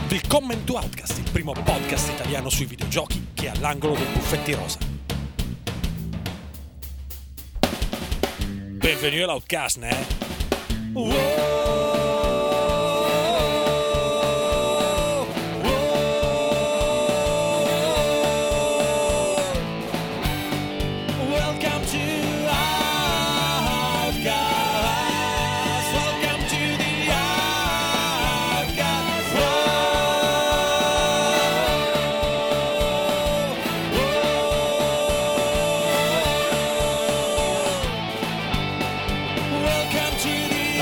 Willkommen to Outcast, il primo podcast italiano sui videogiochi che è all'angolo dei buffetti rosa. Benvenuti all'Outcast, né? Welcome to Outcast. Welcome to the Outcast. Welcome to the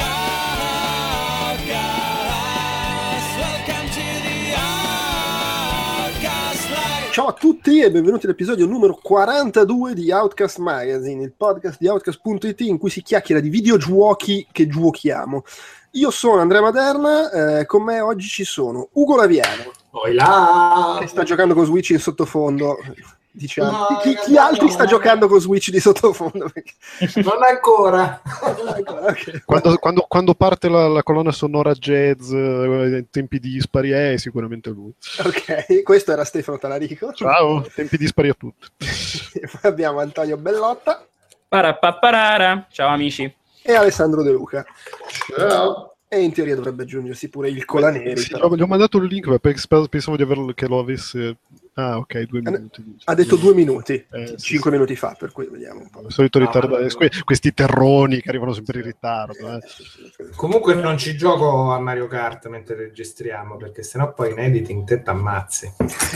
Outcast. Welcome to the Outcast Live. Ciao a tutti e benvenuti all'episodio numero 42 di Outcast Magazine, il podcast di Outcast.it in cui si chiacchiera di videogiochi che giochiamo. Io sono Andrea Maderna, con me oggi ci sono Ugo Laviano, Poi là! che sta giocando con Switch in sottofondo. Diciamo. No, Chi altri sta giocando con Switch di sottofondo? Perché... Non ancora! Ok. Quando parte la colonna sonora jazz in tempi dispari è sicuramente lui. Ok, questo era Stefano Talarico. Ciao, tempi dispari a tutti. E poi abbiamo Antonio Bellotta Parapapparara. Ciao amici. e Alessandro De Luca. Ciao! E in teoria dovrebbe aggiungersi pure il Colaneri. Sì, però. gli ho mandato il link perché pensavo che lo avesse. Ah, ok, 2 minuti. Ha detto 2 minuti, Sì, 5 minuti fa, per cui vediamo un po'. Il solito ritardo. no. Questi terroni che arrivano sempre in ritardo. Comunque non ci gioco a Mario Kart mentre registriamo, perché sennò poi in editing te t'ammazzi.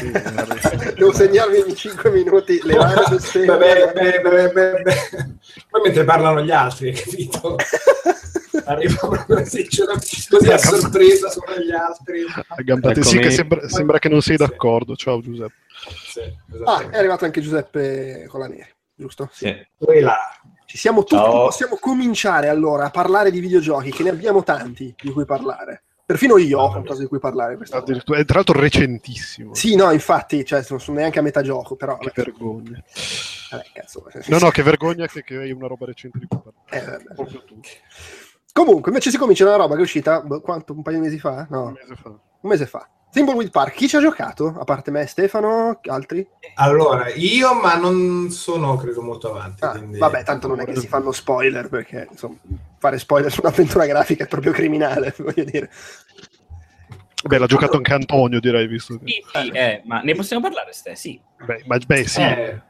Devo segnarmi in 5 minuti le varie bestemmie. Beh. Poi mentre parlano gli altri, hai capito? Arriva proprio così a sorpresa sopra gli altri. A gambate. Sì, che sembra che non sei d'accordo. Ciao Giuseppe. Sì, Ah, esattamente. è arrivato anche Giuseppe Colaneri, giusto? Sì. Poi là. Ci siamo tutti, Ciao. possiamo cominciare allora a parlare di videogiochi, che ne abbiamo tanti di cui parlare. Perfino io ho qualcosa di cui parlare questa volta. Addirittura, è tra l'altro recentissimo. Sì, no, infatti, cioè, non sono neanche a metà gioco, però... Che vergogna. Vabbè, cazzo. No, che vergogna che hai una roba recente di cui parlare. Vabbè. Proprio tu. Comunque, invece si comincia da una roba che è uscita, quanto, un paio di mesi fa? No, Un mese fa. un mese fa. Thimbleweed Park, chi ci ha giocato? A parte me, Stefano, altri? Allora, io ma non sono credo molto avanti. Ah, Quindi... vabbè, tanto non è che si fanno spoiler, perché insomma, fare spoiler su un'avventura grafica è proprio criminale, voglio dire. Beh, l'ha giocato anche Antonio, direi, visto che... Sì, ma ne possiamo parlare, Ste? Sì. Beh, sì.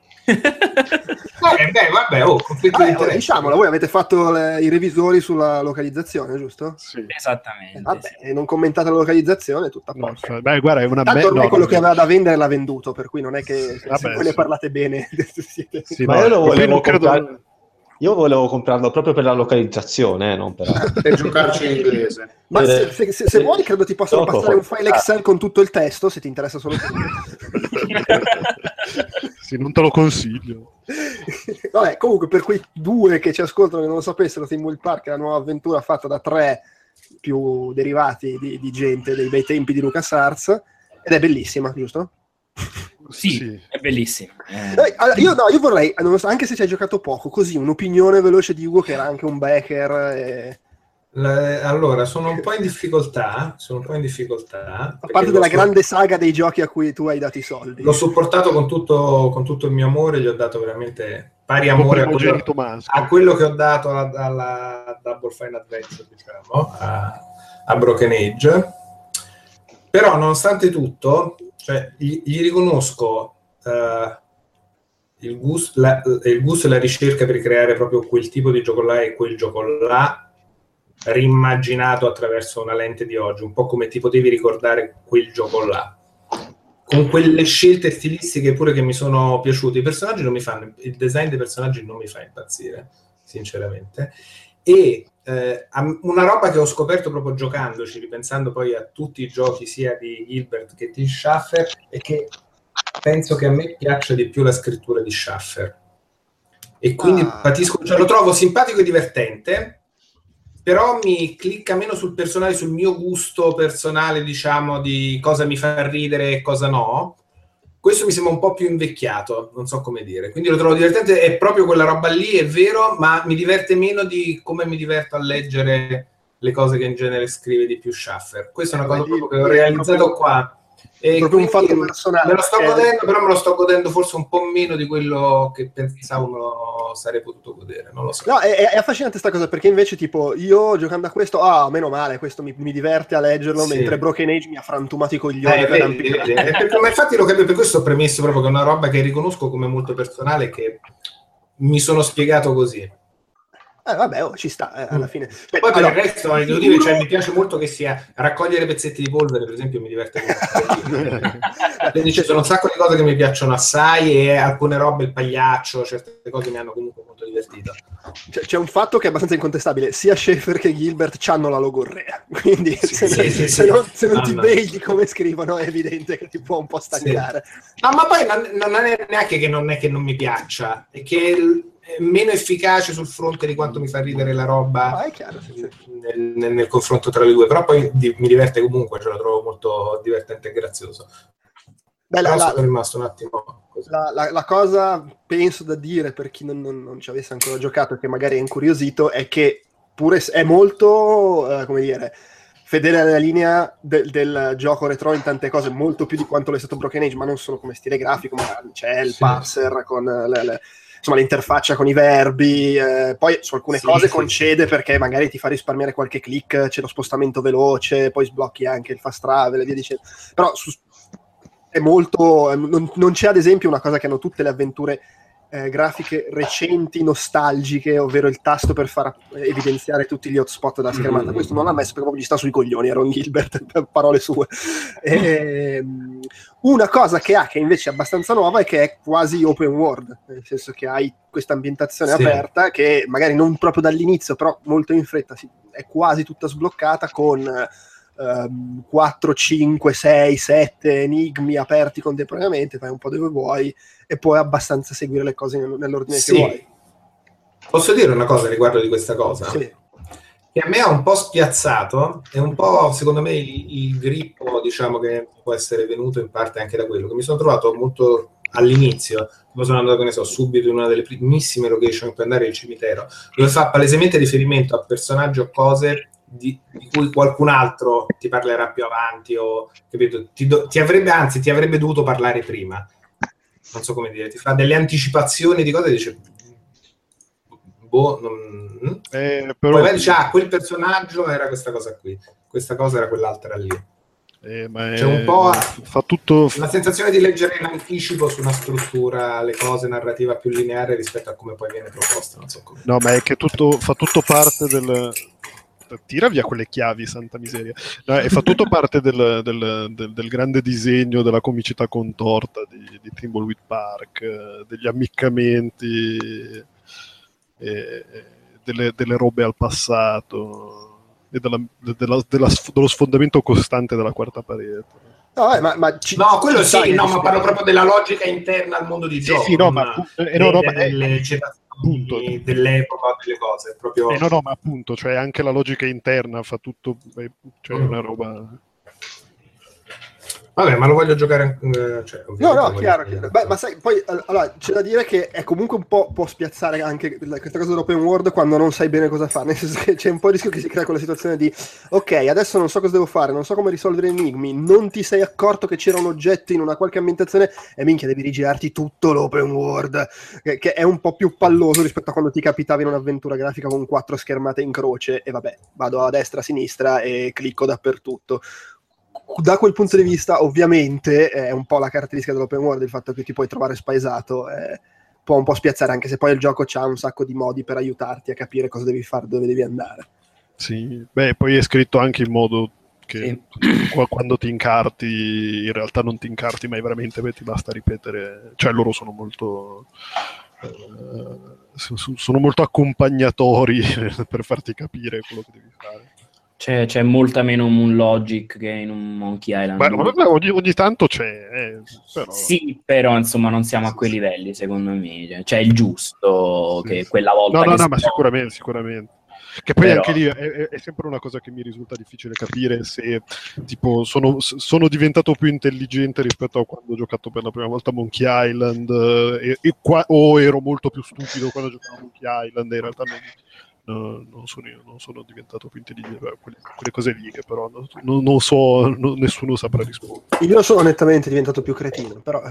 Vabbè, conflitto di interesse. Diciamola, voi avete fatto i revisori sulla localizzazione, giusto? Sì. Esattamente. Vabbè, sì. e non commentate la localizzazione, è tutta a No, posto. beh, guarda, è una Tanto ormai quello che no, aveva da vendere l'ha venduto, per cui non è che se Vabbè, voi ne sì. parlate bene siete... sì, Ma no, io lo poi volevo non credo- comprare. Io volevo comprarlo proprio per la localizzazione, non per... Per giocarci in inglese. Ma se vuoi credo ti possano Gioco passare un poi. file Excel con tutto il testo, se ti interessa solo quello. Sì, non te lo consiglio. Vabbè, comunque per quei due che ci ascoltano che non lo sapessero, Thimbleweed Park è la nuova avventura fatta da 3 più derivati di gente dei bei tempi di LucasArts ed è bellissima, giusto? Sì, è bellissimo. Allora, io vorrei, non lo so, anche se ci hai giocato poco, così un'opinione veloce di Ugo che era anche un backer Allora, sono un po' in difficoltà. a parte della grande saga dei giochi a cui tu hai dato i soldi. L'ho supportato con tutto il mio amore, gli ho dato veramente pari amore Primogenito maschio. a quello che ho dato alla Double Fine Adventure, diciamo, a Broken Age. Però, nonostante tutto, cioè, gli riconosco il gusto e la ricerca per creare proprio quel tipo di gioco là e quel gioco là rimmaginato attraverso una lente di oggi, un po' come ti potevi ricordare quel gioco là, con quelle scelte stilistiche pure che mi sono piaciute. I personaggi non mi fanno, il design dei personaggi non mi fa impazzire, sinceramente, e una roba che ho scoperto proprio giocandoci, ripensando poi a tutti i giochi sia di Hilbert che di Schaffer, è che penso che a me piaccia di più la scrittura di Schaffer e quindi patisco, cioè, lo trovo simpatico e divertente, però mi clicca meno sul personale, sul mio gusto personale, diciamo, di cosa mi fa ridere e cosa no. Questo mi sembra un po' più invecchiato, non so come dire. Quindi lo trovo divertente, è proprio quella roba lì, è vero, ma mi diverte meno di come mi diverto a leggere le cose che in genere scrive di più Schaffer. Questa è una cosa proprio che ho realizzato qua. E proprio un fatto personale. Me lo sto godendo, però me lo sto godendo forse un po' meno di quello che pensavo me lo sarei potuto godere, non lo so. No, è affascinante sta cosa, perché invece tipo io giocando a questo, meno male, questo mi diverte a leggerlo, Sì. mentre Broken Age mi ha frantumato i coglioni. Vedi. Ma infatti lo capisco, per questo ho premesso proprio che è una roba che riconosco come molto personale, che mi sono spiegato così. Vabbè, ci sta alla fine. Poi per il resto devo dire, cioè, mi piace molto che sia raccogliere pezzetti di polvere, per esempio, mi diverte molto. Quindi ci sono un sacco di cose che mi piacciono assai, e alcune robe, il pagliaccio, certe cose mi hanno comunque molto divertito. C'è un fatto che è abbastanza incontestabile: sia Schaeffer che Gilbert c'hanno la logorrea, quindi se non ti vedi come scrivono è evidente che ti può un po' stancare. No, ma poi non è neanche che non mi piaccia, è che è meno efficace sul fronte di quanto mi fa ridere la roba È chiaro, sì. nel confronto tra le due, però poi mi diverte comunque, cioè lo trovo molto divertente e grazioso. Però sono rimasto un attimo così. La cosa penso da dire per chi non ci avesse ancora giocato e che magari è incuriosito è che pure è molto come dire, fedele alla linea del gioco retro in tante cose, molto più di quanto lo è stato Broken Age, ma non solo come stile grafico, ma c'è il parser con insomma l'interfaccia con i verbi, poi su alcune cose concede perché magari ti fa risparmiare qualche click, c'è lo spostamento veloce, poi sblocchi anche il fast travel e via dicendo, però è molto non c'è ad esempio una cosa che hanno tutte le avventure grafiche recenti, nostalgiche, ovvero il tasto per far evidenziare tutti gli hotspot della schermata. Questo non l'ha messo perché proprio gli sta sui coglioni a Ron Gilbert, per parole sue. Una cosa che ha, che invece è abbastanza nuova, è che è quasi open world, nel senso che hai questa ambientazione aperta che magari non proprio dall'inizio, però molto in fretta è quasi tutta sbloccata con 4, 5, 6, 7 enigmi aperti contemporaneamente, fai un po' dove vuoi e puoi abbastanza seguire le cose nell'ordine che vuoi. Posso dire una cosa riguardo di questa cosa? Sì. Che a me ha un po' spiazzato, e un po' secondo me il grippo, diciamo, che può essere venuto in parte anche da quello che mi sono trovato molto all'inizio. Poi sono andato, che ne so, subito in una delle primissime location per andare al cimitero, dove fa palesemente riferimento a personaggi o cose di cui qualcun altro ti parlerà più avanti, o capito? Ti avrebbe dovuto parlare prima, non so come dire, ti fa delle anticipazioni di cose e dice però poi dice quel personaggio era questa cosa qui, questa cosa era quell'altra lì. C'è un po' fa tutto la sensazione di leggere in anticipo su una struttura, le cose narrativa più lineare rispetto a come poi viene proposta, non so come. No, ma è che fa tutto parte del... Tira via quelle chiavi, santa miseria. No, e fa tutto parte del grande disegno della comicità contorta di Thimbleweed Park, degli ammiccamenti, delle robe al passato e dello sfondamento costante della quarta parete. No, quello sì, no, ma parlo proprio della logica interna al mondo di gioco. Sì, no, ma delle citazioni dell'epoca, delle cose. Proprio... no, ma appunto, cioè anche la logica interna fa tutto, cioè una roba... Vabbè, ma lo voglio giocare. No, chiaro. Beh, ma sai, poi allora c'è da dire che è comunque un po' può spiazzare anche questa cosa dell'open world quando non sai bene cosa fare. Nel senso che c'è un po' il rischio che si crea quella situazione di ok, adesso non so cosa devo fare, non so come risolvere enigmi, non ti sei accorto che c'era un oggetto in una qualche ambientazione e minchia, devi rigirarti tutto l'open world, che è un po' più palloso rispetto a quando ti capitava in un'avventura grafica con 4 schermate in croce e vabbè, vado a destra, a sinistra e clicco dappertutto. Da quel punto di vista, ovviamente, è un po' la caratteristica dell'open world, il fatto che ti puoi trovare spaesato, può un po' spiazzare, anche se poi il gioco c'ha un sacco di modi per aiutarti a capire cosa devi fare, dove devi andare. Sì, beh, poi è scritto anche in modo che quando ti incarti, in realtà non ti incarti mai veramente, ti basta ripetere, cioè loro sono molto... sono molto accompagnatori per farti capire quello che devi fare. C'è molta meno Moon Logic che in un Monkey Island. Beh, ogni tanto c'è. Però... Sì, però insomma non siamo a quei livelli, secondo me. C'è il giusto che quella volta... No, ma sicuramente. Che poi però... anche lì è sempre una cosa che mi risulta difficile capire se tipo sono diventato più intelligente rispetto a quando ho giocato per la prima volta a Monkey Island o ero molto più stupido quando giocavo a Monkey Island, in realtà non sono diventato più intelligente, quelle cose lì che però non so, nessuno saprà rispondere. Io sono nettamente diventato più cretino, però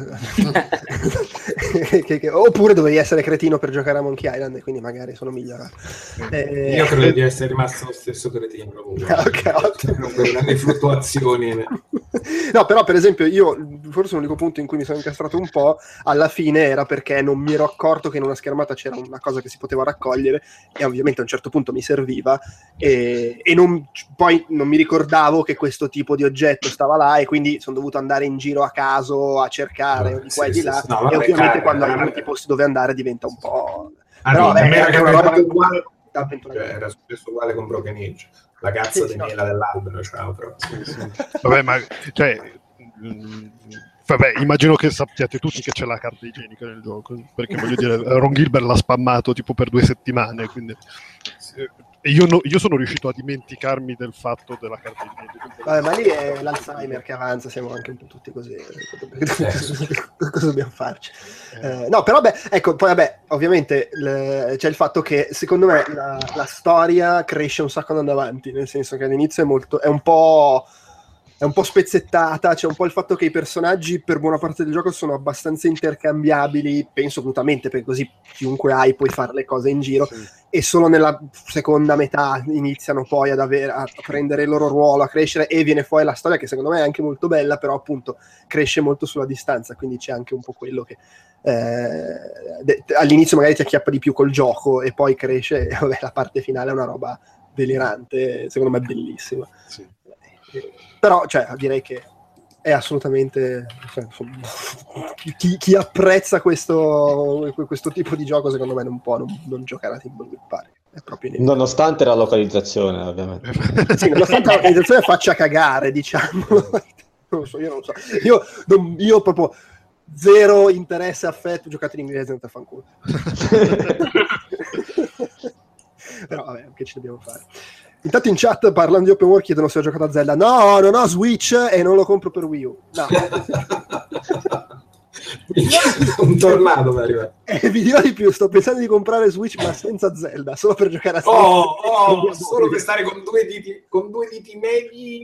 oppure dovevi essere cretino per giocare a Monkey Island e quindi magari sono migliorato. Io credo di essere rimasto lo stesso cretino comunque. Okay, ottimo. Le fluttuazioni. No, però per esempio io forse l'unico punto in cui mi sono incastrato un po' alla fine era perché non mi ero accorto che in una schermata c'era una cosa che si poteva raccogliere e ovviamente a un certo punto mi serviva e poi non mi ricordavo che questo tipo di oggetto stava là e quindi sono dovuto andare in giro a caso a cercare di qua e di là e ovviamente quando hai molti posti dove andare diventa un po'... Però era una roba uguale, era successo uguale con Broken Age, la cazzo di mela dell'albero, ciao però. Vabbè, ma vabbè, immagino che sappiate tutti che c'è la carta igienica nel gioco, perché voglio dire, Ron Gilbert l'ha spammato tipo per 2 settimane, quindi io sono riuscito a dimenticarmi del fatto della carta igienica. Vabbè, ma lì è l'Alzheimer che avanza, siamo anche un po' tutti così. Cosa dobbiamo farci? No, però ecco, poi ovviamente c'è il fatto che secondo me la storia cresce un sacco andando avanti, nel senso che all'inizio è un po' spezzettata, c'è un po' il fatto che i personaggi per buona parte del gioco sono abbastanza intercambiabili, penso volutamente, perché così chiunque hai puoi fare le cose in giro, sì. E solo nella seconda metà iniziano poi a prendere il loro ruolo, a crescere, e viene fuori la storia che secondo me è anche molto bella, però appunto cresce molto sulla distanza, quindi c'è anche un po' quello che all'inizio magari ti acchiappa di più col gioco e poi cresce, e vabbè, la parte finale è una roba delirante, secondo me bellissima. Sì. Però direi che è assolutamente chi apprezza questo tipo di gioco secondo me non può non giocare a Thimbleweed Park, è proprio nonostante la localizzazione ovviamente. Sì, nonostante la localizzazione faccia cagare, diciamo. Non lo so, io proprio zero interesse, affetto, giocate in inglese, non te fanculo. Però vabbè, che ci dobbiamo fare? Intanto in chat, parlando di open world, chiedono se ho giocato a Zelda. No, non ho Switch e non lo compro per Wii U. No. Un tornado per arrivare. Vi dirò di più, sto pensando di comprare Switch ma senza Zelda, solo per giocare a Switch. Solo per stare con due diti medi.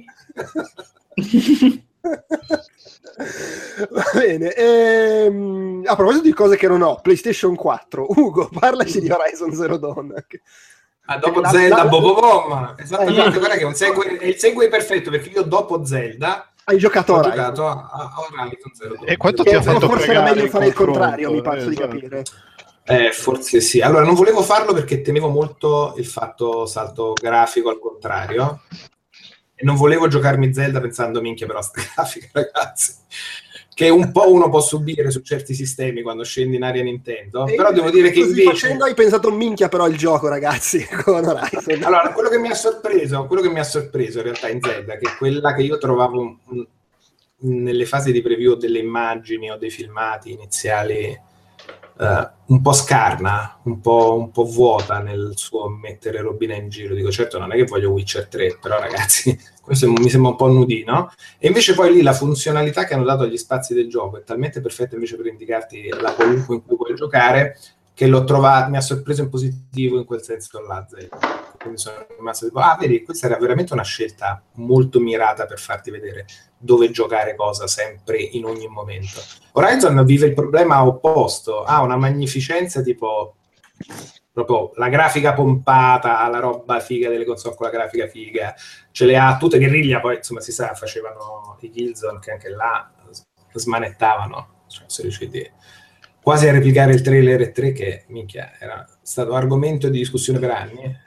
Va bene. A proposito di cose che non ho, PlayStation 4. Ugo, parlaci di Horizon Zero Dawn. Dopo Zelda, Bobobom, esattamente, guarda che è il segue perfetto, perché io dopo Zelda hai giocato a Horizon Zero Dawn. E quanto ti ha fatto forse era meglio fare il contrario, mi pare di capire. Forse sì. Allora, non volevo farlo perché temevo molto il fatto salto grafico al contrario e non volevo giocarmi Zelda pensando minchia però sta grafica, ragazzi, che un po' uno può subire su certi sistemi quando scendi in area Nintendo, però devo dire che invece facendo hai pensato minchia però il gioco, ragazzi, con Horizon. Allora, quello che mi ha sorpreso in realtà in Zelda, che è quella che io trovavo nelle fasi di preview delle immagini o dei filmati iniziali un po' scarna, un po' vuota nel suo mettere robina in giro. Dico, certo non è che voglio Witcher 3, però ragazzi, questo mi sembra un po' nudino. E invece poi lì la funzionalità che hanno dato agli spazi del gioco è talmente perfetta invece per indicarti la qualunque in cui puoi giocare, che mi ha sorpreso in positivo in quel senso là. Quindi sono rimasto tipo, vedi, questa era veramente una scelta molto mirata per farti vedere dove giocare cosa sempre in ogni momento. Horizon vive il problema opposto, ha una magnificenza tipo proprio la grafica pompata, la roba figa delle console con la grafica figa, ce le ha tutte. Guerriglia poi insomma si sa, facevano i Killzone che anche là smanettavano, cioè sono riusciti quasi a replicare il trailer E3 che minchia era stato argomento di discussione per anni.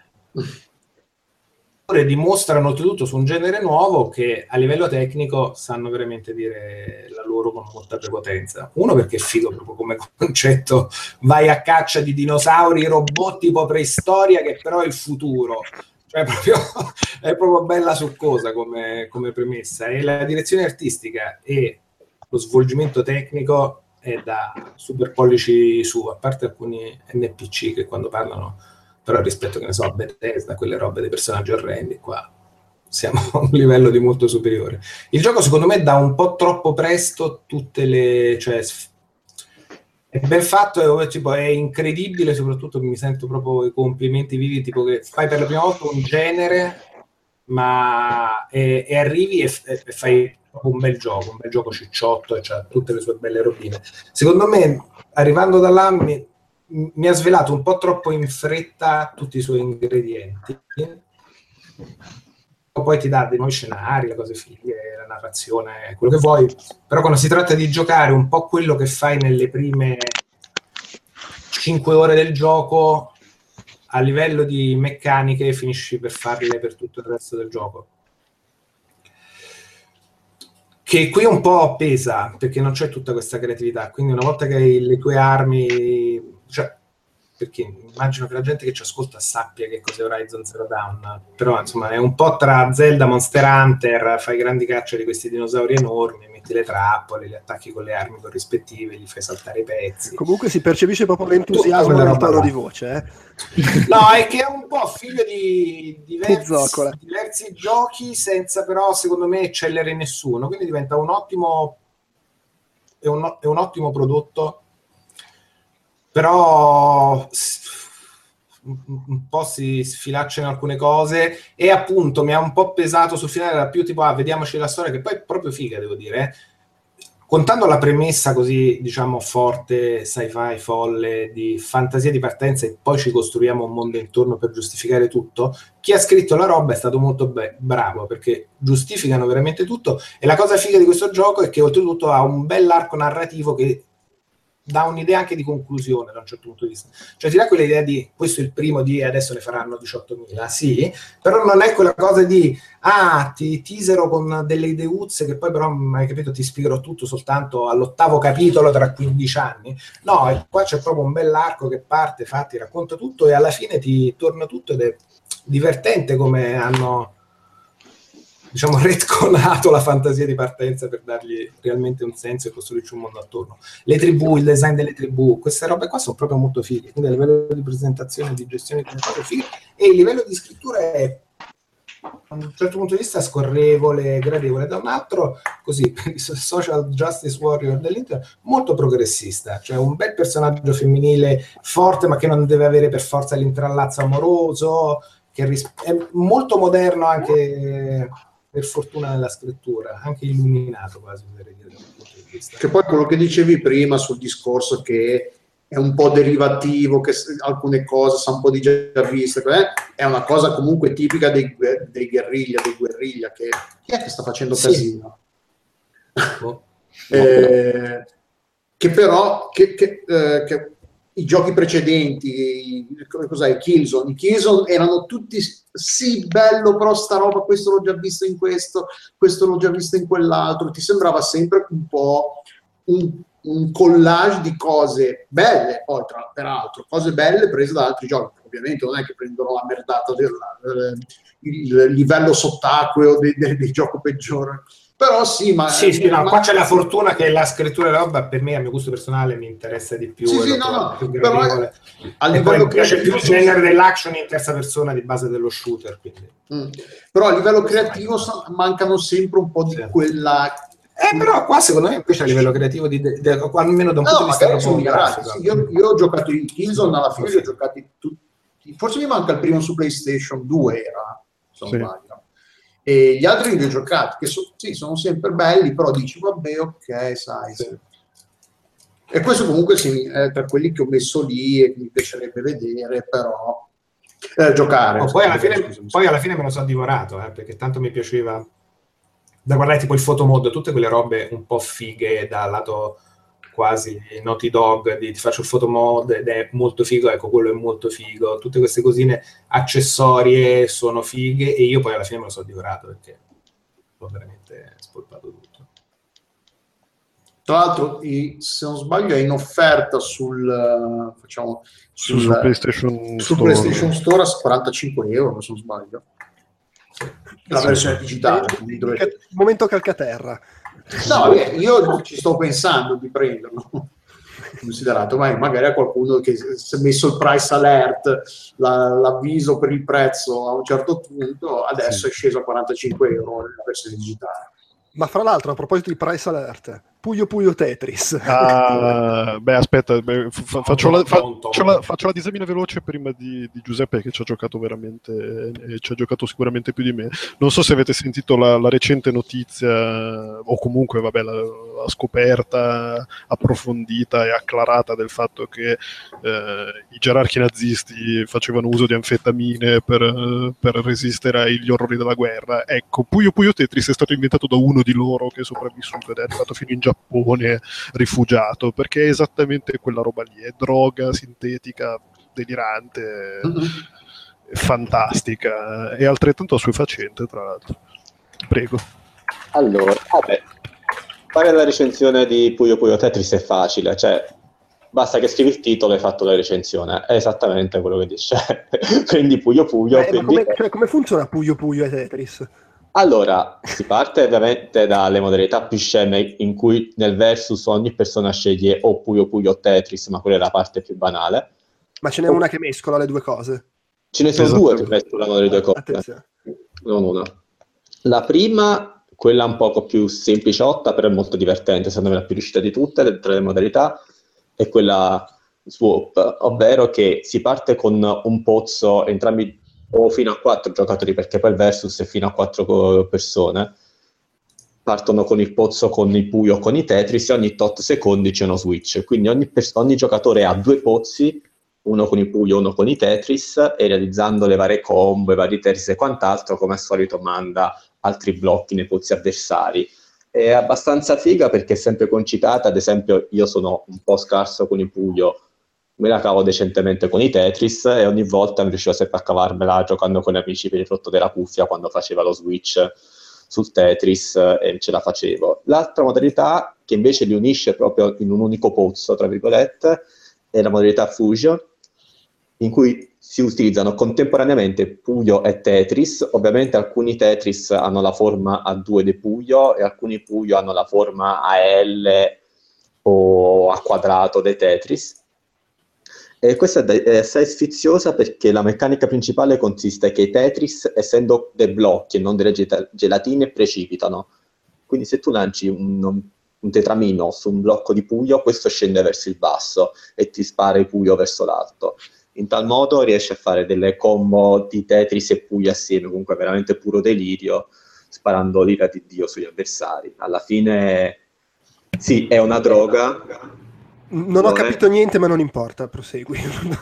Dimostrano oltretutto su un genere nuovo che a livello tecnico sanno veramente dire la loro con molta prepotenza. Uno, perché è figo proprio come concetto, vai a caccia di dinosauri, robot tipo preistoria, che però è il futuro, cioè è proprio bella succosa come premessa, e la direzione artistica e lo svolgimento tecnico è da super pollici su, a parte alcuni NPC che quando parlano, però rispetto, che ne so, a Bethesda, quelle robe dei personaggi orrendi, qua siamo a un livello di molto superiore. Il gioco secondo me dà un po' troppo presto tutte le, cioè è ben fatto, tipo, è incredibile, soprattutto mi sento proprio i complimenti vivi, tipo che fai per la prima volta un genere, ma e arrivi e fai proprio un bel gioco cicciotto, e c'ha tutte le sue belle robine. Secondo me, arrivando da là, mi ha svelato un po' troppo in fretta tutti i suoi ingredienti. Poi ti dà dei nuovi scenari, le cose fighe, la narrazione, quello che vuoi, però quando si tratta di giocare un po' quello che fai nelle prime 5 ore del gioco, a livello di meccaniche finisci per farle per tutto il resto del gioco, che qui un po' pesa perché non c'è tutta questa creatività, quindi una volta che hai le tue armi, cioè, perché immagino che la gente che ci ascolta sappia che cos'è Horizon Zero Dawn, però insomma è un po' tra Zelda, Monster Hunter, fai grandi caccia di questi dinosauri enormi, metti le trappole, li attacchi con le armi corrispettive, gli fai saltare i pezzi. Comunque si percepisce proprio l'entusiasmo nel tono di voce. No, è che è un po' figlio di diversi giochi senza però secondo me eccellere nessuno, quindi diventa un ottimo prodotto, però un po' si sfilaccia in alcune cose, e appunto mi ha un po' pesato sul finale, era più tipo vediamoci la storia, che poi è proprio figa, devo dire, contando la premessa così, diciamo, forte, sci-fi, folle, di fantasia di partenza, e poi ci costruiamo un mondo intorno per giustificare tutto. Chi ha scritto la roba è stato molto bravo, perché giustificano veramente tutto, e la cosa figa di questo gioco è che oltretutto ha un bell'arco narrativo che dà un'idea anche di conclusione da un certo punto di vista, cioè ti dà quell'idea di questo è il primo di adesso ne faranno 18.000, sì, però non è quella cosa di ti teasero con delle ideuzze che poi però, hai capito, ti spiegherò tutto soltanto all'8º capitolo tra 15 anni. No, qua c'è proprio un bell'arco che parte, ti racconta tutto e alla fine ti torna tutto, ed è divertente come hanno, diciamo, retconato la fantasia di partenza per dargli realmente un senso e costruirci un mondo attorno. Le tribù, il design delle tribù, queste robe qua sono proprio molto fighe, quindi a livello di presentazione e di gestione è proprio fighe, e il livello di scrittura è, da un certo punto di vista, scorrevole, gradevole, da un altro, così, per il social justice warrior dell'internet, molto progressista, cioè un bel personaggio femminile forte ma che non deve avere per forza l'intrallazzo amoroso, che è molto moderno anche per fortuna nella scrittura, anche illuminato quasi, oserei dire, da un punto di vista. Che poi quello che dicevi prima sul discorso che è un po' derivativo, che alcune cose sa un po' di già viste, è una cosa comunque tipica dei guerriglia, che chi è che sta facendo casino? Che però che i giochi precedenti, cos'è, Killzone erano tutti sì, bello, però sta roba, questo l'ho già visto in questo l'ho già visto in quell'altro, ti sembrava sempre un po' un collage di cose belle, poi peraltro cose belle prese da altri giochi, ovviamente non è che prendono la merdata il livello sott'acqueo del gioco peggiore. Però sì, ma qua c'è la fortuna che la scrittura della roba, per me, a mio gusto personale, mi interessa di più. Più però e poi mi piace più il genere dell'action in terza persona di base dello shooter. Però a livello creativo mancano sempre un po' di quella. Però qua secondo me invece a livello creativo, almeno da un punto di vista grafico. Io ho giocato in Killzone, alla fine li ho giocati tutti. Forse mi manca il primo su PlayStation 2, era, se non sbaglio. E gli altri li ho giocati, che sono sempre belli, però dici vabbè, ok, sai. Sì. E questo comunque è per quelli che ho messo lì e che mi piacerebbe vedere, però giocare. Poi alla fine me lo sono divorato, perché tanto mi piaceva da guardare tipo il photomod, tutte quelle robe un po' fighe dal lato quasi Naughty Dog, ti faccio il photomod ed è molto figo, ecco, quello è molto figo, tutte queste cosine accessorie sono fighe, e io poi alla fine me lo sono divorato perché ho veramente spolpato tutto. Tra l'altro, se non sbaglio, è in offerta sul PlayStation Store a 45 euro, se non sbaglio. La versione digitale. Momento calcaterra. No, io ci sto pensando di prenderlo, considerato, ma magari a qualcuno che si è messo il price alert, l'avviso per il prezzo a un certo punto, adesso è sceso a 45 euro la versione digitale. Ma fra l'altro, a proposito di price alert, Puyo Tetris. Aspetta, faccio la disamina veloce prima di Giuseppe, che ci ha giocato veramente, ci ha giocato sicuramente più di me. Non so se avete sentito la recente notizia, o comunque la scoperta approfondita e acclarata del fatto che i gerarchi nazisti facevano uso di anfetamine per resistere agli orrori della guerra. Ecco, Puyo Tetris è stato inventato da uno di loro che è sopravvissuto ed è arrivato fino in Giappone rifugiato, perché è esattamente quella roba lì, è droga sintetica delirante, fantastica e altrettanto assuefacente, tra l'altro. Prego. Allora, fare la recensione di Puyo Tetris è facile, cioè basta che scrivi il titolo e hai fatto la recensione, è esattamente quello che dice. Quindi Puyo. Come funziona Puyo e Tetris? Allora, si parte ovviamente dalle modalità più sceme, in cui nel versus ogni persona sceglie o Puyo o Tetris, ma quella è la parte più banale. Ma ce n'è una che mescola le due cose? Ce ne sono due che mescolano le due cose. Attenzione. Non una. La prima, quella un poco più sempliciotta, però è molto divertente, secondo me la più riuscita di tutte, tra le modalità, è quella swap, ovvero che si parte con un pozzo, entrambi o fino a 4 giocatori, perché poi il versus è fino a 4 persone, partono con il pozzo, con i Puyo o con i Tetris, e ogni tot secondi c'è uno switch, quindi ogni giocatore ha 2 pozzi, uno con i Puyo, uno con i Tetris, e realizzando le varie combo, i vari Tetris e quant'altro, come al solito manda altri blocchi nei pozzi avversari. È abbastanza figa perché è sempre concitata, ad esempio io sono un po' scarso con i Puyo, me la cavo decentemente con i Tetris, e ogni volta mi riuscivo sempre a cavarmela giocando con gli amici per il rotto della cuffia quando faceva lo switch sul Tetris, e ce la facevo. L'altra modalità, che invece li unisce proprio in un unico pozzo, tra virgolette, è la modalità Fusion, in cui si utilizzano contemporaneamente Puyo e Tetris. Ovviamente alcuni Tetris hanno la forma a 2 di Puyo e alcuni Puyo hanno la forma a L o a quadrato dei Tetris. E questa è assai sfiziosa perché la meccanica principale consiste che i Tetris, essendo dei blocchi e non delle gelatine, precipitano. Quindi se tu lanci un tetramino su un blocco di Puyo, questo scende verso il basso e ti spara i Puyo verso l'alto. In tal modo riesci a fare delle combo di Tetris e Puyo assieme, comunque veramente puro delirio, sparando l'ira di Dio sugli avversari. Alla fine sì, è una droga. Non ho capito niente, ma non importa, prosegui.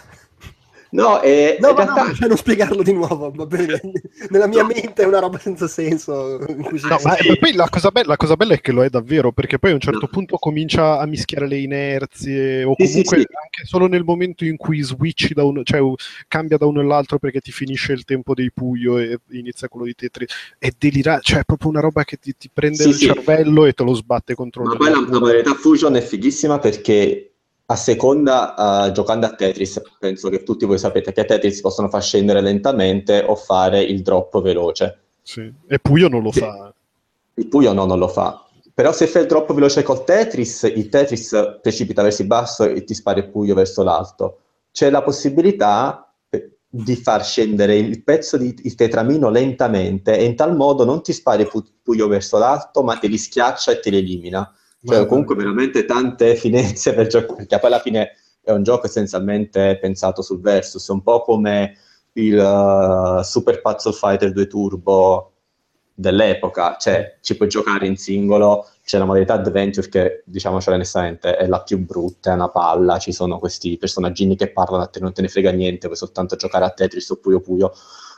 No, Non spiegarlo di nuovo, va bene. Nella mia mente è una roba senza senso. Ma poi la cosa bella è che lo è davvero, perché poi a un certo punto comincia a mischiare le inerzie, o comunque anche solo nel momento in cui switchi da uno, cioè cambia da uno all'altro perché ti finisce il tempo dei Puyo e inizia quello di Tetris. È delirante, cioè è proprio una roba che ti prende il cervello e te lo sbatte contro. Ma poi la modalità Fusion è fighissima perché a seconda, giocando a Tetris, penso che tutti voi sapete che a Tetris si possono far scendere lentamente o fare il drop veloce. Sì. E Puyo non lo fa. Il Puyo non lo fa. Però se fai il drop veloce col Tetris, il Tetris precipita verso il basso e ti spara il Puyo verso l'alto. C'è la possibilità di far scendere il pezzo il tetramino lentamente, e in tal modo non ti spara il Puyo verso l'alto, ma te li schiaccia e te li elimina. Cioè, comunque veramente tante finezze per giocare, perché poi alla fine è un gioco essenzialmente pensato sul versus, un po' come il Super Puzzle Fighter 2 Turbo dell'epoca, cioè ci puoi giocare in singolo, c'è la modalità Adventure che, diciamocelo onestamente, è la più brutta, è una palla, ci sono questi personaggini che parlano a te, non te ne frega niente, puoi soltanto giocare a Tetris o Puyo,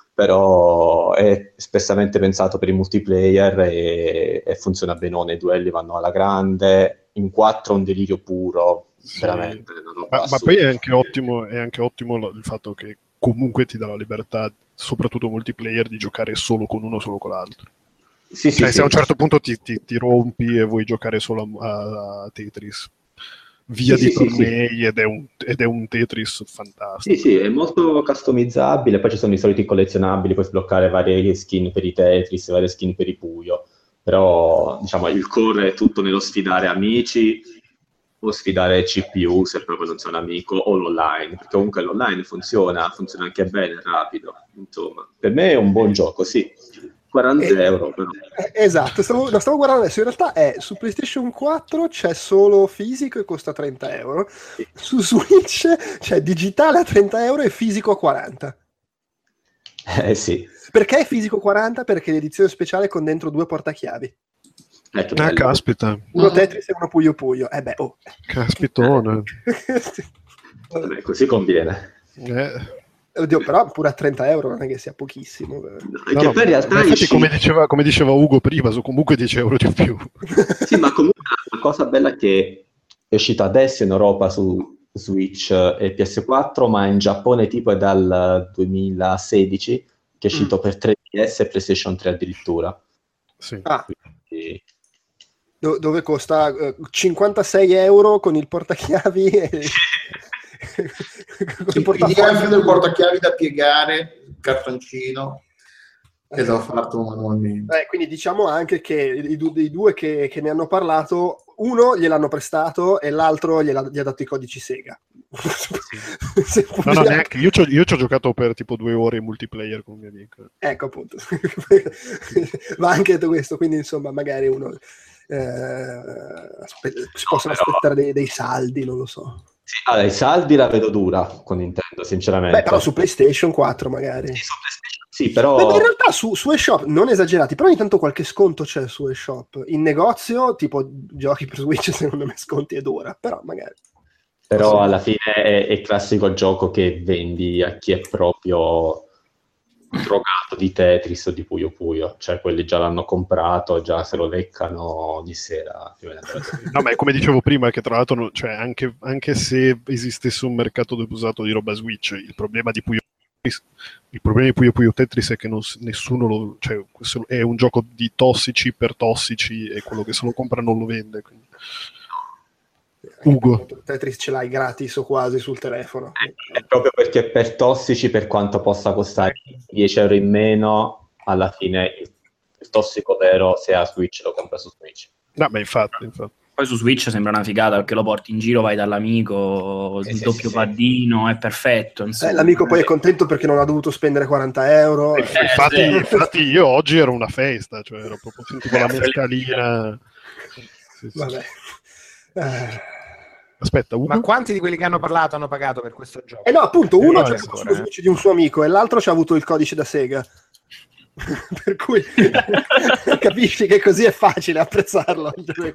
però è espressamente pensato per il multiplayer e funziona benone, i duelli vanno alla grande, in 4 è un delirio puro, veramente. Ma poi è anche ottimo il fatto che comunque ti dà la libertà, soprattutto multiplayer, di giocare solo con uno, solo con l'altro. Se a un certo punto ti rompi e vuoi giocare solo a Tetris, via di tornei. Ed è un Tetris fantastico. Sì, è molto customizzabile, poi ci sono i soliti collezionabili, puoi sbloccare varie skin per i Tetris, varie skin per i Puyo, però diciamo il core è tutto nello sfidare amici o sfidare CPU se proprio non sei un amico, o l'online, perché comunque l'online funziona anche bene, rapido, insomma. Per me è un buon gioco, sì. 40 euro però. Esatto, lo stavo guardando adesso. In realtà su PlayStation 4 c'è solo fisico e costa 30 euro. Su Switch c'è digitale a 30 euro e fisico a 40. Sì. Perché è fisico 40? Perché l'edizione speciale con dentro 2 portachiavi. Caspita. Uno Tetris e uno Puyo Puyo. Caspitone. Vabbè, così conviene. Oddio, però pure a 30 euro non è che sia pochissimo. Poi in realtà infatti, come diceva Ugo prima, sono comunque 10 euro di più. Sì, ma comunque la cosa bella è che è uscito adesso in Europa su Switch e PS4, ma in Giappone tipo è dal 2016 che è uscito per 3DS e PlayStation 3 addirittura. Sì. Quindi... dove costa 56 euro con il portachiavi e... il PDF del portachiavi da piegare, il cartoncino e l'ho fatto manualmente. Quindi diciamo anche che i due che ne hanno parlato, uno gliel'hanno prestato e l'altro gli ha dato i codici Sega. No, neanche. Io ci ho giocato per tipo 2 ore in multiplayer con un mio amico. Ecco, appunto. Va anche detto questo, quindi insomma magari uno si possono aspettare dei saldi, non lo so. Sì, allora, i saldi la vedo dura con Nintendo, sinceramente. Però su PlayStation 4 magari. Sì, però... Beh, in realtà su eShop, non esagerati, però ogni tanto qualche sconto c'è su eShop. In negozio, tipo giochi per Switch, secondo me sconti ed ora, però magari. Però alla fine è il classico gioco che vendi a chi è proprio drogato di Tetris o di Puyo Puyo, cioè quelli già l'hanno comprato, già se lo leccano ogni sera. No, ma come dicevo prima, che tra l'altro, cioè, anche se esistesse un mercato usato di roba Switch, il problema di Puyo Puyo Tetris è che nessuno cioè, è un gioco di tossici per tossici e quello che se lo compra non lo vende, quindi. Ugo, Tetris ce l'hai gratis o quasi sul telefono. È proprio perché per tossici, per quanto possa costare 10 euro in meno, alla fine il tossico vero, se ha Switch lo compra su Switch. No, ma infatti. Poi su Switch sembra una figata perché lo porti in giro, vai dall'amico, il doppio paddino, è perfetto. Insomma. L'amico poi è contento perché non ha dovuto spendere 40 euro. Infatti io oggi ero una festa, cioè ero proprio sentivo la mescalina. Sì. Vabbè. Aspetta, Ugo? Ma quanti di quelli che hanno parlato hanno pagato per questo gioco? No, appunto, uno c'ha avuto sullo Switch di un suo amico e l'altro c'ha avuto il codice da Sega. Per cui capisci che così è facile apprezzarlo.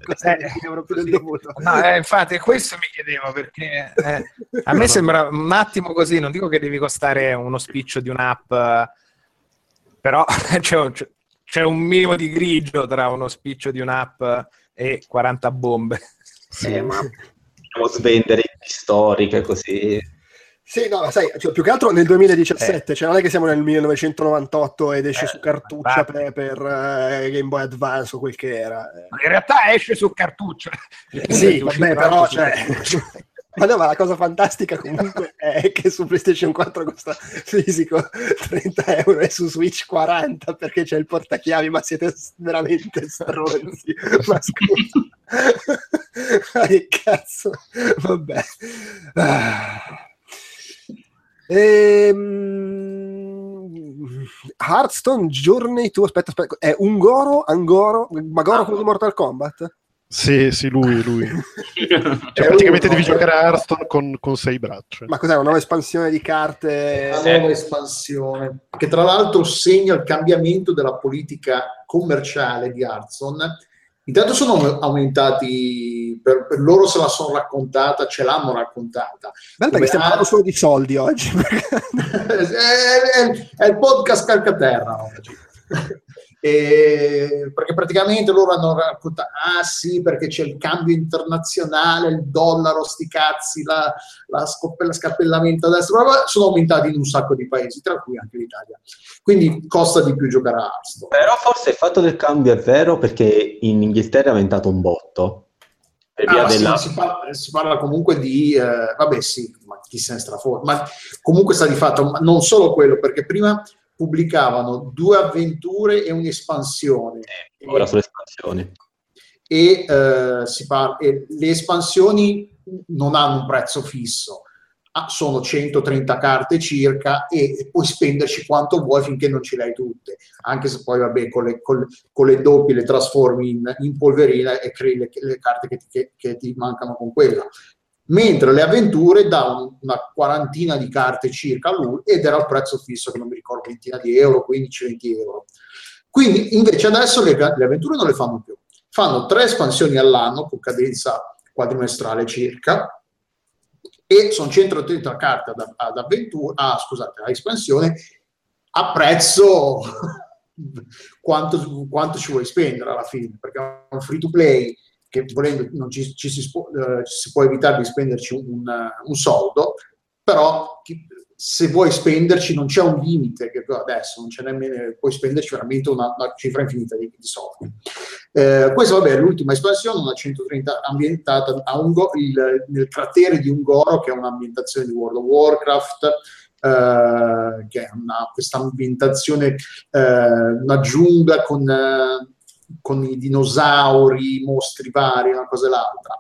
Infatti questo mi chiedevo, perché a me sembra un attimo così, non dico che devi costare uno spiccio di un'app, però c'è un minimo di grigio tra uno spiccio di un'app e 40 bombe. Sì, ma possiamo svendere storiche così. Sì, no, sai, cioè, più che altro nel 2017, cioè non è che siamo nel 1998 ed esce su cartuccia per Game Boy Advance o quel che era. In realtà esce su cartuccia. Sì, vabbè, però, ma no, ma la cosa fantastica comunque è che su PlayStation 4 costa fisico 30 euro e su Switch 40 perché c'è il portachiavi, ma siete veramente stronzi. Ma scusa. Ma che cazzo? Vabbè. Hearthstone Journey, tu aspetta, è Magoro quello di Mortal Kombat? Sì, lui. Cioè, praticamente devi giocare a Hearthstone con 6 braccia. Ma cos'è, una nuova espansione di carte? Una nuova espansione, che tra l'altro segna il cambiamento della politica commerciale di Hearthstone. Intanto sono aumentati, per loro se la sono raccontata, ce l'hanno raccontata. Beh, perché stiamo parlando solo di soldi oggi. è il podcast calcaterra oggi. Perché praticamente loro hanno raccontato, sì, perché c'è il cambio internazionale, il dollaro, sti cazzi, la scappellamento a destra, sono aumentati in un sacco di paesi, tra cui anche l'Italia. Quindi costa di più giocare a Hearthstone. Però forse il fatto del cambio è vero, perché in Inghilterra è aumentato un botto. Per via della... si parla comunque di vabbè, sì, ma chi se ne straforma, ma comunque sta di fatto, ma non solo quello, perché prima pubblicavano 2 avventure e un'espansione. Ora sulle espansioni. E le espansioni non hanno un prezzo fisso. sono 130 carte circa e puoi spenderci quanto vuoi finché non ce le hai tutte, anche se poi vabbè con le doppie le trasformi in polverina e crei le carte che ti mancano con quella. Mentre le avventure davano una quarantina di carte circa ed era il prezzo fisso, che non mi ricordo, 20 di euro, 15-20 euro. Quindi invece adesso le avventure non le fanno più, fanno 3 espansioni all'anno con cadenza quadrimestrale circa, e sono 130 carte ad avventura, a espansione, a prezzo quanto ci vuoi spendere alla fine, perché è un free to play che volendo non si può evitare di spenderci un soldo, però se vuoi spenderci non c'è un limite, che adesso non c'è nemmeno, puoi spenderci veramente una cifra infinita di soldi. Questa vabbè è l'ultima espansione, una 130 ambientata nel cratere di Ungoro, che è un'ambientazione di World of Warcraft, che è questa ambientazione, una giungla con i dinosauri, mostri vari, una cosa e l'altra.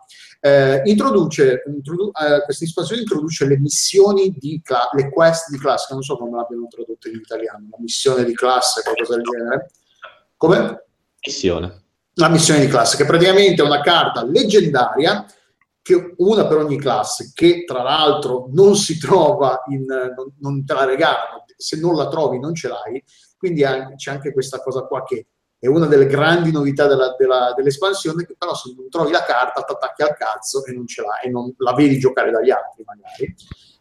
Questa espansione introduce le missioni le quest di classe, che non so come l'abbiano tradotto in italiano, la missione di classe, qualcosa del genere. Come? La missione di classe, che praticamente è una carta leggendaria, una per ogni classe, che tra l'altro non si trova, non te la regalano, se non la trovi non ce l'hai, quindi c'è anche questa cosa qua che è una delle grandi novità dell'espansione, che però se non trovi la carta ti attacchi al cazzo e non ce l'hai, e non la vedi giocare dagli altri magari.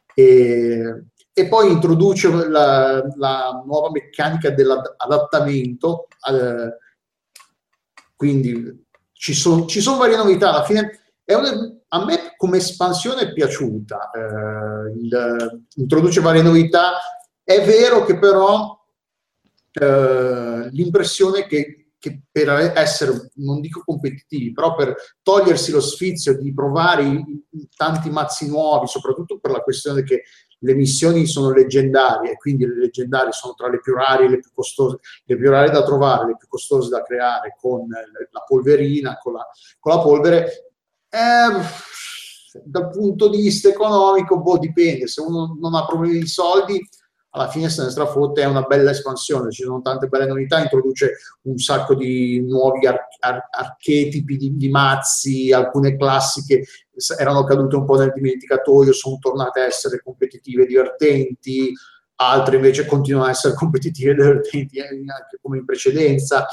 E poi introduce la nuova meccanica dell'adattamento, quindi ci sono varie novità. Alla fine a me come espansione è piaciuta, introduce varie novità. È vero che però l'impressione che per essere, non dico competitivi, però per togliersi lo sfizio di provare tanti mazzi nuovi, soprattutto per la questione che le missioni sono leggendarie, e quindi le leggendarie sono tra le più rare e le più costose, le più rare da trovare, le più costose da creare, con la polverina, con la polvere. Dal punto di vista economico, dipende. Se uno non ha problemi di soldi, alla fine se ne strafotte. È una bella espansione, ci sono tante belle novità, introduce un sacco di nuovi archetipi di mazzi, alcune classi che erano cadute un po' nel dimenticatoio sono tornate a essere competitive e divertenti, altre invece continuano a essere competitive e divertenti anche come in precedenza.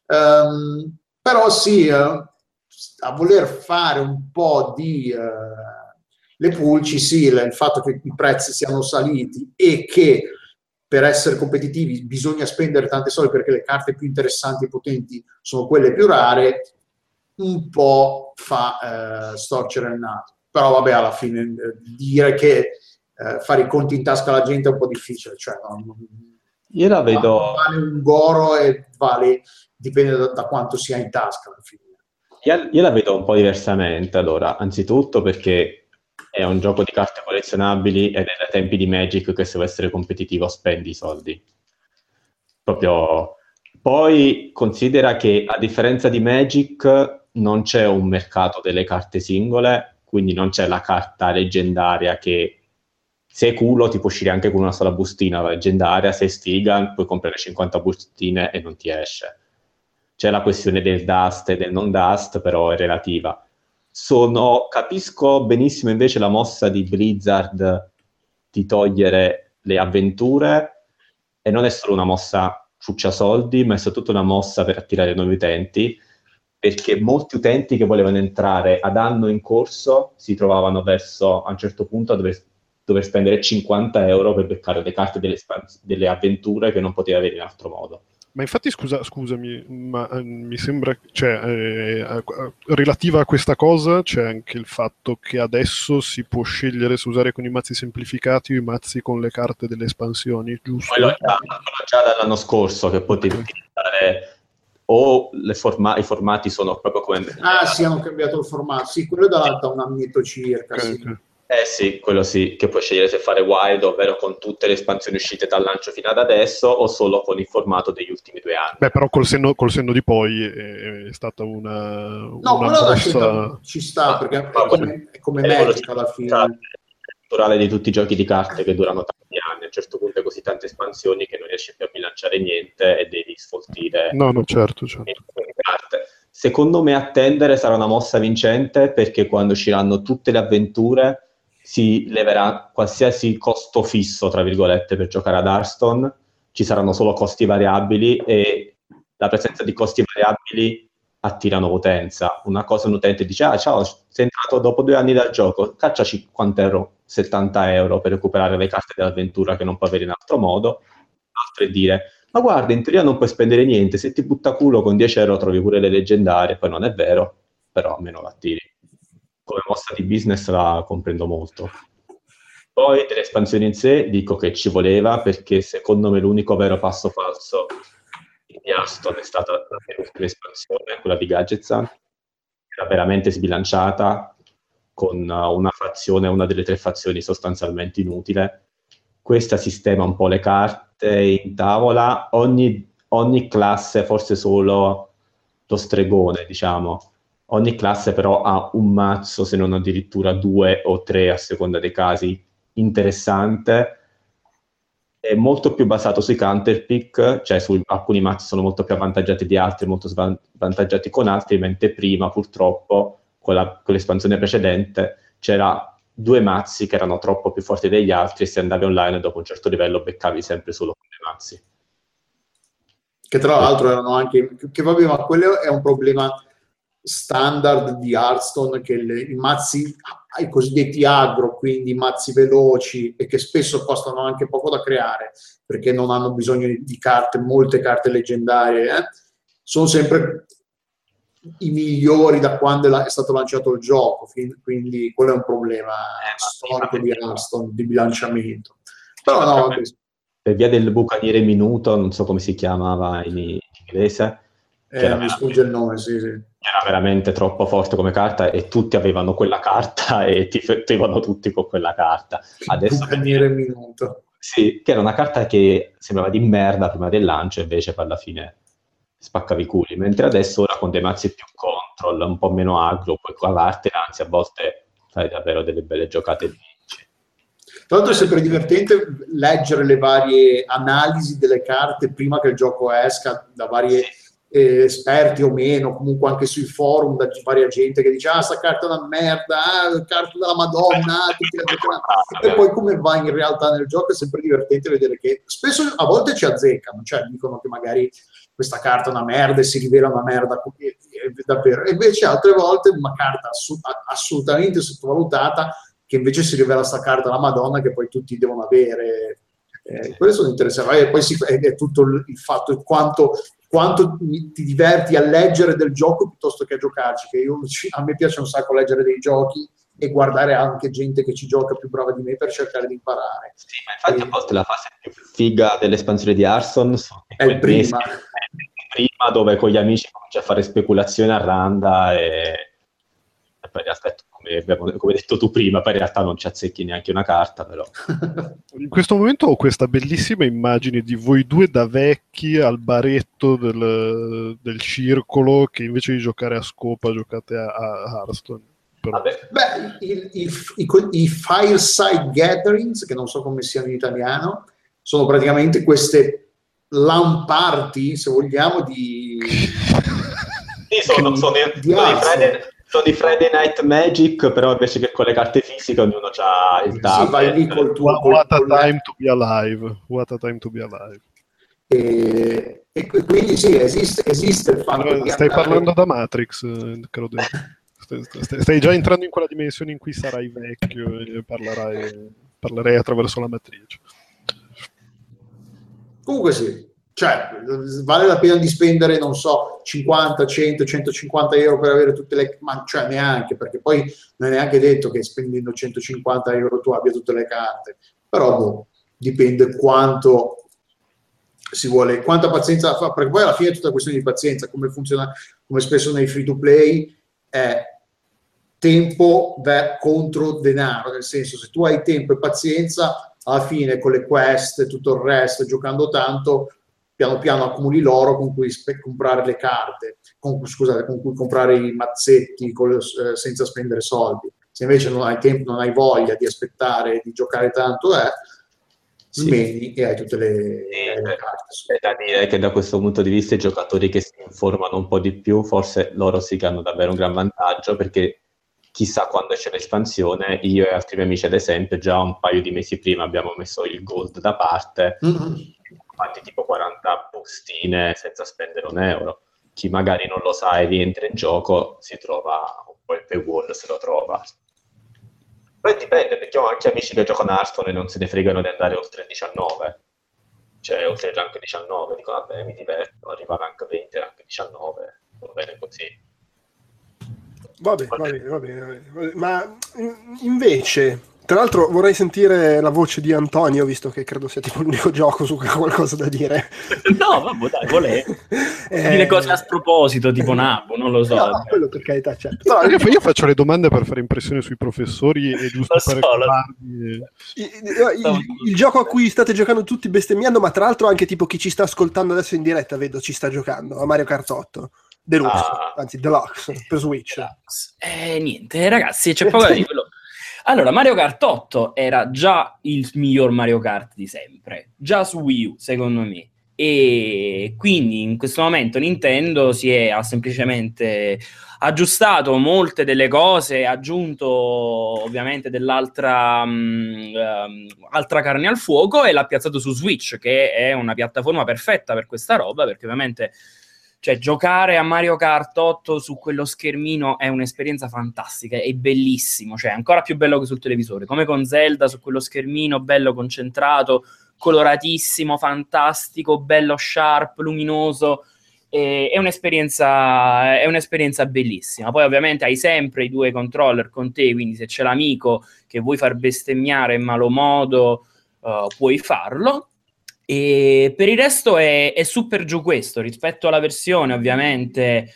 Però sì, a voler fare un po' di le pulci, sì, il fatto che i prezzi siano saliti e che per essere competitivi bisogna spendere tante soldi perché le carte più interessanti e potenti sono quelle più rare, un po' fa storcere il naso. Però vabbè, alla fine dire che fare i conti in tasca alla gente è un po' difficile, cioè io la vedo, vale un Goro e dipende da quanto si ha in tasca alla fine. Io la vedo un po' diversamente. Allora, anzitutto perché è un gioco di carte collezionabili ed è dai tempi di Magic che se vuoi essere competitivo spendi i soldi. Proprio. Poi considera che a differenza di Magic non c'è un mercato delle carte singole, quindi non c'è la carta leggendaria che se è culo ti può uscire anche con una sola bustina leggendaria, se è sfiga puoi comprare 50 bustine e non ti esce. C'è la questione del dust e del non dust, però è relativa. Capisco benissimo invece la mossa di Blizzard di togliere le avventure, e non è solo una mossa ciuccia soldi, ma è soprattutto una mossa per attirare nuovi utenti, perché molti utenti che volevano entrare ad anno in corso si trovavano a un certo punto a dover spendere 50 euro per beccare le carte delle avventure che non poteva avere in altro modo. Ma infatti scusami, ma mi sembra, relativa a questa cosa c'è anche il fatto che adesso si può scegliere se usare con i mazzi semplificati o i mazzi con le carte delle espansioni, giusto? Quello già dall'anno scorso che potevi utilizzare, o i formati sono proprio come... sì, hanno cambiato il formato, sì, quello è da un annetto circa, Okay. sì. Sì, quello sì, che puoi scegliere se fare wild, ovvero con tutte le espansioni uscite dal lancio fino ad adesso, o solo con il formato degli ultimi 2 anni. Beh, però col senno di poi è stata una No, quello mossa... ci sta, perché è come Magic alla fine. naturale di tutti i giochi di carte che durano tanti anni, a un certo punto hai così tante espansioni che non riesci più a bilanciare niente e devi sfoltire No, certo. le carte. Secondo me attendere sarà una mossa vincente, perché quando usciranno tutte le avventure si leverà qualsiasi costo fisso, tra virgolette, per giocare ad Hearthstone, ci saranno solo costi variabili e la presenza di costi variabili attirano utenza. Una cosa, un utente dice: ciao, sei entrato dopo 2 anni dal gioco, cacciaci quanto euro? 70 euro per recuperare le carte dell'avventura che non puoi avere in altro modo. L'altro è dire: ma guarda, in teoria non puoi spendere niente, se ti butta culo con 10 euro trovi pure le leggendarie. Poi non è vero, però almeno la attiri. Come mossa di business la comprendo molto. Poi delle espansioni in sé dico che ci voleva, perché secondo me l'unico vero passo falso di Hearthstone è stata la penultima espansione, quella di Gadgetzan, che era veramente sbilanciata, con una delle 3 fazioni sostanzialmente inutile. Questa sistema un po' le carte in tavola, ogni classe, forse solo lo stregone, diciamo, ogni classe però ha un mazzo, se non addirittura 2 o 3 a seconda dei casi, interessante. È molto più basato sui counterpick, cioè su alcuni mazzi sono molto più avvantaggiati di altri, molto svantaggiati con altri, mentre prima purtroppo con l'espansione precedente c'era 2 mazzi che erano troppo più forti degli altri, e se andavi online dopo un certo livello beccavi sempre solo con dei mazzi. Che tra l'altro erano anche... Che vabbè, ma quello è un problema standard di Hearthstone, che i mazzi, i cosiddetti aggro, quindi mazzi veloci e che spesso costano anche poco da creare perché non hanno bisogno di carte, molte carte leggendarie, sono sempre i migliori da quando è stato lanciato il gioco, quindi quello è un problema storico di Hearthstone, di bilanciamento. Però no, per via del bucaniere minuto, non so come si chiamava in inglese, mi sfugge il nome, sì. Era veramente troppo forte come carta e tutti avevano quella carta e ti fettevano tutti con quella carta. Adesso bucaniere minuto. Sì, che era una carta che sembrava di merda prima del lancio, invece poi alla fine spaccavi i culi, mentre adesso ora con dei mazzi più control, un po' meno aggro, puoi cavartela, anzi a volte fai davvero delle belle giocate di vinci. Tra l'altro è sempre divertente leggere le varie analisi delle carte prima che il gioco esca, da varie esperti o meno, comunque anche sui forum, da varia gente che dice sta carta è una merda, carta della Madonna, e poi come va in realtà nel gioco è sempre divertente vedere che spesso a volte ci azzeccano, cioè dicono che magari questa carta è una merda e si rivela una merda davvero, e invece altre volte una carta assolutamente sottovalutata che invece si rivela sta carta la Madonna che poi tutti devono avere. Quello sono interessanti. E poi è tutto il fatto quanto ti diverti a leggere del gioco piuttosto che a giocarci, che a me piace un sacco leggere dei giochi e guardare anche gente che ci gioca più brava di me per cercare di imparare. Sì, ma infatti a volte la fase più figa dell'espansione di Hearthstone è il prima, dove con gli amici cominci a fare speculazione a randa e poi in realtà, come hai detto tu prima, poi in realtà non ci azzecchi neanche una carta, però. In questo momento ho questa bellissima immagine di voi due da vecchi al baretto del circolo, che invece di giocare a scopa giocate a Hearthstone. I fireside gatherings, che non so come siano in italiano, sono praticamente queste LAN party, se vogliamo, di sono i Friday Night Magic, però invece che con le carte fisiche ognuno ha il tablet. Sì, vai lì col tuo... What a time to be alive. What a time to be alive. E quindi sì, esiste il fatto. Stai parlando da Matrix, credo. Stai già entrando in quella dimensione in cui sarai vecchio e parlerai attraverso la matrice. Comunque sì, cioè vale la pena di spendere, non so, 50, 100, 150 euro per avere tutte le... ma cioè neanche, perché poi non è neanche detto che spendendo 150 euro tu abbia tutte le carte, però dipende quanto si vuole, quanta pazienza fa, perché poi alla fine è tutta questione di pazienza. Come funziona, come spesso nei free to play, è tempo contro denaro, nel senso, se tu hai tempo e pazienza, alla fine con le quest e tutto il resto, giocando tanto, piano piano accumuli l'oro con cui comprare le carte, con cui comprare i mazzetti senza spendere soldi. Se invece non hai tempo, non hai voglia di aspettare, di giocare tanto, smegli e hai tutte le carte. C'è da dire che da questo punto di vista i giocatori che si informano un po' di più, forse loro sì che hanno davvero un gran vantaggio, perché chissà quando c'è l'espansione. Io e altri miei amici, ad esempio, già un paio di mesi prima abbiamo messo il gold da parte, fatti tipo 40 bustine senza spendere un euro. Chi magari non lo sa e rientra in gioco si trova un po' il paywall, se lo trova. Poi dipende, perché ho anche amici che giocano a Hearthstone e non se ne fregano di andare oltre il 19, cioè oltre il rank 19, dicono vabbè mi diverto, arriva a rank 20, rank 19, va bene così. Va bene. Ma invece, tra l'altro vorrei sentire la voce di Antonio, visto che credo sia tipo l'unico gioco su cui ha qualcosa da dire. No, vabbè, dai, volevo dire cose a sproposito, tipo Nabo, non lo so. No, quello per carità, certo. No, io faccio le domande per fare impressione sui professori e giusto per il gioco a cui state giocando tutti bestemmiando, ma tra l'altro anche tipo chi ci sta ascoltando adesso in diretta, vedo ci sta giocando a Mario Kart 8 Deluxe, anzi Deluxe per Switch. Niente, ragazzi, c'è poco da dire. Allora, Mario Kart 8 era già il miglior Mario Kart di sempre, già su Wii U, secondo me. E quindi in questo momento Nintendo ha semplicemente aggiustato molte delle cose, ha aggiunto ovviamente dell'altra altra carne al fuoco e l'ha piazzato su Switch, che è una piattaforma perfetta per questa roba, perché ovviamente giocare a Mario Kart 8 su quello schermino è un'esperienza fantastica, è bellissimo, cioè ancora più bello che sul televisore, come con Zelda su quello schermino, bello concentrato, coloratissimo, fantastico, bello sharp, luminoso, è un'esperienza bellissima. Poi ovviamente hai sempre i due controller con te, quindi se c'è l'amico che vuoi far bestemmiare in malo modo puoi farlo. E per il resto è super giù questo rispetto alla versione ovviamente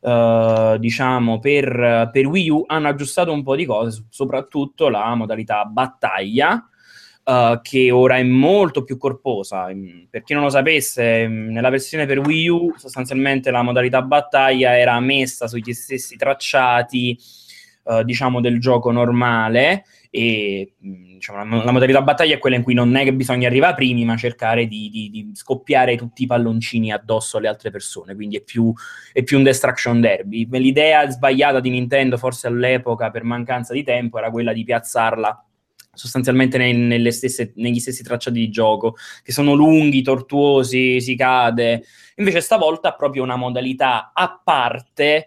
diciamo per Wii U hanno aggiustato un po' di cose, soprattutto la modalità battaglia che ora è molto più corposa. Per chi non lo sapesse, nella versione per Wii U sostanzialmente la modalità battaglia era messa sugli stessi tracciati diciamo del gioco normale e diciamo, la modalità battaglia è quella in cui non è che bisogna arrivare primi ma cercare di scoppiare tutti i palloncini addosso alle altre persone, quindi è più un destruction derby. L'idea sbagliata di Nintendo forse all'epoca per mancanza di tempo era quella di piazzarla sostanzialmente negli stessi tracciati di gioco, che sono lunghi, tortuosi, si cade. Invece stavolta ha proprio una modalità a parte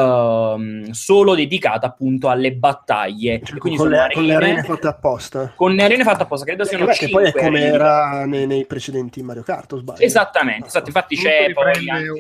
solo dedicata appunto alle battaglie, quindi con le arene fatte apposta, credo siano 5 che poi è come era nei precedenti Mario Kart, o sbaglio? Esattamente, infatti c'è poi anche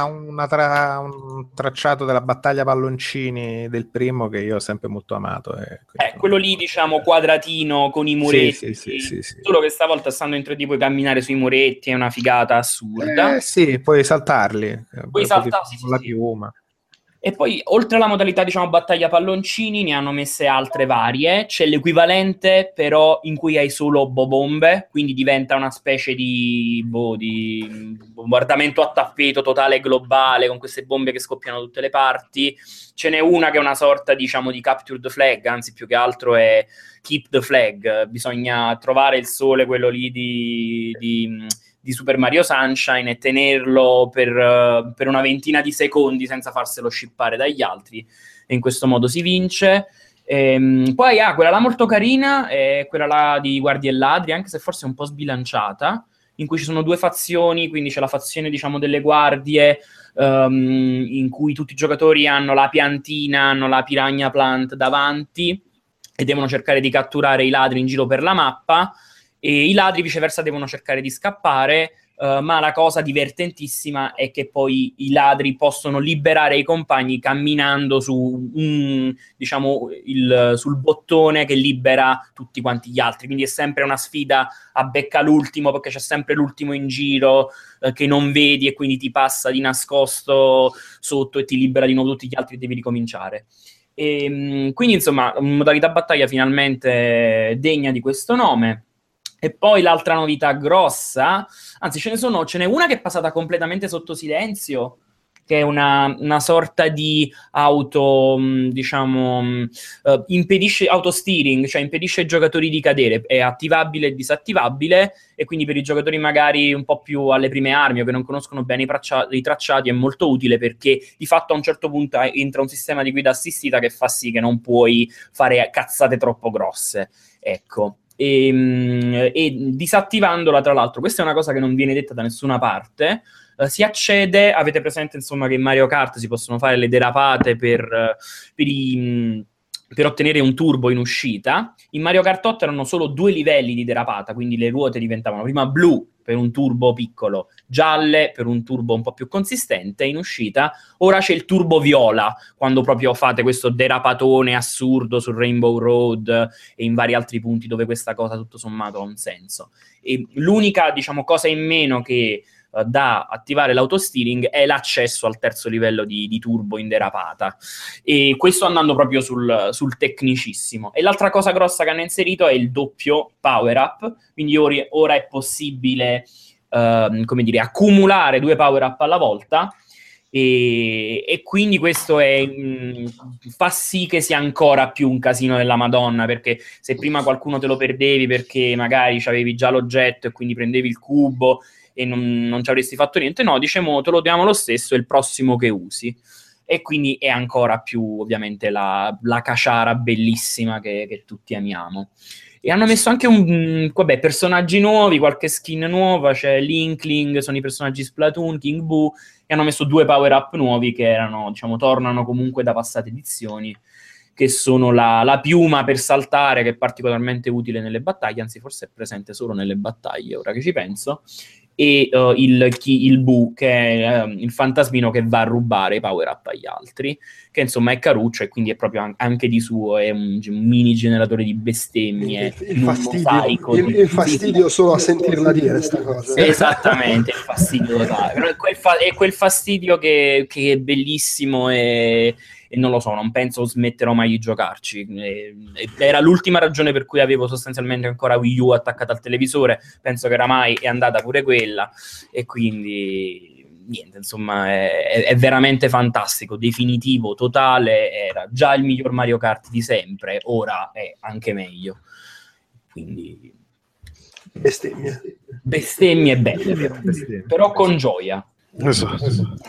un tracciato della battaglia palloncini del primo che io ho sempre molto amato, quello lì diciamo quadratino con i muretti, sì. solo che stavolta stando in 3D puoi camminare sui muretti, è una figata assurda. Puoi saltarli, puoi saltarli con la piuma. E poi, oltre alla modalità, diciamo, battaglia palloncini, ne hanno messe altre varie. C'è l'equivalente, però, in cui hai solo bombe, quindi diventa una specie di bombardamento a tappeto totale globale, con queste bombe che scoppiano da tutte le parti. Ce n'è una che è una sorta, diciamo, di capture the flag, anzi, più che altro è keep the flag. Bisogna trovare il sole, quello lì di Super Mario Sunshine, e tenerlo per una ventina di secondi senza farselo shippare dagli altri, e in questo modo si vince. Poi quella là molto carina è quella là di Guardie e Ladri, anche se forse è un po' sbilanciata, in cui ci sono due fazioni, quindi c'è la fazione diciamo delle guardie in cui tutti i giocatori hanno la piantina, hanno la piranha plant davanti e devono cercare di catturare i ladri in giro per la mappa, e i ladri viceversa devono cercare di scappare, ma la cosa divertentissima è che poi i ladri possono liberare i compagni camminando su sul bottone che libera tutti quanti gli altri, quindi è sempre una sfida a becca l'ultimo, perché c'è sempre l'ultimo in giro che non vedi e quindi ti passa di nascosto sotto e ti libera di nuovo tutti gli altri e devi ricominciare. Quindi insomma modalità battaglia finalmente degna di questo nome. E poi l'altra novità grossa, anzi ce n'è una che è passata completamente sotto silenzio, che è una sorta di impedisce autosteering, cioè impedisce ai giocatori di cadere, è attivabile e disattivabile, e quindi per i giocatori magari un po' più alle prime armi o che non conoscono bene i tracciati è molto utile, perché di fatto a un certo punto entra un sistema di guida assistita che fa sì che non puoi fare cazzate troppo grosse, ecco. E disattivandola, tra l'altro, questa è una cosa che non viene detta da nessuna parte, si accede, avete presente insomma che in Mario Kart si possono fare le derapate per ottenere un turbo in uscita. In Mario Kart 8 erano solo 2 livelli di derapata, quindi le ruote diventavano prima blu per un turbo piccolo, gialle per un turbo un po' più consistente in uscita. Ora c'è il turbo viola, quando proprio fate questo derapatone assurdo sul Rainbow Road e in vari altri punti dove questa cosa tutto sommato ha un senso. E l'unica, diciamo, cosa in meno che da attivare l'autosteering è l'accesso al terzo livello di turbo in derapata, e questo andando proprio sul tecnicissimo. E l'altra cosa grossa che hanno inserito è il doppio power up, quindi ora è possibile accumulare 2 power up alla volta, e quindi questo fa sì che sia ancora più un casino della Madonna, perché se prima qualcuno te lo perdevi perché magari avevi già l'oggetto e quindi prendevi il cubo e non ci avresti fatto niente, no, diciamo te lo diamo lo stesso, è il prossimo che usi, e quindi è ancora più ovviamente la caciara bellissima che tutti amiamo. E hanno messo anche personaggi nuovi, qualche skin nuova, c'è l'Inkling, sono i personaggi Splatoon, King Boo, e hanno messo 2 power up nuovi che tornano comunque da passate edizioni, che sono la piuma per saltare, che è particolarmente utile nelle battaglie, anzi forse è presente solo nelle battaglie, ora che ci penso, e il Boo, che è il fantasmino che va a rubare i power up agli altri, che insomma è caruccio e quindi è proprio anche di suo, è un mini generatore di bestemmie, il fastidio solo a sentirla dire sta cosa. Esattamente, il fastidio totale. Però è quel fastidio che è bellissimo, e non lo so, non penso smetterò mai di giocarci. Era l'ultima ragione per cui avevo sostanzialmente ancora Wii U attaccata al televisore, penso che oramai è andata pure quella, e quindi niente, insomma è veramente fantastico, definitivo, totale. Era già il miglior Mario Kart di sempre, ora è anche meglio, quindi bestemmie belle, però con gioia. Esatto.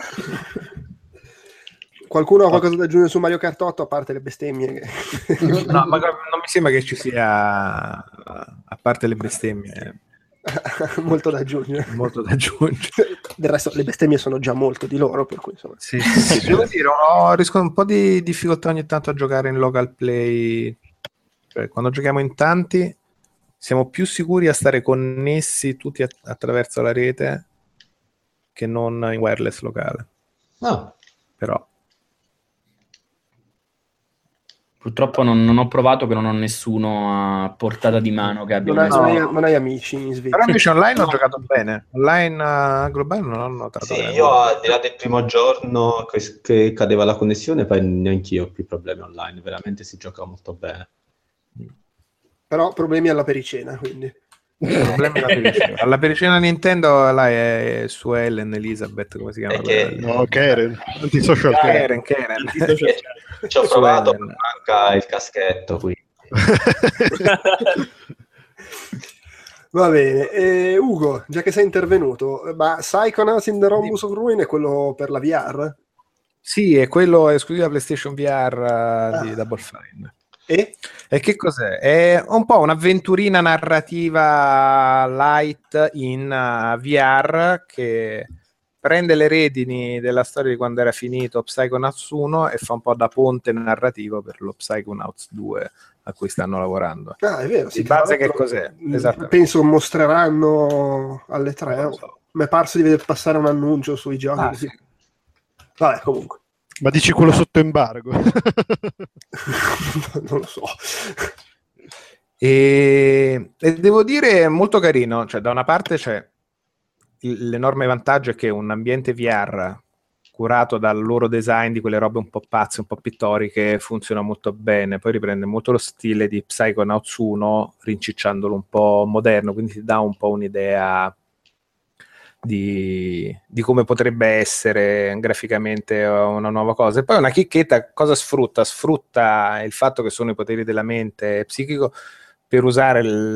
Qualcuno ha qualcosa da aggiungere su Mario Kart 8 a parte le bestemmie? No, ma non mi sembra che ci sia, a parte le bestemmie, molto da aggiungere. Del resto le bestemmie sono già molto di loro, per cui insomma. Sì. Devo dire, ho riscontro un po' di difficoltà ogni tanto a giocare in local play, cioè, quando giochiamo in tanti siamo più sicuri a stare connessi tutti attraverso la rete che non in wireless locale. Però purtroppo non ho provato, che non ho nessuno a portata di mano che abbia non hai amici in Svizzera. Però invece online ho giocato bene. Online globale non ho notato. Sì, io al di là del primo giorno che cadeva la connessione, poi neanch'io ho più problemi online, veramente si gioca molto bene. Però problemi alla pericena, quindi. Problemi alla pericena. Alla pericena Nintendo là è su Ellen Elizabeth, come si chiama? No, Karen. Antisocial Karen. Ci ho provato, manca il caschetto qui. Va bene, Ugo, già che sei intervenuto, ma Psychonauts in the Rhombus of Ruin è quello per la VR? Sì, è quello esclusivo PlayStation VR di Double Fine. E che cos'è? È un po' un'avventurina narrativa light in VR che prende le redini della storia di quando era finito Psychonauts 1 e fa un po' da ponte narrativo per lo Psychonauts 2 a cui stanno lavorando. È vero, di base che cos'è? Penso mostreranno alle 3. Mi è parso di vedere passare un annuncio sui giochi. Sì. Vabbè, comunque. Ma dici quello sotto embargo? Non lo so. E devo dire molto carino, cioè da una parte c'è l'enorme vantaggio è che un ambiente VR curato dal loro design di quelle robe un po' pazze, un po' pittoriche, funziona molto bene, poi riprende molto lo stile di Psychonauts 1 rincicciandolo un po' moderno, quindi ti dà un po' un'idea di come potrebbe essere graficamente una nuova cosa. E poi una chicchetta, cosa sfrutta? Sfrutta il fatto che sono i poteri della mente psichico per usare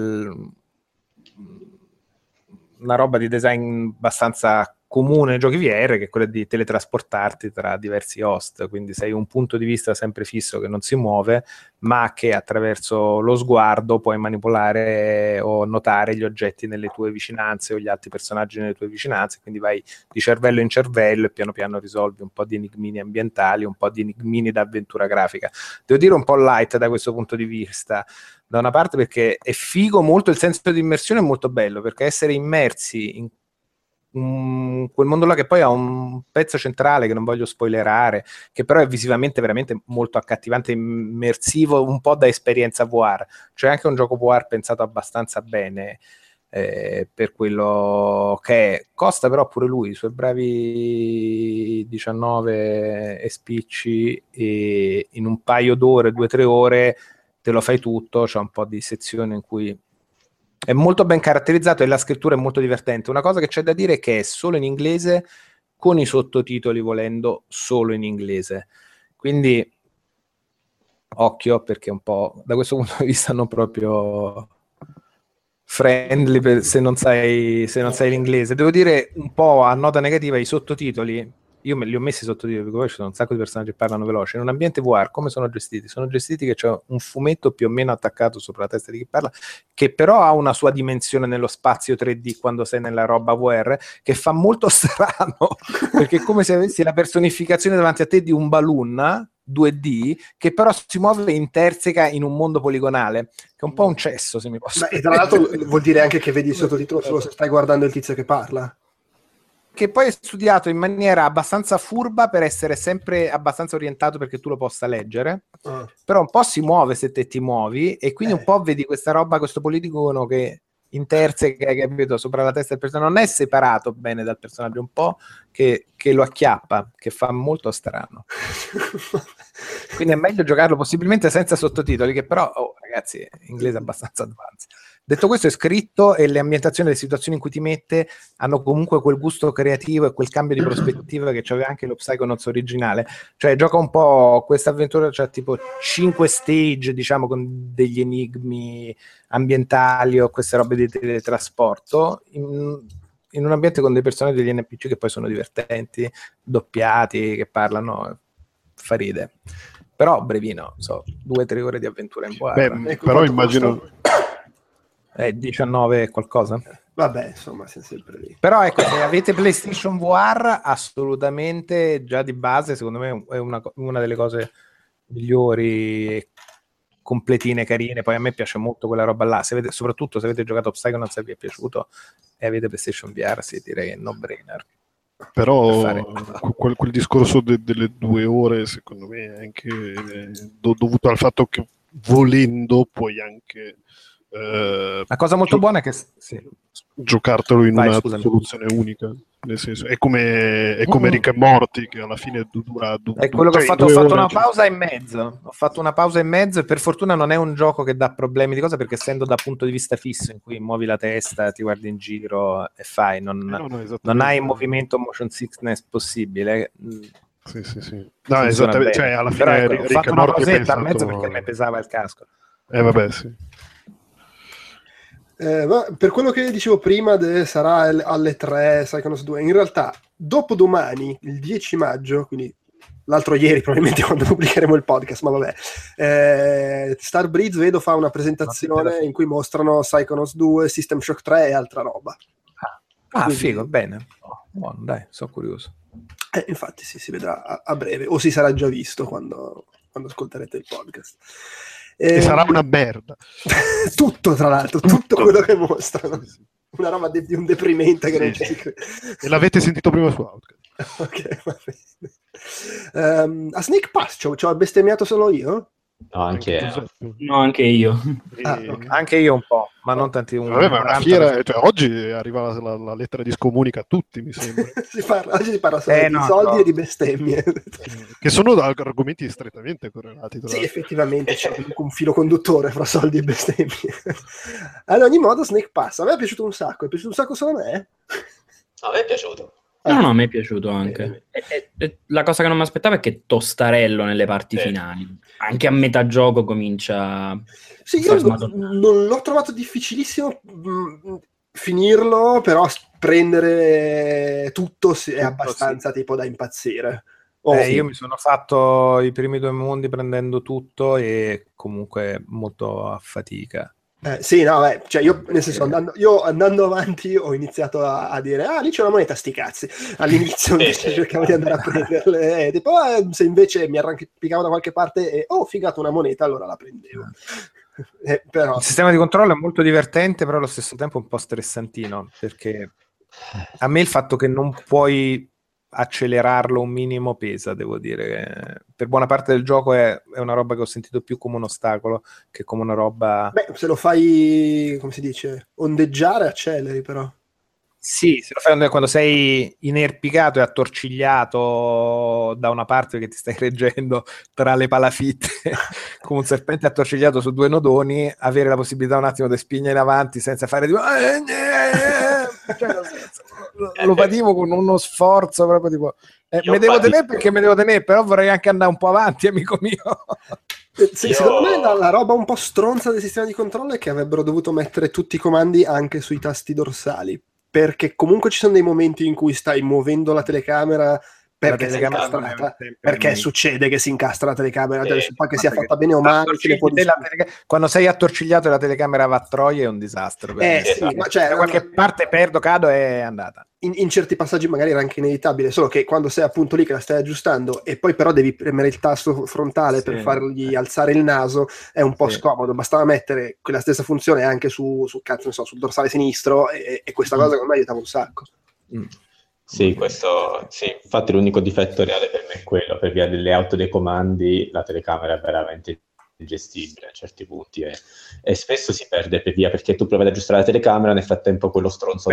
una roba di design abbastanza comune nei giochi VR, che è quella di teletrasportarti tra diversi host, quindi sei un punto di vista sempre fisso che non si muove, ma che attraverso lo sguardo puoi manipolare o notare gli oggetti nelle tue vicinanze o gli altri personaggi nelle tue vicinanze, quindi vai di cervello in cervello e piano piano risolvi un po' di enigmini ambientali, un po' di enigmini d'avventura grafica. Devo dire un po' light da questo punto di vista, da una parte perché è figo, molto il senso di immersione è molto bello, perché essere immersi in quel mondo là, che poi ha un pezzo centrale che non voglio spoilerare, che però è visivamente veramente molto accattivante, immersivo, un po' da esperienza VR. C'è anche un gioco VR pensato abbastanza bene per quello che è. Costa però pure lui i suoi bravi 19 e spicci, e in un paio d'ore, 2-3 ore te lo fai tutto. C'è un po' di sezione in cui è molto ben caratterizzato e la scrittura è molto divertente. Una cosa che c'è da dire è che è solo in inglese, con i sottotitoli, volendo, solo in inglese. Quindi occhio, perché un po' da questo punto di vista non proprio friendly se non sai l'inglese. Devo dire un po' a nota negativa, i sottotitoli, io me li ho messi sottotitoli perché poi ci sono un sacco di personaggi che parlano veloce. In un ambiente VR come sono gestiti? Sono gestiti che c'è un fumetto più o meno attaccato sopra la testa di chi parla, che però ha una sua dimensione nello spazio 3D quando sei nella roba VR, che fa molto strano, perché è come se avessi la personificazione davanti a te di un balloon 2D che però si muove in terzica in un mondo poligonale, che è un po' un cesso, se mi posso e tra l'altro vuol dire anche che vedi il sottotitolo solo se stai guardando il tizio che parla, che poi è studiato in maniera abbastanza furba per essere sempre abbastanza orientato perché tu lo possa leggere, però un po' si muove se te ti muovi, e quindi un po' vedi questa roba, questo poligono che in terzica, capito, sopra la testa del personaggio, non è separato bene dal personaggio, un po' che lo acchiappa, che fa molto strano. Quindi è meglio giocarlo possibilmente senza sottotitoli, che però, ragazzi, inglese abbastanza advanced. Detto questo, è scritto e le ambientazioni, le situazioni in cui ti mette hanno comunque quel gusto creativo e quel cambio di prospettiva che c'aveva anche lo Psychonauts originale. Cioè gioca un po' questa avventura, cioè tipo 5 stage, diciamo, con degli enigmi ambientali o queste robe di teletrasporto in un ambiente con dei personaggi degli NPC che poi sono divertenti, doppiati, che parlano, fa ride. Però brevino, 2-3 ore di avventura in VR. Però immagino 19 qualcosa. Vabbè, insomma, siamo sempre lì. Però ecco, se avete PlayStation VR, assolutamente, già di base, secondo me è una delle cose migliori, completine, carine. Poi a me piace molto quella roba là, soprattutto se avete giocato Psychonauts e vi è piaciuto e avete PlayStation VR, sì, direi no brainer. Però quel discorso delle 2 ore, secondo me, è anche dovuto al fatto che volendo puoi anche la cosa molto buona è che giocartelo in una soluzione unica, nel senso è come Rick and Morty, che alla fine dura è quello che ho fatto una pausa e mezzo. Ho fatto una pausa e mezzo, e per fortuna non è un gioco che dà problemi di cosa, perché essendo da punto di vista fisso in cui muovi la testa, ti guardi in giro e fai, non hai movimento motion sickness possibile. Sì. No, esattamente, cioè alla fine però, ecco, ho fatto una pausetta a mezzo perché mi pesava il casco. Vabbè, sì. Per quello che dicevo prima, sarà alle 3 Psychonauts 2, in realtà dopodomani, il 10 maggio, quindi l'altro ieri probabilmente quando pubblicheremo il podcast, ma vabbè, Starbreeze vedo fa una presentazione in cui mostrano Psychonauts 2, System Shock 3 e altra roba. Quindi, figo, bene. Buono, dai, sono curioso. Infatti sì, si vedrà a breve, o si sarà già visto quando ascolterete il podcast. E sarà una merda. Tutto, tra l'altro, tutto quello che mostrano. Una roba di un deprimente che non ci si crede. E l'avete sentito prima su Outcast. Ok, va bene. A Snake Pass ci ho bestemmiato solo io? No, anche io. Okay. Anche io un po', ma non tanti. Vabbè, ma una fiera, cioè, oggi arriva la lettera di scomunica a tutti, mi sembra. Oggi si parla solo di soldi e di bestemmie. Che sono argomenti strettamente correlati. Sì, effettivamente c'è un filo conduttore fra soldi e bestemmie. Ad ogni modo, Snake Pass, a me è piaciuto un sacco. È piaciuto un sacco solo a me? A me è piaciuto. No, mi è piaciuto anche. E la cosa che non mi aspettavo è che tostarello nelle parti finali. Anche a metà gioco comincia... Sì, io non l'ho trovato difficilissimo finirlo, però prendere tutto è abbastanza tipo da impazzire. Io mi sono fatto i primi 2 mondi prendendo tutto e comunque molto a fatica. Sì, no, cioè io nel senso andando avanti ho iniziato a dire lì c'è una moneta, sti cazzi all'inizio cercavo di andare a prenderle tipo se invece mi arrampicavo da qualche parte e figato una moneta, allora la prendevo. Però... il sistema di controllo è molto divertente, però allo stesso tempo un po' stressantino, perché a me il fatto che non puoi accelerarlo un minimo pesa, devo dire. Per buona parte del gioco è una roba che ho sentito più come un ostacolo che come una roba... se lo fai, come si dice, ondeggiare, acceleri però. Sì, se lo fai quando sei inerpicato e attorcigliato da una parte che ti stai reggendo tra le palafitte come un serpente attorcigliato su 2 nodoni, avere la possibilità un attimo di spingere in avanti senza fare tipo... lo pativo con uno sforzo proprio tipo me devo tenere perché me devo tenere, però vorrei anche andare un po' avanti, amico mio. Secondo me la roba un po' stronza del sistema di controllo è che avrebbero dovuto mettere tutti i comandi anche sui tasti dorsali, perché comunque ci sono dei momenti in cui stai muovendo la telecamera perché si è incastrata, perché succede che si incastra la telecamera, poi che sia fatta bene o male quando sei attorcigliato e la telecamera va a troia è un disastro ma cioè, da qualche parte perdo, cado, è andata. In certi passaggi magari era anche inevitabile, solo che quando sei appunto lì che la stai aggiustando e poi però devi premere il tasto frontale per fargli alzare il naso, è un po' scomodo. Bastava mettere quella stessa funzione anche sul dorsale sinistro e questa cosa con me aiutava un sacco. Sì, infatti l'unico difetto reale per me è quello, per via del layout dei comandi la telecamera è veramente ingestibile a certi punti e spesso si perde per via perché tu provi ad aggiustare la telecamera, nel frattempo quello stronzo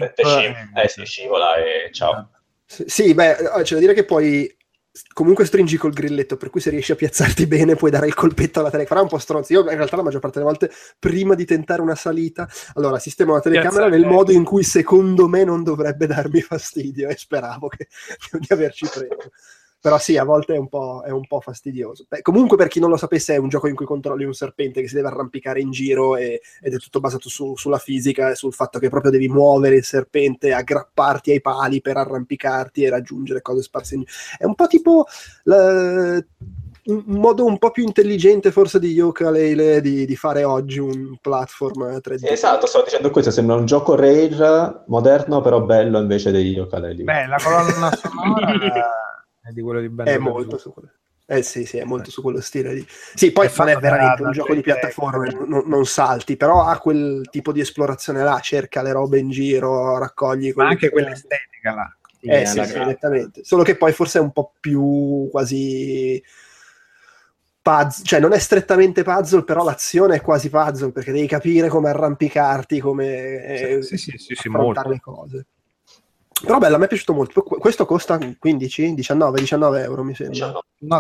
si scivola e ciao. Sì, c'è da dire che poi comunque stringi col grilletto, per cui se riesci a piazzarti bene puoi dare il colpetto alla telecamera. È un po' stronzo. Io in realtà la maggior parte delle volte prima di tentare una salita allora sistemo la telecamera nel modo in cui secondo me non dovrebbe darmi fastidio e speravo di averci preso. Però sì, a volte è un po' fastidioso. Comunque, per chi non lo sapesse, è un gioco in cui controlli un serpente che si deve arrampicare in giro ed è tutto basato sulla fisica e sul fatto che proprio devi muovere il serpente, aggrapparti ai pali per arrampicarti e raggiungere cose sparse in giro. È un po' tipo un modo un po' più intelligente forse di Yooka-Laylee di fare oggi un platform 3D. Esatto, stavo dicendo questo, sembra un gioco Rare moderno però bello invece di Yooka-Laylee. La colonna sonora è di quello di È molto su quello. Sì, è molto su quello stile lì. Sì, poi non è veramente un gioco di piattaforme, non salti, però ha quel tipo di esplorazione là, cerca le robe in giro, raccogli... Ma anche quell'estetica là. Sì, esattamente. Solo che poi forse è un po' più quasi... puzzle, cioè non è strettamente puzzle, però l'azione è quasi puzzle, perché devi capire come arrampicarti, come affrontare le cose. Però bello, a me è piaciuto molto. Questo costa 15, 19 euro mi sembra.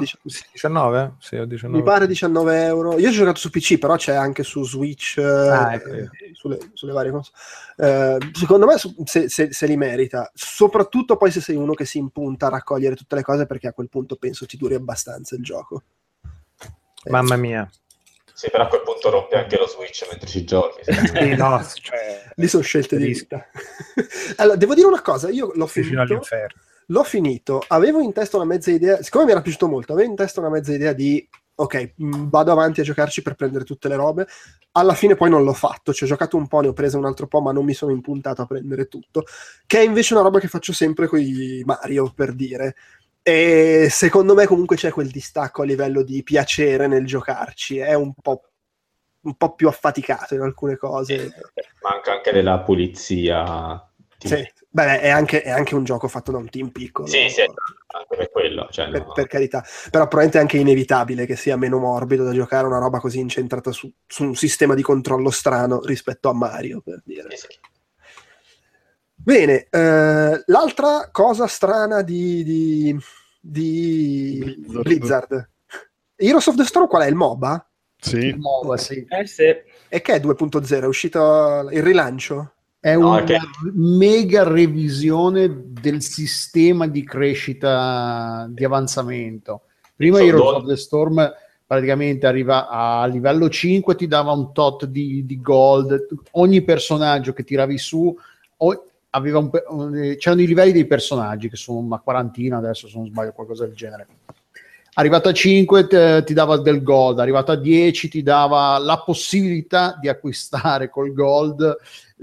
19? Sì, ho 19. Mi pare 19 euro. Io ho giocato su PC, però c'è anche su Switch, sulle varie console. Secondo me se li merita, soprattutto poi se sei uno che si impunta a raccogliere tutte le cose, perché a quel punto penso ti duri abbastanza il gioco. Mamma mia. Sì, però a quel punto rompe anche lo Switch mentre ci giochi. Sì, no, lì sono scelte di vita. Allora, devo dire una cosa, io l'ho finito, avevo in testa una mezza idea, siccome mi era piaciuto molto, avevo in testa una mezza idea di ok, vado avanti a giocarci per prendere tutte le robe. Alla fine poi non l'ho fatto, ci ho giocato un po', ne ho preso un altro po', ma non mi sono impuntato a prendere tutto, che è invece una roba che faccio sempre con i Mario, per dire. E secondo me comunque c'è quel distacco a livello di piacere nel giocarci, è un po' più affaticato in alcune cose. Manca anche della pulizia. Sì. Beh, è anche un gioco fatto da un team piccolo. Sì, anche per quello. Cioè, per carità. Però probabilmente è anche inevitabile che sia meno morbido da giocare una roba così incentrata su un sistema di controllo strano rispetto a Mario, per dire. Sì. Bene, l'altra cosa strana di Blizzard. Heroes of the Storm qual è? Il MOBA? Sì. Il MOBA, sì. E che è 2.0? È uscito il rilancio? È No, una che- mega revisione del sistema di crescita di avanzamento. Prima Sono Heroes due- of the Storm praticamente arriva a livello 5, ti dava un tot di gold, ogni personaggio che tiravi su aveva c'erano i livelli dei personaggi che sono una quarantina adesso, se non sbaglio, qualcosa del genere. Arrivato a 5 ti dava del gold, arrivato a 10 ti dava la possibilità di acquistare col gold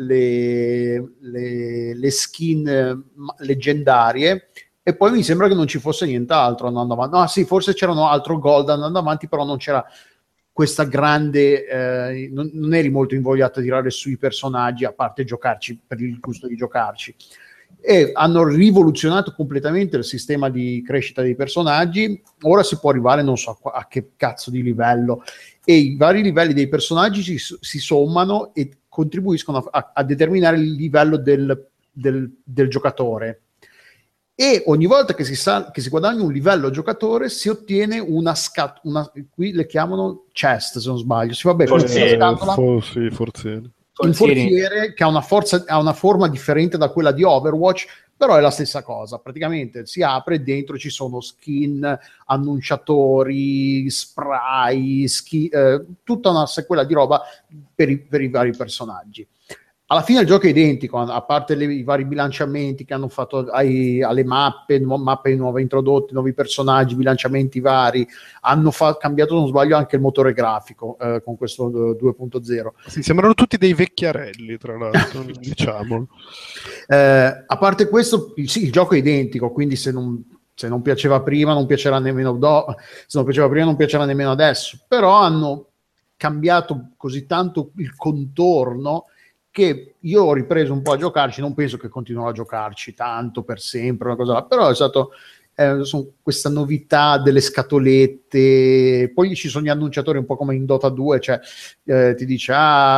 le skin leggendarie, e poi mi sembra che non ci fosse nient'altro andando avanti. No, sì, forse c'erano altro gold andando avanti, però non c'era questa grande non eri molto invogliato a tirare sui personaggi, a parte giocarci per il gusto di giocarci. E hanno rivoluzionato completamente il sistema di crescita dei personaggi. Ora si può arrivare non so a che cazzo di livello, e i vari livelli dei personaggi si sommano e contribuiscono a determinare il livello del giocatore. E ogni volta che si guadagna un livello giocatore si ottiene una qui le chiamano chest, se non sbaglio, vabbè, Forziere. una scatola Sì, forziere. in forziere che ha una forma differente da quella di Overwatch, però è la stessa cosa. Praticamente si apre e dentro ci sono skin, annunciatori, spray, tutta una sequela di roba per i vari personaggi. Alla fine il gioco è identico, a parte i vari bilanciamenti che hanno fatto alle mappe nuove introdotte, nuovi personaggi, bilanciamenti vari. Hanno cambiato, se non sbaglio, anche il motore grafico con questo 2.0. Sì, sembrano tutti dei vecchiarelli, tra l'altro, diciamo. A parte questo, sì, il gioco è identico, quindi se non piaceva prima non piacerà nemmeno se non piaceva prima non piacerà nemmeno adesso, però hanno cambiato così tanto il contorno che io ho ripreso un po' a giocarci. Non penso che continuerò a giocarci tanto per sempre, una cosa là, però è stato questa novità delle scatolette. Poi ci sono gli annunciatori un po' come in Dota 2, cioè ti dice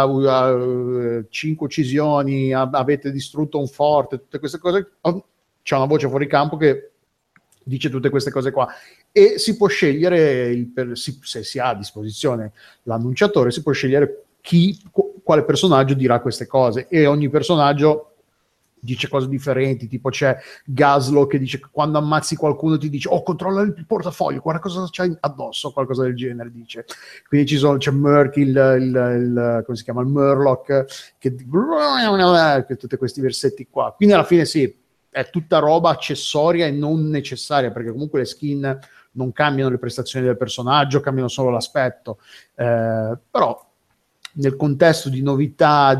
5 uccisioni, avete distrutto un forte, tutte queste cose. C'è una voce fuori campo che dice tutte queste cose qua, e si può scegliere se si ha a disposizione l'annunciatore, si può scegliere quale personaggio dirà queste cose, e ogni personaggio dice cose differenti. Tipo c'è Gaslo che dice che quando ammazzi qualcuno ti dice controlla il portafoglio, guarda cosa c'hai addosso, qualcosa del genere dice. Quindi c'è Murk, come si chiama, il Murloc, che tutti questi versetti qua. Quindi alla fine sì, è tutta roba accessoria e non necessaria, perché comunque le skin non cambiano le prestazioni del personaggio, cambiano solo l'aspetto, però nel contesto di novità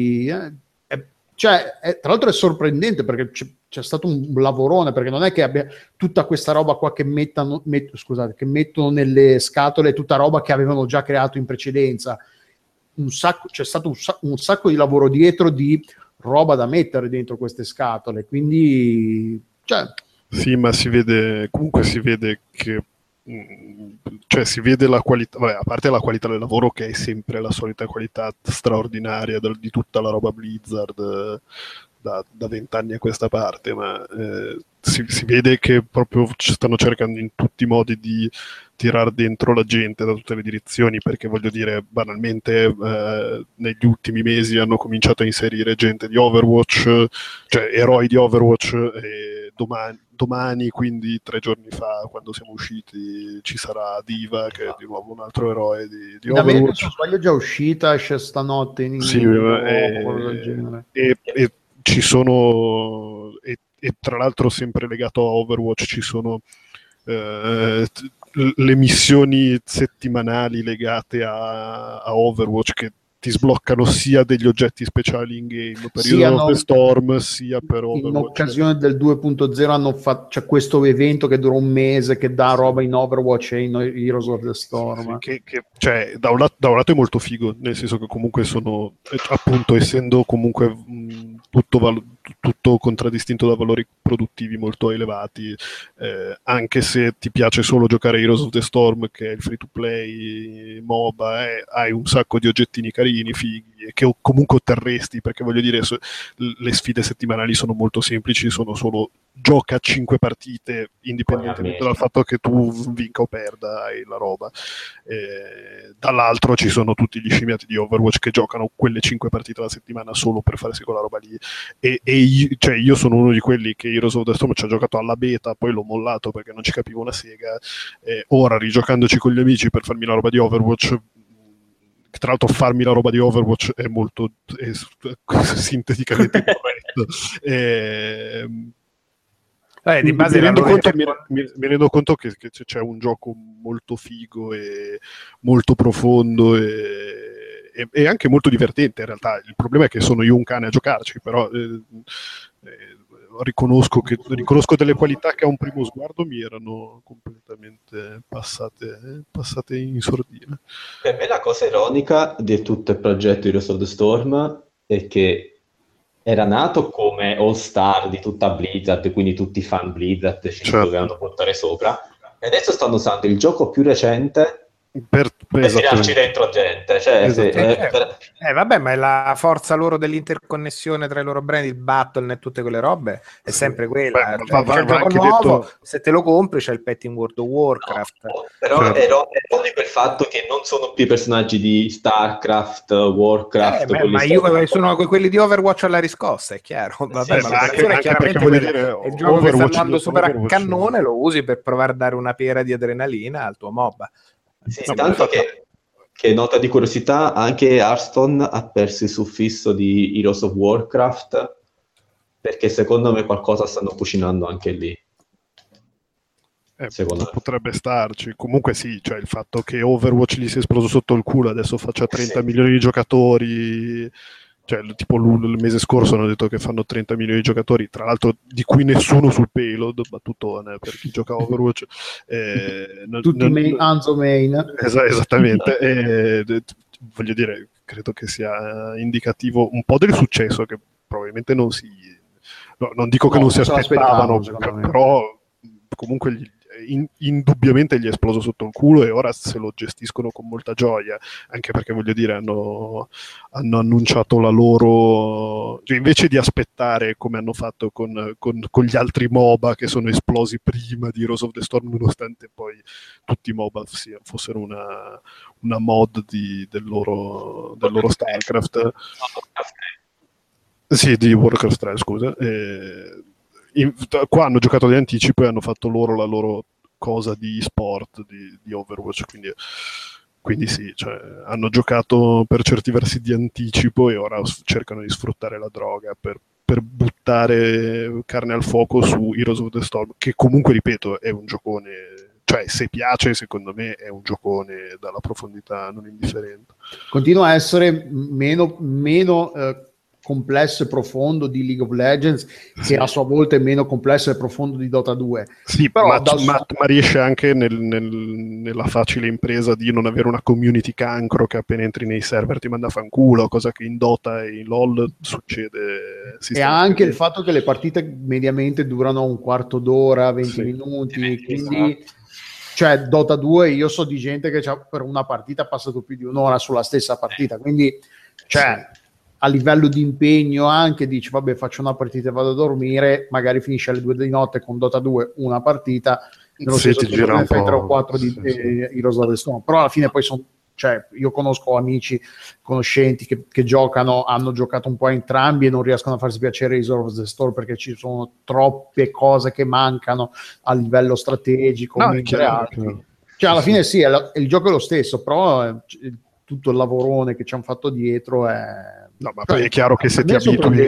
tra l'altro è sorprendente, perché c'è stato un lavorone, perché non è che abbia tutta questa roba qua che mettono nelle scatole, tutta roba che avevano già creato in precedenza. C'è stato un sacco di lavoro dietro, di roba da mettere dentro queste scatole, quindi sì, ma si vede che cioè si vede la qualità, vabbè, a parte la qualità del lavoro, che è sempre la solita qualità straordinaria di tutta la roba Blizzard da 20 anni a questa parte, ma si vede che proprio stanno cercando in tutti i modi di tirare dentro la gente da tutte le direzioni, perché voglio dire, banalmente negli ultimi mesi hanno cominciato a inserire gente di Overwatch, cioè eroi di Overwatch, e domani, quindi 3 giorni fa, quando siamo usciti, ci sarà Diva, che è di nuovo un altro eroe di da Overwatch. me, se non sbaglio, è già uscita, esce stanotte in sì, del genere. E ci sono, e tra l'altro sempre legato a Overwatch ci sono le missioni settimanali legate a Overwatch, che ti sbloccano sia degli oggetti speciali in game per Heroes of the Storm, sia per Overwatch. In occasione del 2.0 hanno fatto, c'è questo evento che dura un mese, che dà roba in Overwatch e in Heroes of the Storm. Sì, che cioè, da un lato è molto figo, nel senso che comunque sono, appunto, essendo comunque tutto contraddistinto da valori produttivi molto elevati, anche se ti piace solo giocare Heroes of the Storm, che è il free to play MOBA, hai un sacco di oggettini carini, fighi, e che comunque otterresti, perché voglio dire, le sfide settimanali sono molto semplici, sono solo gioca 5 partite indipendentemente dal fatto che tu vinca o perda hai la roba. Dall'altro ci sono tutti gli scimmiati di Overwatch che giocano quelle 5 partite alla settimana solo per fare quella roba lì, io sono uno di quelli che Heroes of the Storm ci ha giocato alla beta, poi l'ho mollato perché non ci capivo una sega, ora rigiocandoci con gli amici per farmi la roba di Overwatch. Tra l'altro farmi la roba di Overwatch è molto sinteticamente corretto. Di base mi rendo conto che c'è un gioco molto figo e molto profondo e anche molto divertente in realtà. Il problema è che sono io un cane a giocarci, però riconosco delle qualità che a un primo sguardo mi erano completamente passate in sordina. Per me la cosa ironica di tutto il progetto Heroes of the Storm è che era nato come All Star di tutta Blizzard, quindi tutti i fan Blizzard ci dovevano portare sopra, e adesso stanno usando il gioco più recente per tirarci dentro gente. Vabbè, ma è la forza loro dell'interconnessione tra i loro brand, il battle e tutte quelle robe è sempre quella. Beh, c'è il gioco nuovo, se te lo compri c'è il pet in World of Warcraft. No, però è ironico il fatto che non sono più i personaggi di Starcraft, Warcraft, ma io sono quelli di Overwatch alla riscossa, è chiaro. Vabbè, ma anche chiaramente il gioco che sta andando super a cannone lo usi per provare a dare una pera di adrenalina al tuo MOBA. Sì, tanto che nota di curiosità, anche Hearthstone ha perso il suffisso di Heroes of Warcraft, perché secondo me qualcosa stanno cucinando anche lì. Potrebbe starci. Comunque sì, cioè il fatto che Overwatch gli sia esploso sotto il culo, adesso faccia 30 milioni di giocatori, cioè tipo il mese scorso hanno detto che fanno 30 milioni di giocatori, tra l'altro di cui nessuno sul payload, battutone per chi gioca a Overwatch. Tutti Hanzo main. Esattamente. Voglio dire, credo che sia indicativo un po' del successo che probabilmente non si... No, non dico che non si aspettavano, però comunque indubbiamente gli è esploso sotto il culo e ora se lo gestiscono con molta gioia, anche perché voglio dire hanno annunciato la loro, cioè, invece di aspettare come hanno fatto con gli altri MOBA che sono esplosi prima di Heroes of the Storm, nonostante poi tutti i MOBA fossero una mod del loro StarCraft. Sì, di Warcraft 3, scusa. Qua hanno giocato di anticipo e hanno fatto la loro cosa di sport di Overwatch, quindi sì, cioè, hanno giocato per certi versi di anticipo e ora cercano di sfruttare la droga per buttare carne al fuoco su Heroes of the Storm, che comunque, ripeto, è un giocone, cioè se piace secondo me è un giocone dalla profondità non indifferente. Continua a essere meno complesso e profondo di League of Legends, che a sua volta è meno complesso e profondo di Dota 2. Sì, però ma riesce anche nella facile impresa di non avere una community cancro che appena entri nei server ti manda a fanculo, cosa che in Dota e in LoL succede. E anche il fatto che le partite mediamente durano un quarto d'ora, 20 minuti, quindi... Cioè, Dota 2, io so di gente che per una partita ha passato più di un'ora sulla stessa partita, quindi, cioè... a livello di impegno anche dici vabbè faccio una partita e vado a dormire, magari finisce alle 2 di notte con Dota 2 una partita, nello stesso tempo ne fai 3 o 4 di Heroes of the Storm, però alla fine poi cioè io conosco amici, conoscenti che giocano, hanno giocato un po' entrambi e non riescono a farsi piacere Heroes of the Storm perché ci sono troppe cose che mancano a livello strategico, mentre altri. Cioè alla fine sì, il gioco è lo stesso, però tutto il lavorone che ci hanno fatto dietro è... No, ma poi è chiaro che se ti abitui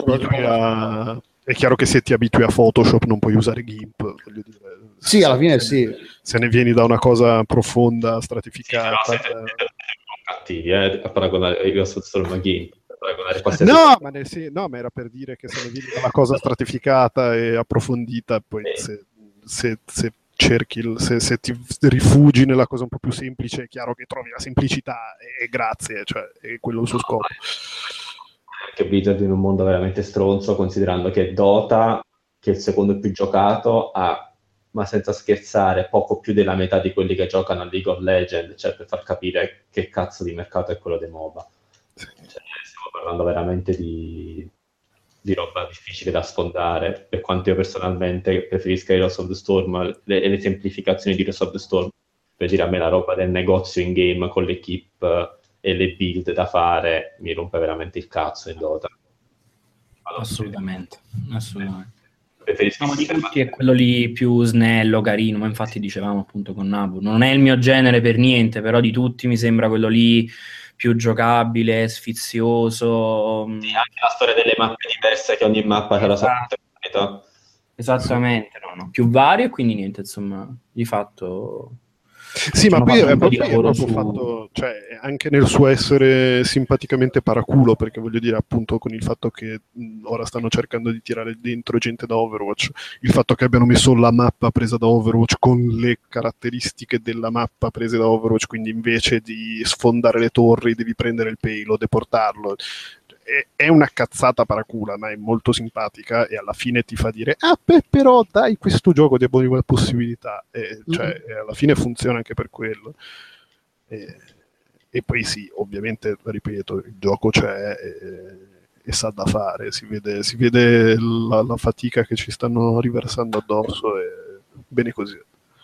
a Photoshop non puoi usare GIMP, voglio dire. Sì, alla fine sì. Se ne vieni da una cosa profonda, stratificata. Sì, però cattivi a paragonare Heroes of the Storm a GIMP. No, ma era per dire che se ne vieni da una cosa stratificata e approfondita, poi se cerchi, se ti rifugi nella cosa un po' più semplice, è chiaro che trovi la semplicità e grazie, cioè è quello il suo scopo. Anche Blizzard in un mondo veramente stronzo, considerando che Dota, che è il secondo più giocato, ha, ma senza scherzare, poco più della metà di quelli che giocano a League of Legends, cioè per far capire che cazzo di mercato è quello dei MOBA. Cioè, stiamo parlando veramente di di roba difficile da sfondare, per quanto io personalmente preferisca Heroes of the Storm le semplificazioni di Heroes of the Storm. Per dire, a me la roba del negozio in game con l'equipe e le build da fare mi rompe veramente il cazzo in Dota. Allora, assolutamente. preferisco Di tutti è quello lì più snello, carino, ma infatti dicevamo appunto con Nabu, non è il mio genere per niente, però di tutti mi sembra quello lì più giocabile, sfizioso. Sì, anche la storia delle mappe diverse, che ogni mappa ha la sua personalità. Esattamente, no, più vario, e quindi niente, insomma, di fatto... Sì, ma poi è proprio su... fatto, cioè, anche nel suo essere simpaticamente paraculo, perché voglio dire, appunto, con il fatto che ora stanno cercando di tirare dentro gente da Overwatch, il fatto che abbiano messo la mappa presa da Overwatch con le caratteristiche della mappa prese da Overwatch, quindi invece di sfondare le torri devi prendere il payload e portarlo. È una cazzata paracula, ma è molto simpatica e alla fine ti fa dire però dai, questo gioco ti abbiamo una possibilità, cioè, alla fine funziona anche per quello, e poi sì, ovviamente, ripeto, il gioco c'è e sa da fare, si vede la fatica che ci stanno riversando addosso, e bene così.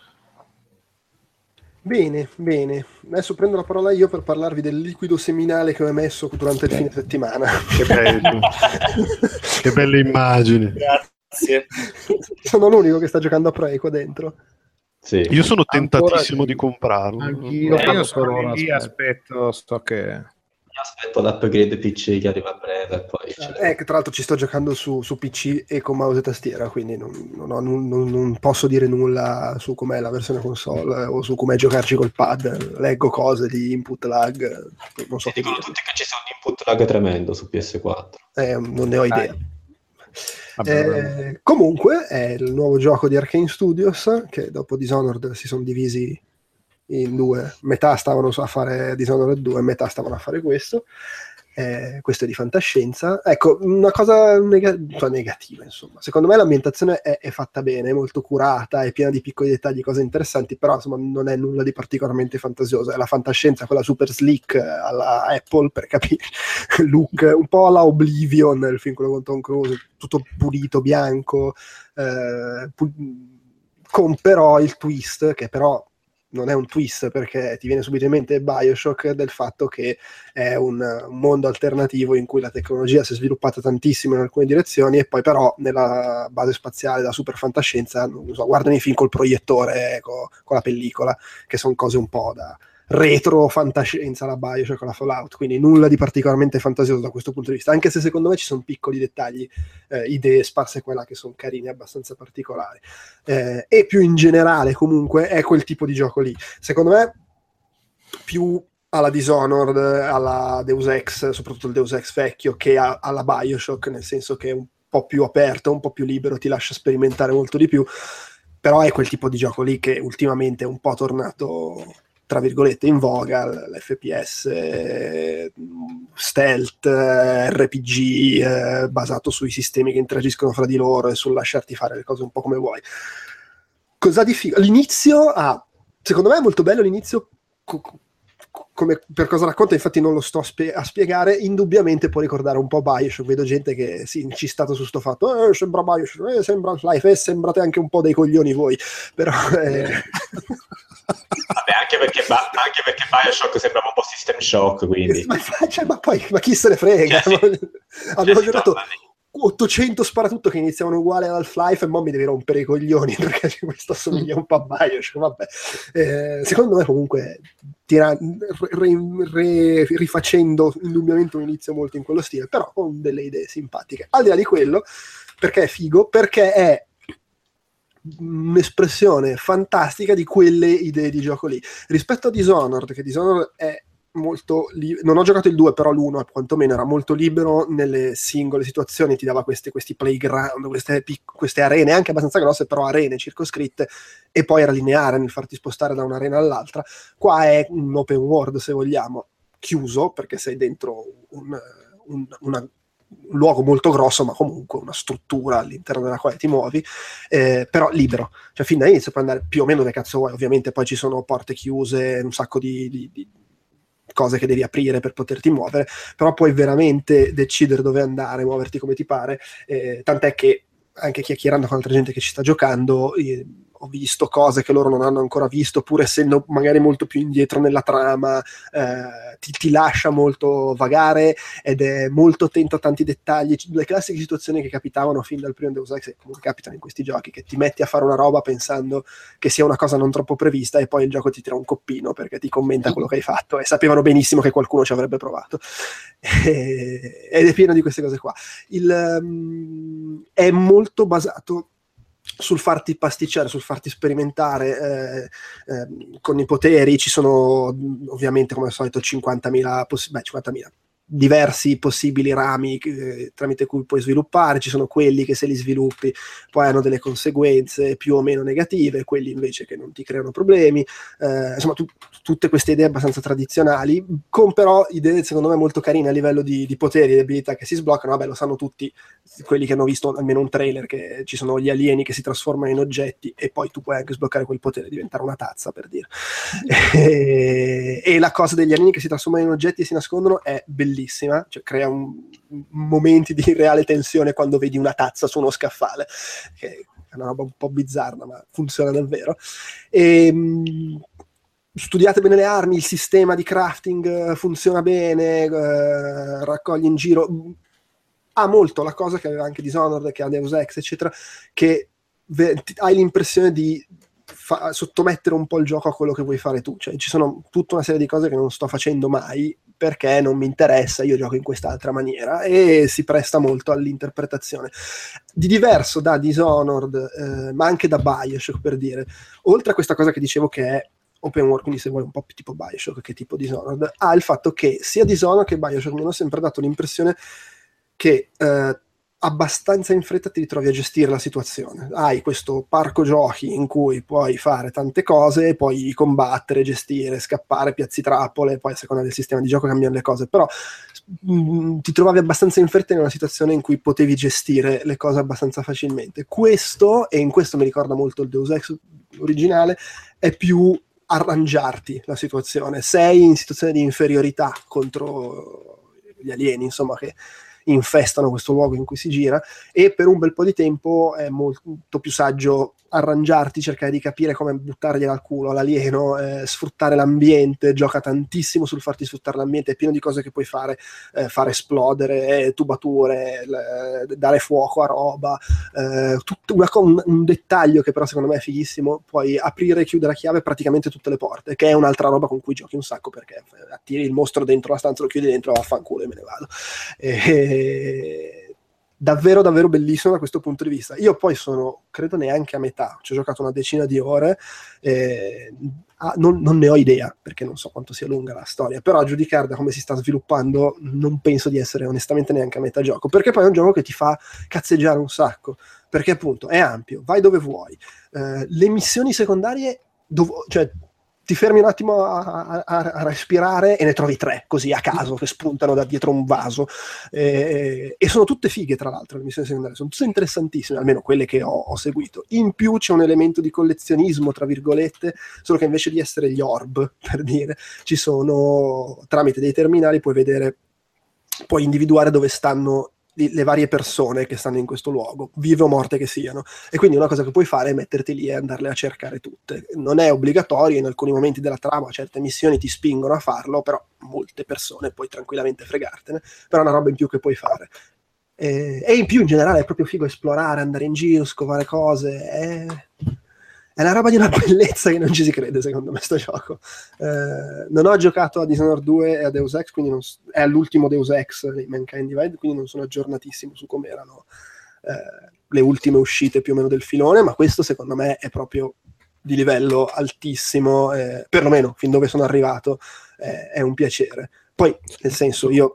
Bene, adesso prendo la parola io per parlarvi del liquido seminale che ho emesso durante il fine settimana. Che bello. Che belle immagini. Grazie. Sono l'unico che sta giocando a Prey qua dentro. Sì. Io sono tentatissimo di comprarlo. Anch'io, io sono lì, aspetto l'upgrade PC che arriva a breve e poi che tra l'altro ci sto giocando su PC e con mouse e tastiera, quindi non posso dire nulla su com'è la versione console o su com'è giocarci col pad. Leggo cose di input lag, non so. Dicono tutti che ci sia un input lag tremendo su PS4. Non ne ho idea. Comunque è il nuovo gioco di Arcane Studios, che dopo Dishonored si sono divisi in due, metà stavano a fare Dishonored 2, metà stavano a fare questo. Questo è di fantascienza. Ecco, una cosa negativa, insomma. Secondo me l'ambientazione è fatta bene, è molto curata, è piena di piccoli dettagli, cose interessanti, però insomma non è nulla di particolarmente fantasioso. È la fantascienza, quella super slick alla Apple, per capire, look un po' alla Oblivion, il film quello con Tom Cruise, tutto pulito, bianco, con però il twist, che però non è un twist, perché ti viene subito in mente BioShock, del fatto che è un mondo alternativo in cui la tecnologia si è sviluppata tantissimo in alcune direzioni, e poi però nella base spaziale da super fantascienza, non so, guardano i film col proiettore, con la pellicola, che sono cose un po' da retro fantascienza, la BioShock, la Fallout, quindi nulla di particolarmente fantasioso da questo punto di vista, anche se secondo me ci sono piccoli dettagli, idee sparse qua e là che sono carini, abbastanza particolari, e più in generale comunque è quel tipo di gioco lì, secondo me più alla Dishonored, alla Deus Ex, soprattutto il Deus Ex vecchio, che alla BioShock, nel senso che è un po' più aperto, un po' più libero, ti lascia sperimentare molto di più, però è quel tipo di gioco lì che ultimamente è un po' tornato, tra virgolette, in voga, l'FPS stealth, RPG, basato sui sistemi che interagiscono fra di loro e sul lasciarti fare le cose un po' come vuoi. Cosa di figo? L'inizio secondo me è molto bello l'inizio, come per cosa racconta, infatti non lo sto a spiegare. Indubbiamente può ricordare un po' BioShock, vedo gente che si è incistato su sto fatto, sembra BioShock, sembra Life, sembrate anche un po' dei coglioni voi, però vabbè, anche perché BioShock sembrava un po' System Shock, quindi ma chi se ne frega, avevo giocato 800 sparatutto che iniziavano uguali ad Half-Life e mo mi devi rompere i coglioni perché questo assomiglia un po' a BioShock, vabbè. Secondo me comunque rifacendo indubbiamente un inizio molto in quello stile, però con delle idee simpatiche. Al di là di quello, perché è figo? Perché è un'espressione fantastica di quelle idee di gioco lì. Rispetto a Dishonored, che Dishonored è molto non ho giocato il 2, però l'1 quantomeno era molto libero nelle singole situazioni, ti dava questi playground, queste arene anche abbastanza grosse, però arene circoscritte, e poi era lineare nel farti spostare da un'arena all'altra. Qua è un open world, se vogliamo, chiuso, perché sei dentro un luogo molto grosso, ma comunque una struttura all'interno della quale ti muovi, però libero, cioè fin dall'inizio puoi andare più o meno dove cazzo vuoi. Ovviamente poi ci sono porte chiuse, un sacco di cose che devi aprire per poterti muovere, però puoi veramente decidere dove andare, muoverti come ti pare, tant'è che anche chiacchierando con altra gente che ci sta giocando, ho visto cose che loro non hanno ancora visto, pur essendo magari molto più indietro nella trama, ti lascia molto vagare ed è molto attento a tanti dettagli, le classiche situazioni che capitavano fin dal primo Deus Ex e comunque capitano in questi giochi, che ti metti a fare una roba pensando che sia una cosa non troppo prevista e poi il gioco ti tira un coppino perché ti commenta quello che hai fatto e sapevano benissimo che qualcuno ci avrebbe provato. Ed è pieno di queste cose qua. È molto basato sul farti pasticciare, sul farti sperimentare con i poteri. Ci sono ovviamente come al solito 50.000 diversi possibili rami tramite cui puoi sviluppare. Ci sono quelli che se li sviluppi poi hanno delle conseguenze più o meno negative, quelli invece che non ti creano problemi, insomma tutte queste idee abbastanza tradizionali, con però idee secondo me molto carine a livello di poteri e di abilità che si sbloccano. Vabbè, lo sanno tutti quelli che hanno visto almeno un trailer, che ci sono gli alieni che si trasformano in oggetti e poi tu puoi anche sbloccare quel potere, diventare una tazza, per dire. E la cosa degli alieni che si trasformano in oggetti e si nascondono è bellissima, cioè crea momenti di reale tensione quando vedi una tazza su uno scaffale, che è una roba un po' bizzarra ma funziona davvero. Studiate bene le armi, il sistema di crafting funziona bene, raccogli in giro, ha molto la cosa che aveva anche Dishonored, che ha Deus Ex eccetera, che hai l'impressione di sottomettere un po' il gioco a quello che vuoi fare tu, cioè ci sono tutta una serie di cose che non sto facendo mai perché non mi interessa, io gioco in quest'altra maniera, e si presta molto all'interpretazione. Di diverso da Dishonored, ma anche da Bioshock, per dire, oltre a questa cosa che dicevo che è open world, quindi se vuoi un po' più tipo Bioshock che tipo Dishonored, ha il fatto che sia Dishonored che Bioshock mi hanno sempre dato l'impressione che abbastanza in fretta ti ritrovi a gestire la situazione. Hai questo parco giochi in cui puoi fare tante cose, puoi combattere, gestire, scappare, piazzi trappole, poi a seconda del sistema di gioco cambiano le cose, però ti trovavi abbastanza in fretta in una situazione in cui potevi gestire le cose abbastanza facilmente. Questo, e in questo mi ricorda molto il Deus Ex originale, è più arrangiarti la situazione. Sei in situazione di inferiorità contro gli alieni, insomma, che infestano questo luogo in cui si gira, e per un bel po' di tempo è molto più saggio arrangiarti, cercare di capire come buttargliela al culo all'alieno, sfruttare l'ambiente. Gioca tantissimo sul farti sfruttare l'ambiente, è pieno di cose che puoi fare, far esplodere tubature, dare fuoco a roba, tutto un dettaglio che però secondo me è fighissimo. Puoi aprire e chiudere a chiave praticamente tutte le porte, che è un'altra roba con cui giochi un sacco, perché attiri il mostro dentro la stanza, lo chiudi dentro, vaffanculo e me ne vado. Davvero davvero bellissimo da questo punto di vista. Io poi sono, credo, neanche a metà, ci ho giocato una decina di ore, non ne ho idea perché non so quanto sia lunga la storia, però a giudicare da come si sta sviluppando non penso di essere onestamente neanche a metà gioco, perché poi è un gioco che ti fa cazzeggiare un sacco, perché appunto è ampio, vai dove vuoi, le missioni secondarie cioè ti fermi un attimo a respirare e ne trovi 3 così a caso che spuntano da dietro un vaso, e sono tutte fighe, tra l'altro le missioni secondarie sono tutte interessantissime, almeno quelle che ho seguito. In più c'è un elemento di collezionismo tra virgolette, solo che invece di essere gli orb, per dire, ci sono, tramite dei terminali puoi individuare dove stanno le varie persone che stanno in questo luogo, vive o morte che siano, e quindi una cosa che puoi fare è metterti lì e andarle a cercare tutte. Non è obbligatorio, in alcuni momenti della trama certe missioni ti spingono a farlo, però molte persone puoi tranquillamente fregartene, però è una roba in più che puoi fare. E in più in generale è proprio figo esplorare, andare in giro, scovare cose, è una roba di una bellezza che non ci si crede, secondo me, sto gioco. Non ho giocato a Dishonored 2 e a Deus Ex, quindi è all'ultimo Deus Ex, Mankind Divide, quindi non sono aggiornatissimo su come erano le ultime uscite più o meno del filone, ma questo secondo me è proprio di livello altissimo, perlomeno fin dove sono arrivato, è un piacere. Poi, nel senso, io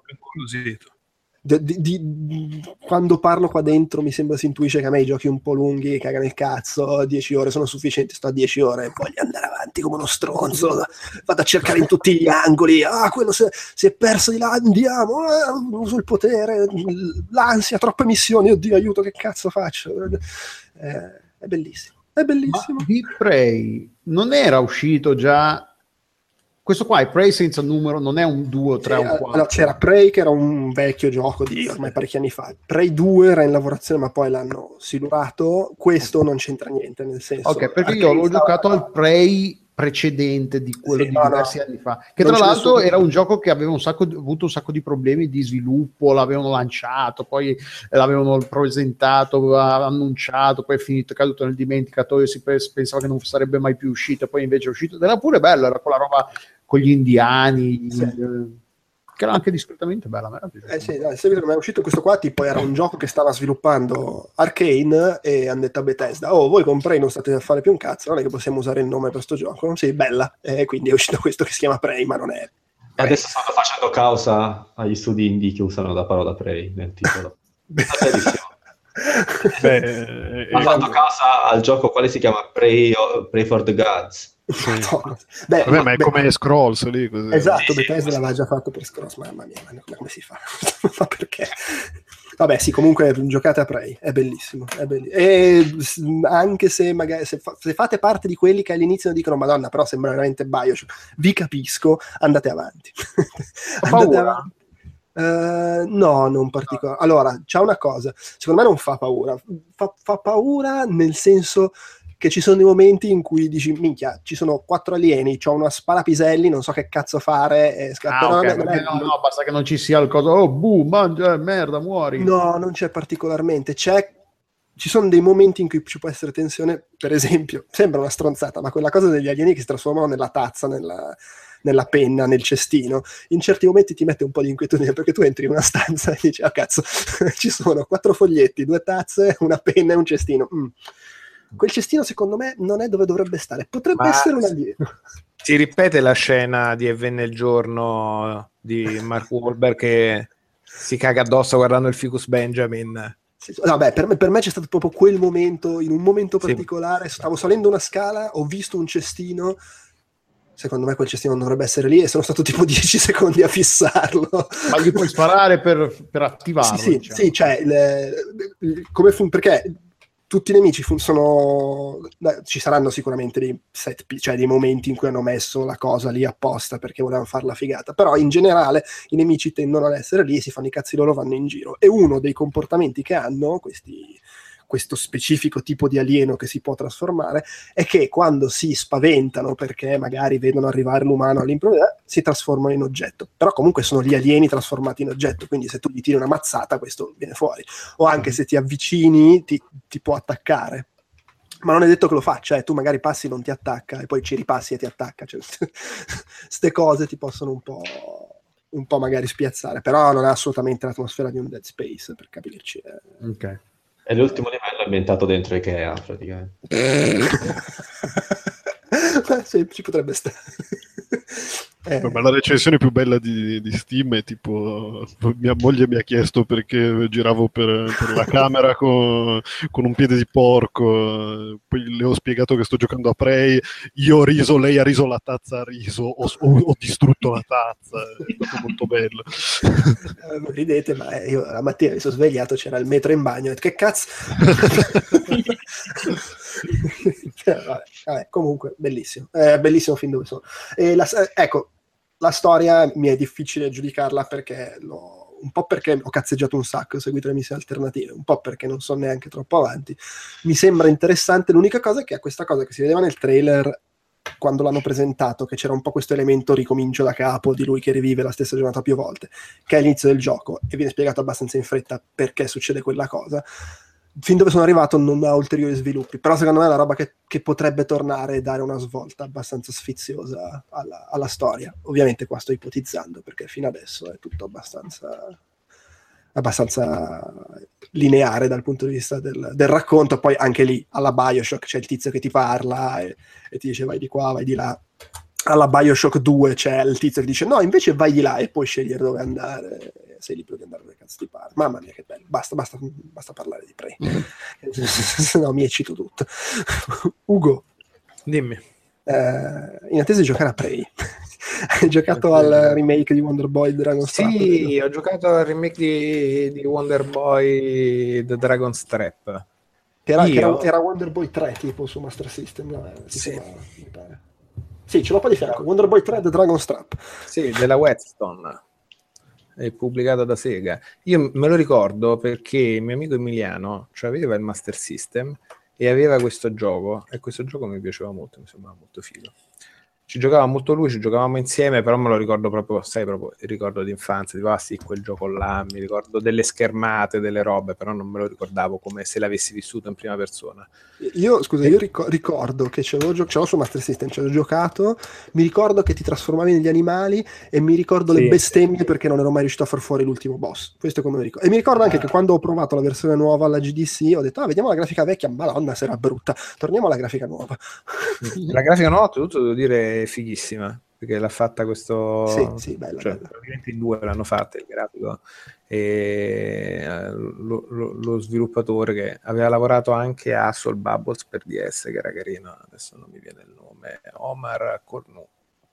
quando parlo qua dentro mi sembra si intuisce che a me i giochi un po' lunghi cagano il cazzo, 10 ore sono sufficienti, sto a 10 ore e voglio andare avanti come uno stronzo, vado a cercare in tutti gli angoli, quello si è perso di là, andiamo, uso il potere, l'ansia, troppe missioni, oddio aiuto, che cazzo faccio? È bellissimo, è bellissimo. Ma Deep Prey non era uscito già questo qua è Prey senza numero, non è un 2, 3 o 4. Allora, c'era Prey, che era un vecchio gioco di ormai parecchi anni fa. Prey 2 era in lavorazione, ma poi l'hanno silurato. Questo non c'entra niente, nel senso... Ok, perché io l'ho giocato al Prey precedente di quello di diversi anni fa, che tra l'altro era un gioco che aveva avuto un sacco di problemi di sviluppo, l'avevano lanciato, poi l'avevano presentato, annunciato, poi è finito, caduto nel dimenticatoio, si pensava che non sarebbe mai più uscito, poi invece è uscito, ed era pure bello, era quella roba con gli indiani, che era anche discretamente bella. Sì, dai, seguito è uscito questo qua, tipo era un gioco che stava sviluppando Arcane e hanno detto a Bethesda: oh, voi con Prey non state a fare più un cazzo, non è che possiamo usare il nome per sto gioco, sì, bella, e quindi è uscito questo che si chiama Prey, ma non è Prey. Adesso stanno facendo causa agli studi indie che usano la parola Prey nel titolo. Ha fatto causa al gioco quale si chiama Prey for the Gods. Ma è come Scrolls lì, così. Esatto, Bethesda l'aveva già fatto per Scrolls, mamma mia, come si fa? Ma perché? Vabbè, sì, comunque giocate a Prey, è bellissimo, e anche se magari se fate parte di quelli che all'inizio dicono Madonna, però sembra veramente Bioshock, vi capisco, andate avanti. Andate avanti. No, non particolare. Allora, c'è una cosa, secondo me non fa paura, fa paura nel senso che ci sono dei momenti in cui dici minchia, ci sono 4 alieni, c'ho una sparapiselli, non so che cazzo fare, okay. No, basta che non ci sia il coso, mangia, merda, muori. No, non c'è particolarmente, ci sono dei momenti in cui ci può essere tensione, per esempio, sembra una stronzata, ma quella cosa degli alieni che si trasformano nella tazza, nella penna, nel cestino, in certi momenti ti mette un po' di inquietudine, perché tu entri in una stanza e dici, cazzo, ci sono 4 foglietti, 2 tazze, una penna e un cestino. Quel cestino secondo me non è dove dovrebbe stare, potrebbe essere un alieno. Si ripete la scena di E venne il giorno di Mark Wahlberg che si caga addosso guardando il Ficus Benjamin. Vabbè, per me c'è stato proprio quel momento, in un momento particolare, stavo salendo una scala, ho visto un cestino, secondo me quel cestino non dovrebbe essere lì, e sono stato tipo 10 secondi a fissarlo. Ma gli puoi sparare per attivarlo? Sì, diciamo. Sì, cioè, perché tutti i nemici ci saranno sicuramente dei cioè dei momenti in cui hanno messo la cosa lì apposta perché volevano far la figata, però in generale i nemici tendono ad essere lì, si fanno i cazzi loro, vanno in giro, e uno dei comportamenti che hanno questo specifico tipo di alieno che si può trasformare è che quando si spaventano perché magari vedono arrivare l'umano all'improvviso, si trasformano in oggetto, però comunque sono gli alieni trasformati in oggetto, quindi se tu gli tiri una mazzata questo viene fuori, o anche se ti avvicini ti può attaccare, ma non è detto che lo faccia, tu magari passi, non ti attacca e poi ci ripassi e ti attacca, cioè, ste cose ti possono un po' magari spiazzare, però non è assolutamente l'atmosfera di un Dead Space, per capirci. Ok. E l'ultimo livello è ambientato dentro Ikea, praticamente. Sì, ci potrebbe stare. Ma la recensione più bella di Steam è tipo mia moglie mi ha chiesto perché giravo per la camera con un piede di porco, poi le ho spiegato che sto giocando a Prey, io ho riso, lei ha riso, la tazza ha riso, ho distrutto la tazza, è stato molto bello. Ridete, ma io la mattina mi sono svegliato, c'era il metro in bagno, e che cazzo? Vabbè, comunque bellissimo, bellissimo fin dove sono. Ecco, la storia mi è difficile giudicarla perché un po' perché ho cazzeggiato un sacco, ho seguito le missioni alternative, un po' perché non sono neanche troppo avanti. Mi sembra interessante, l'unica cosa è che è questa cosa che si vedeva nel trailer quando l'hanno presentato, che c'era un po' questo elemento ricomincio da capo di lui che rivive la stessa giornata più volte, che è l'inizio del gioco, e viene spiegato abbastanza in fretta perché succede quella cosa. Fin dove sono arrivato non ha ulteriori sviluppi, però secondo me è una roba che potrebbe tornare e dare una svolta abbastanza sfiziosa alla storia. Ovviamente qua sto ipotizzando, perché fino adesso è tutto abbastanza lineare dal punto di vista del racconto. Poi anche lì alla Bioshock c'è il tizio che ti parla e ti dice vai di qua, vai di là. Alla Bioshock 2 c'è il tizio che dice no, invece vai di là, e puoi scegliere dove andare, sei libero di andare dove cazzo ti pare. Mamma mia che bello, basta parlare di Prey, se no mi eccito tutto. Ugo, dimmi. In attesa di giocare a Prey, hai giocato al remake di Wonder Boy Dragon's Trap? Sì, ho giocato al remake di Wonder Boy The Dragon's Trap. Era Wonder Boy 3 tipo su Master System, sì. Mi pare. Sì, ce l'ho qua di fianco. Wonder Boy 3 The Dragon Strap. Sì, della Whetstone. È pubblicato da Sega. Io me lo ricordo perché il mio amico Emiliano aveva il Master System e aveva questo gioco, e questo gioco mi piaceva molto, mi sembrava molto figo. Ci giocava molto lui, ci giocavamo insieme, però me lo ricordo proprio, sai, proprio il ricordo d'infanzia, dico, ah sì, quel gioco là, mi ricordo delle schermate, delle robe, però non me lo ricordavo come se l'avessi vissuto in prima persona. Io ricordo che ce l'ho su Master System, ci ho giocato, mi ricordo che ti trasformavi negli animali e mi ricordo le bestemmie perché non ero mai riuscito a far fuori l'ultimo boss. Questo è come lo ricordo. E mi ricordo anche che quando ho provato la versione nuova alla GDC ho detto, vediamo la grafica vecchia, madonna, se era brutta, torniamo alla grafica nuova. La grafica nuova, tutto devo dire, è fighissima, perché l'ha fatta questo... Sì, bella, cioè, bella. praticamente in due l'hanno fatta, il grafico, e lo sviluppatore che aveva lavorato anche a Soul Bubbles per DS, che era carino, adesso non mi viene il nome, Omar Cornu.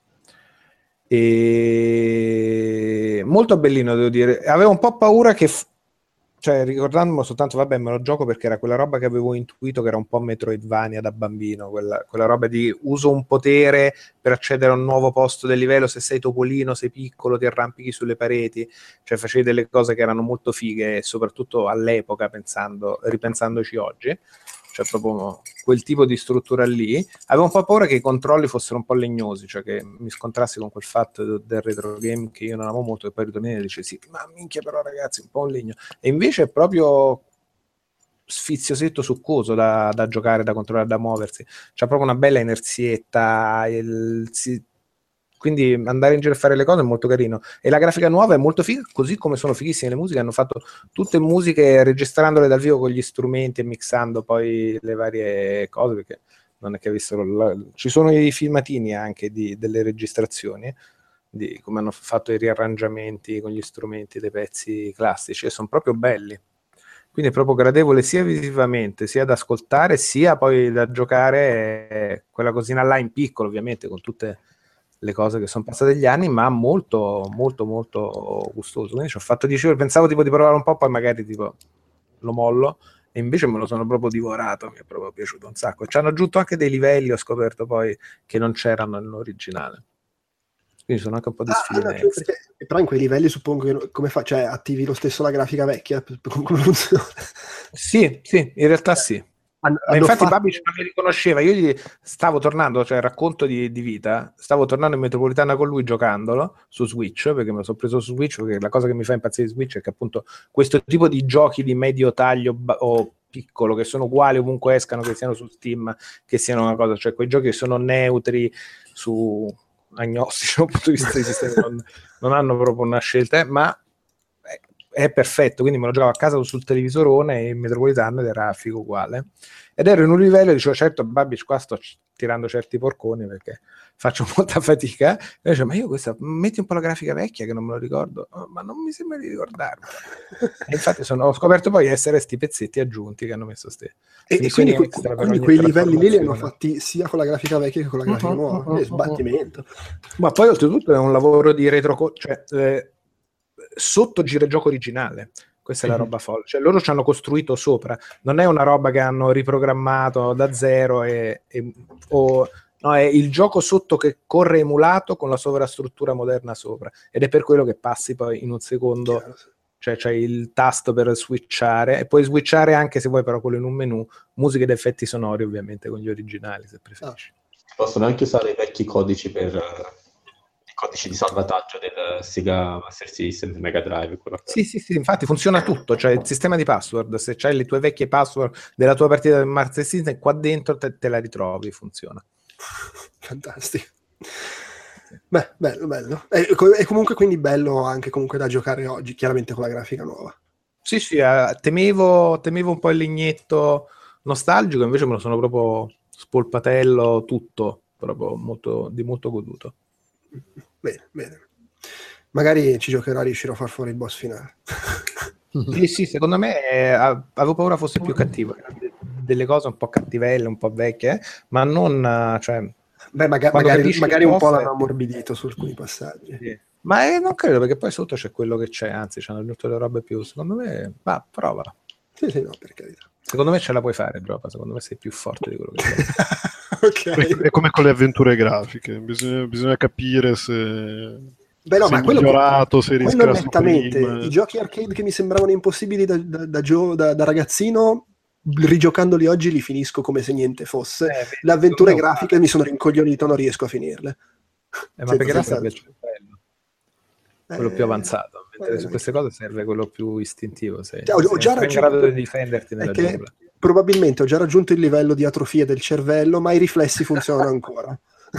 E molto bellino, devo dire. Avevo un po' paura che... Cioè, ricordandomi soltanto, vabbè, me lo gioco perché era quella roba che avevo intuito che era un po' Metroidvania da bambino, quella roba di uso un potere per accedere a un nuovo posto del livello, se sei topolino, sei piccolo, ti arrampichi sulle pareti, cioè facevi delle cose che erano molto fighe, soprattutto all'epoca, ripensandoci oggi, cioè proprio quel tipo di struttura lì. Avevo un po' paura che i controlli fossero un po' legnosi, cioè che mi scontrassi con quel fatto del retro game che io non amo molto, e poi ritorni e dici sì, ma minchia però ragazzi, un po' un legno. E invece è proprio sfiziosetto succoso da giocare, da controllare, da muoversi. C'ha proprio una bella inerzietta, quindi andare in giro a fare le cose è molto carino. E la grafica nuova è molto figa, così come sono fighissime le musiche. Hanno fatto tutte musiche registrandole dal vivo con gli strumenti e mixando poi le varie cose, perché non è che ci sono i filmatini anche delle registrazioni di come hanno fatto i riarrangiamenti con gli strumenti dei pezzi classici, e sono proprio belli. Quindi è proprio gradevole sia visivamente, sia da ascoltare, sia poi da giocare, quella cosina là in piccolo, ovviamente, con tutte le cose che sono passate gli anni, ma molto molto molto gustoso. Quindi ci ho fatto 10 ore, pensavo tipo di provare un po', poi magari tipo lo mollo, e invece me lo sono proprio divorato, mi è proprio piaciuto un sacco. Ci hanno aggiunto anche dei livelli, ho scoperto poi, che non c'erano nell'originale, quindi sono anche un po' di sfide. Però in quei livelli suppongo che come fa? Cioè attivi lo stesso la grafica vecchia? Come funziona? Sì, in realtà sì. Ma infatti Babic non mi riconosceva, io gli stavo tornando, cioè racconto di vita, stavo tornando in metropolitana con lui giocandolo su Switch, perché me lo sono preso su Switch, perché la cosa che mi fa impazzire di Switch è che appunto questo tipo di giochi di medio taglio o piccolo, che sono uguali ovunque escano, che siano su Steam, che siano una cosa, cioè quei giochi che sono neutri, agnostici dal punto di vista dei sistemi, non hanno proprio una scelta, ma è perfetto, quindi me lo giocavo a casa sul televisorone in metropolitana ed era figo uguale, ed ero in un livello e dicevo certo Babic qua sto tirando certi porconi perché faccio molta fatica, e dicevo ma io questa metti un po' la grafica vecchia che non me lo ricordo, ma non mi sembra di ricordarmi, e infatti ho scoperto poi essere sti pezzetti aggiunti che hanno messo e quindi quei livelli lì li hanno fatti sia con la grafica vecchia che con la grafica nuova, sbattimento. Ma poi oltretutto è un lavoro di sotto gira il gioco originale, questa è la roba folle, cioè loro ci hanno costruito sopra, non è una roba che hanno riprogrammato da zero no, è il gioco sotto che corre emulato con la sovrastruttura moderna sopra, ed è per quello che passi poi in un secondo, cioè c'è il tasto per switchare, e puoi switchare anche se vuoi però quello in un menu, musiche ed effetti sonori ovviamente con gli originali se preferisci. Possono anche usare i vecchi codici codici di salvataggio del Sega Master System, del Mega Drive. Sì, infatti funziona tutto, cioè il sistema di password, se c'hai le tue vecchie password della tua partita del Master System, qua dentro te la ritrovi, funziona. Fantastico. Beh, bello. E comunque quindi bello anche comunque da giocare oggi, chiaramente con la grafica nuova. Sì, temevo un po' il legnetto nostalgico, invece me lo sono proprio spolpatello tutto, proprio molto goduto. Bene. Magari ci giocherò, riuscirò a far fuori il boss finale. Sì, secondo me avevo paura fosse più cattivo, delle cose un po' cattivelle, un po' vecchie, ma non, cioè... Beh, magari un po' l'hanno ammorbidito su alcuni passaggi. Sì. Ma non credo, perché poi sotto c'è quello che c'è, anzi c'hanno aggiunto le robe più, secondo me, va, prova. Sì, no, per carità. Secondo me ce la puoi fare, Dropa, secondo me sei più forte di quello che sei. Ok. È come con le avventure grafiche, bisogna capire se... Beh, no, se ma è quello, migliorato, se quello riscassa nettamente. prima. I giochi arcade che mi sembravano impossibili da ragazzino, rigiocandoli oggi li finisco come se niente fosse. Vedi, Le avventure secondo me è grafiche mi sono rincoglionito, non riesco a finirle. ma perché là Senza- serve il cervello, quello più avanzato, mentre su queste cose serve quello più istintivo. Sei Cioè, ho già sempre in raggiunto- grado di difenderti è nella che giungla. probabilmente ho già raggiunto il livello di atrofia del cervello, ma i riflessi funzionano ancora.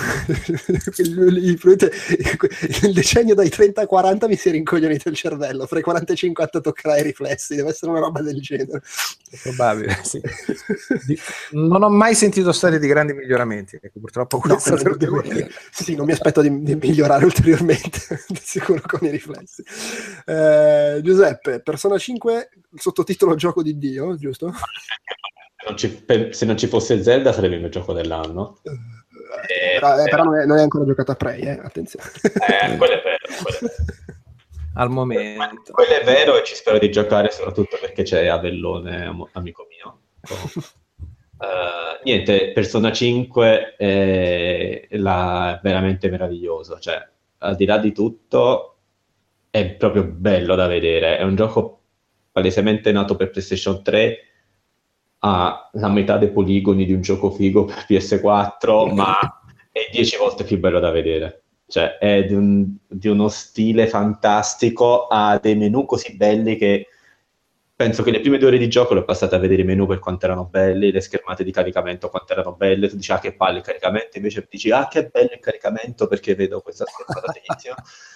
Il decennio dai 30 ai 40 mi si è rincoglionito il cervello, fra i 40 e 50 toccherai i riflessi, deve essere una roba del genere. È probabile, sì. Non ho mai sentito storie di grandi miglioramenti, ecco, purtroppo No, questo te lo devo ovviamente. dire. Sì, non mi aspetto di migliorare ulteriormente, di sicuro con i riflessi. Giuseppe, Persona 5, sottotitolo Gioco di Dio, giusto? Se non ci fosse Zelda sarebbe il mio gioco dell'anno. Però non è ancora giocato a Prey, attenzione. Quello è vero. Al momento. Quello è vero e ci spero di giocare soprattutto perché c'è Avellone, amico mio. Niente, Persona 5 è veramente meraviglioso, cioè al di là di tutto è proprio bello da vedere, è un gioco palesemente nato per PlayStation 3, ha la metà dei poligoni di un gioco figo per PS4, ma è 10 volte più bello da vedere. Cioè, è di uno stile fantastico, ha dei menu così belli che penso che le prime 2 ore di gioco le ho passate a vedere i menu per quanto erano belli, le schermate di caricamento quanto erano belle, tu dici che palle il caricamento, invece dici che bello il caricamento perché vedo questa schermata bellissima,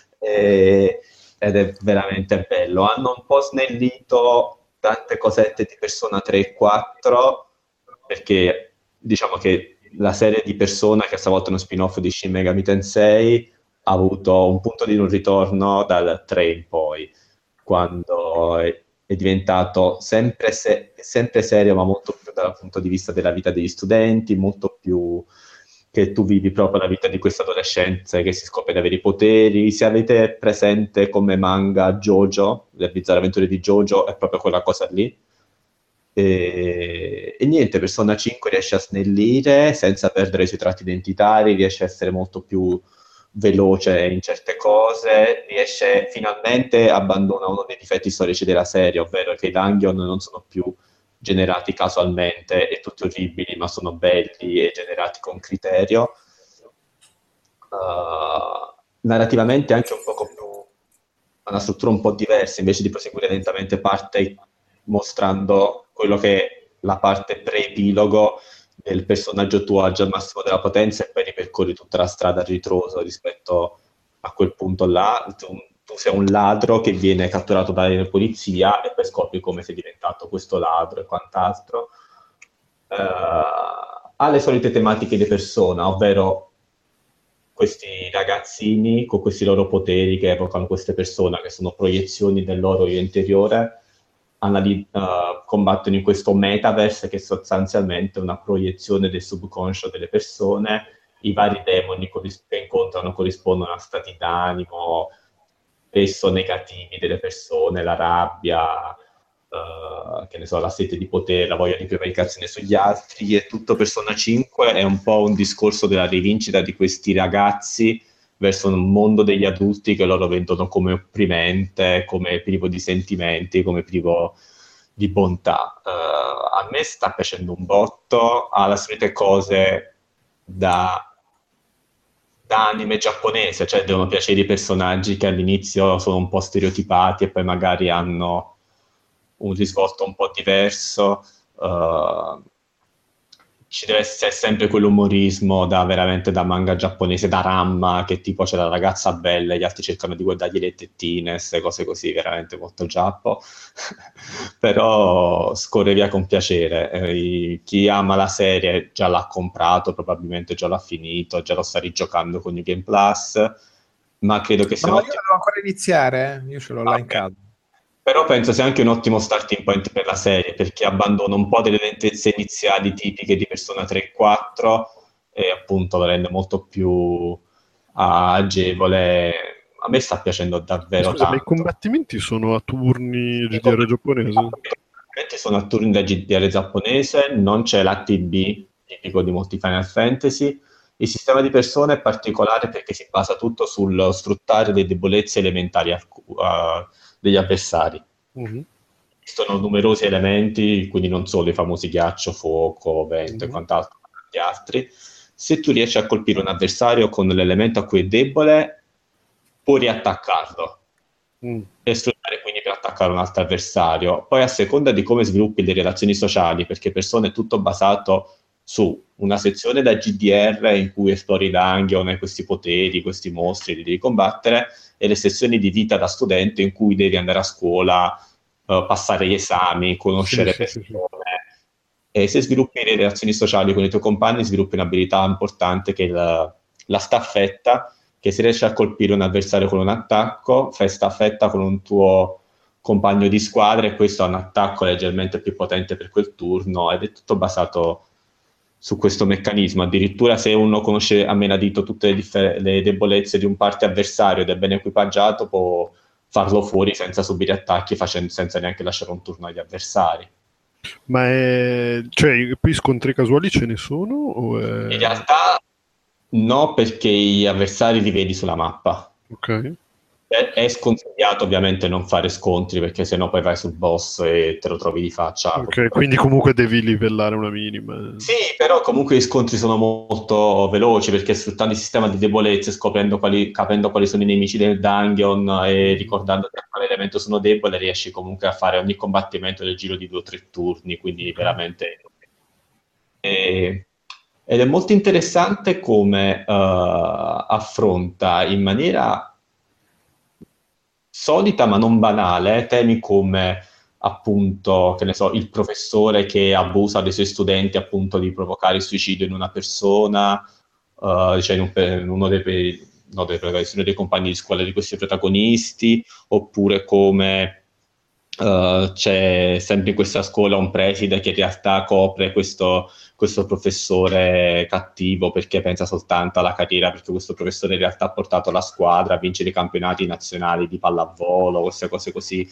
ed è veramente bello. Hanno un po' snellito tante cosette di Persona 3 e 4, perché diciamo che la serie di Persona, che stavolta è uno spin-off di Shin Megami Tensei, ha avuto un punto di non ritorno dal 3 in poi, quando è diventato sempre serio, ma molto più dal punto di vista della vita degli studenti, molto più che tu vivi proprio la vita di questa adolescenza che si scopre di avere i poteri. Se avete presente come manga JoJo, le bizzarre avventure di JoJo, è proprio quella cosa lì. E niente, Persona 5 riesce a snellire senza perdere i suoi tratti identitari, riesce a essere molto più veloce in certe cose, riesce finalmente a abbandonare uno dei difetti storici della serie, ovvero che i dungeon non sono più generati casualmente e tutti orribili, ma sono belli e generati con criterio. Narrativamente anche un poco più una struttura un po' diversa, invece di proseguire lentamente parte mostrando quello che è la parte pre-epilogo del personaggio tuo al massimo della potenza e poi ripercorri tutta la strada a ritroso rispetto a quel punto là. Tu sei un ladro che viene catturato dalla polizia e poi scopri come sei diventato questo ladro e quant'altro. Ha le solite tematiche di Persona, ovvero questi ragazzini con questi loro poteri che evocano queste persone, che sono proiezioni del loro io interiore, combattono in questo metaverse che è sostanzialmente una proiezione del subconscio delle persone. I vari demoni che incontrano corrispondono a stati d'animo spesso negativi delle persone, la rabbia, che ne so, la sete di potere, la voglia di prevaricazione sugli altri. E tutto Persona 5 è un po' un discorso della rivincita di questi ragazzi verso un mondo degli adulti che loro vedono come opprimente, come privo di sentimenti, come privo di bontà. A me sta piacendo un botto, ha le solite cose da anime giapponese, cioè devono piacere i personaggi che all'inizio sono un po' stereotipati e poi magari hanno un risvolto un po' diverso. Ci deve essere sempre quell'umorismo veramente da manga giapponese, da Ramma, che tipo c'è la ragazza bella e gli altri cercano di guardargli le tettine, queste cose così, veramente molto giappo. Però scorre via con piacere. Chi ama la serie già l'ha comprato, probabilmente già l'ha finito, già lo sta rigiocando con New Game Plus, ma credo che sia No, io devo ancora iniziare, io ce l'ho là in casa. Però penso sia anche un ottimo starting point per la serie, perché abbandona un po' delle lentezze iniziali tipiche di Persona 3 e 4 e appunto lo rende molto più agevole. A me sta piacendo davvero Scusa, tanto. ma i combattimenti sono a turni GDR giapponese? Sono a turni da GDR giapponese, non c'è l'ATB tipico di molti Final Fantasy. Il sistema di persone è particolare perché si basa tutto sullo sfruttare le debolezze elementari degli avversari. Esistono numerosi elementi, quindi non solo i famosi ghiaccio, fuoco, vento e quant'altro, ma tanti altri. Se tu riesci a colpire un avversario con l'elemento a cui è debole, puoi riattaccarlo e sfruttare quindi per attaccare un altro avversario. Poi a seconda di come sviluppi le relazioni sociali, perché Persona è tutto basato su una sezione da GDR in cui esplori dungeon e questi poteri, questi mostri li devi combattere, e le sezioni di vita da studente in cui devi andare a scuola, passare gli esami, conoscere persone. E se sviluppi le relazioni sociali con i tuoi compagni, sviluppi un'abilità importante che è la staffetta, che se riesci a colpire un avversario con un attacco, fai staffetta con un tuo compagno di squadra e questo ha un attacco leggermente più potente per quel turno, ed è tutto basato su questo meccanismo. Addirittura se uno conosce a menadito tutte le debolezze di un parte avversario ed è ben equipaggiato, può farlo fuori senza subire attacchi, senza neanche lasciare un turno agli avversari. Ma cioè, qui scontri casuali ce ne sono? O In realtà no, perché gli avversari li vedi sulla mappa. Ok. È sconsigliato ovviamente non fare scontri, perché sennò poi vai sul boss e te lo trovi di faccia. Ok, quindi comunque devi livellare una minima. Sì, però comunque gli scontri sono molto veloci, perché sfruttando il sistema di debolezze, capendo quali sono i nemici del dungeon e ricordando a quale elemento sono debole, riesci comunque a fare ogni combattimento nel giro di 2 o 3 turni, quindi veramente... Ed è molto interessante come affronta in maniera solita ma non banale temi come appunto, che ne so, il professore che abusa dei suoi studenti appunto di provocare il suicidio in una persona, cioè in uno dei compagni di scuola di questi protagonisti, oppure come c'è sempre in questa scuola un preside che in realtà copre questo professore cattivo perché pensa soltanto alla carriera, perché questo professore in realtà ha portato la squadra a vincere i campionati nazionali di pallavolo, queste cose così.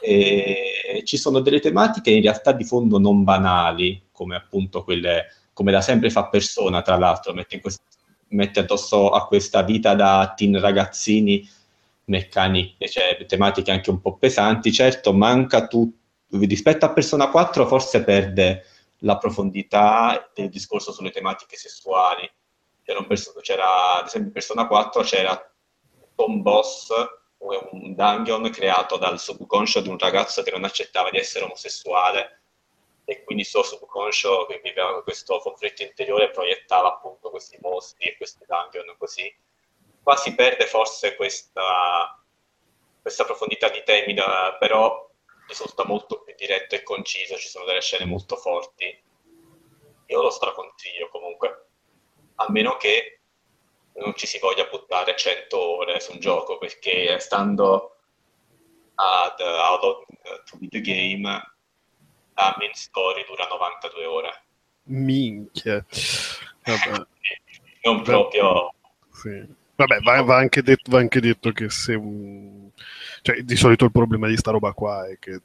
E ci sono delle tematiche in realtà di fondo non banali, come appunto quelle, come da sempre fa Persona, tra l'altro, mette addosso a questa vita da teen ragazzini meccaniche, cioè tematiche anche un po' pesanti. Certo, manca rispetto a Persona 4 forse perde la profondità del discorso sulle tematiche sessuali. C'era ad esempio in Persona 4 c'era Tom Boss, un dungeon creato dal subconscio di un ragazzo che non accettava di essere omosessuale, e quindi il suo subconscio, che viveva questo conflitto interiore, proiettava appunto questi mostri e questi dungeon così. Qua si perde forse questa profondità di temi, però risulta molto più diretto e conciso, ci sono delle scene molto forti. Io lo straconsiglio comunque, a meno che non ci si voglia buttare 100 ore su un gioco, perché stando ad Out of the Game la main story dura 92 ore. Minchia. Vabbè. Non proprio... Sì. Vabbè, va anche detto che se cioè, di solito il problema di sta roba qua è che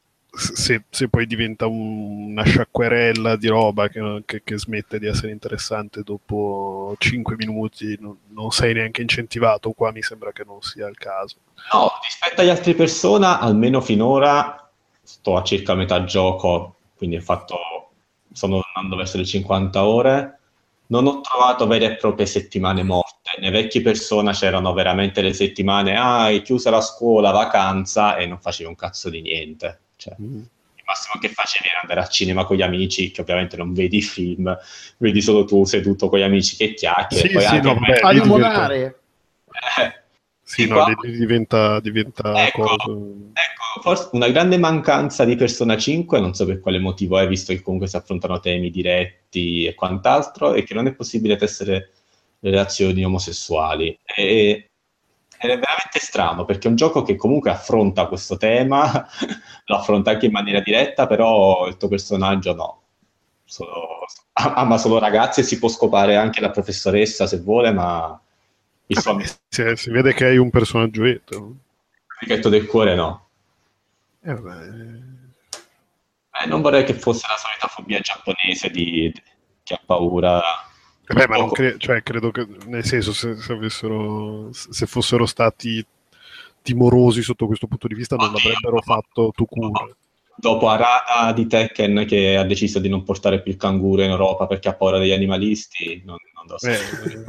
se poi diventa una sciacquerella di roba che smette di essere interessante dopo 5 minuti, non sei neanche incentivato. Qua mi sembra che non sia il caso. No, rispetto agli altri Persona, almeno finora sto a circa metà gioco, quindi sono andando verso le 50 ore. Non ho trovato vere e proprie settimane morte. Nei vecchi Persona c'erano veramente le settimane, hai chiusa la scuola, vacanza, e non facevi un cazzo di niente. Cioè, il massimo che facevi era andare al cinema con gli amici, che ovviamente non vedi il film, vedi solo tu seduto con gli amici che chiacchieri. Sì, poi sì, no, vabbè, a limonare. Sì, no, diventa Ecco, forse una grande mancanza di Persona 5, non so per quale motivo, visto che comunque si affrontano temi diretti e quant'altro, è che non è possibile tessere relazioni omosessuali. Ed è veramente strano, perché è un gioco che comunque affronta questo tema, lo affronta anche in maniera diretta, però il tuo personaggio no. Ama solo ragazzi, e si può scopare anche la professoressa se vuole, ma il suo amico... si vede che hai un personaggetto. Amichetto del cuore no. Vabbè. Non vorrei che fosse la solita fobia giapponese di che ha paura. Ma non credo che, nel senso, se fossero stati timorosi sotto questo punto di vista, non l'avrebbero fatto tout court. Dopo Arata di Tekken che ha deciso di non portare più il canguro in Europa perché ha paura degli animalisti, non lo so.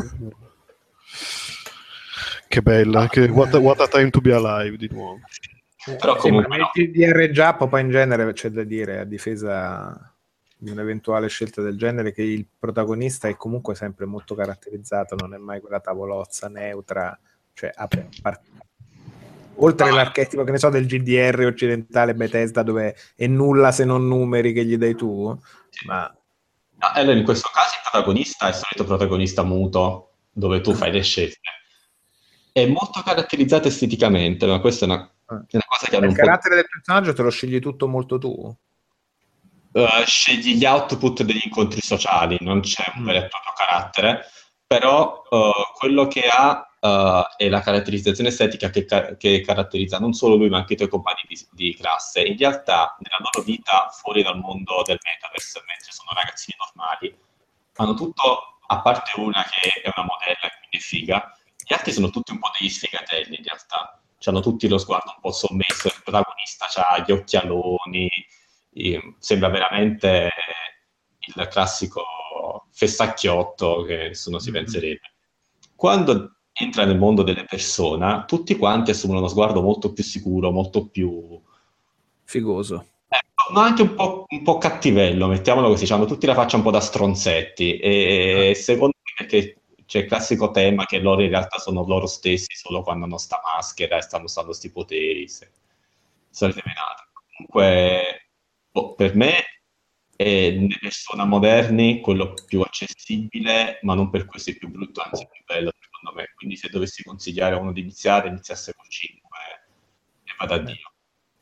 Che bella, what a time to be alive di nuovo. Però comunque il GDR Giappo poi in genere c'è da dire a difesa di un'eventuale scelta del genere che il protagonista è comunque sempre molto caratterizzato, non è mai quella tavolozza neutra, cioè oltre l'archetipo che ne so del GDR occidentale Bethesda dove è nulla se non numeri che gli dai tu, ma allora in questo caso il protagonista è il solito protagonista muto dove tu fai le scelte, è molto caratterizzato esteticamente, ma questa è una cosa che hanno il carattere del personaggio te lo scegli tutto molto tu? Scegli gli output degli incontri sociali, non c'è un vero e proprio carattere, però quello che ha è la caratterizzazione estetica che caratterizza non solo lui ma anche i tuoi compagni di classe. In realtà nella loro vita fuori dal mondo del metaverse, mentre sono ragazzini normali, hanno tutto, a parte una che è una modella e quindi è figa, gli altri sono tutti un po' degli sfigatelli in realtà, hanno tutti lo sguardo un po' sommesso, il protagonista ha gli occhialoni, sembra veramente il classico fessacchiotto che nessuno si penserebbe. Quando entra nel mondo delle persone, tutti quanti assumono uno sguardo molto più sicuro, molto più figoso, ma anche un po' cattivello, mettiamolo così, hanno tutti la faccia un po' da stronzetti e secondo me perché c'è il classico tema che loro in realtà sono loro stessi solo quando hanno sta maschera e stanno usando sti poteri, solite menate. Comunque per me nelle persone moderni quello più accessibile, ma non per questo è più brutto, anzi è più bello secondo me. Quindi se dovessi consigliare a uno di iniziasse col 5 e vada a Dio.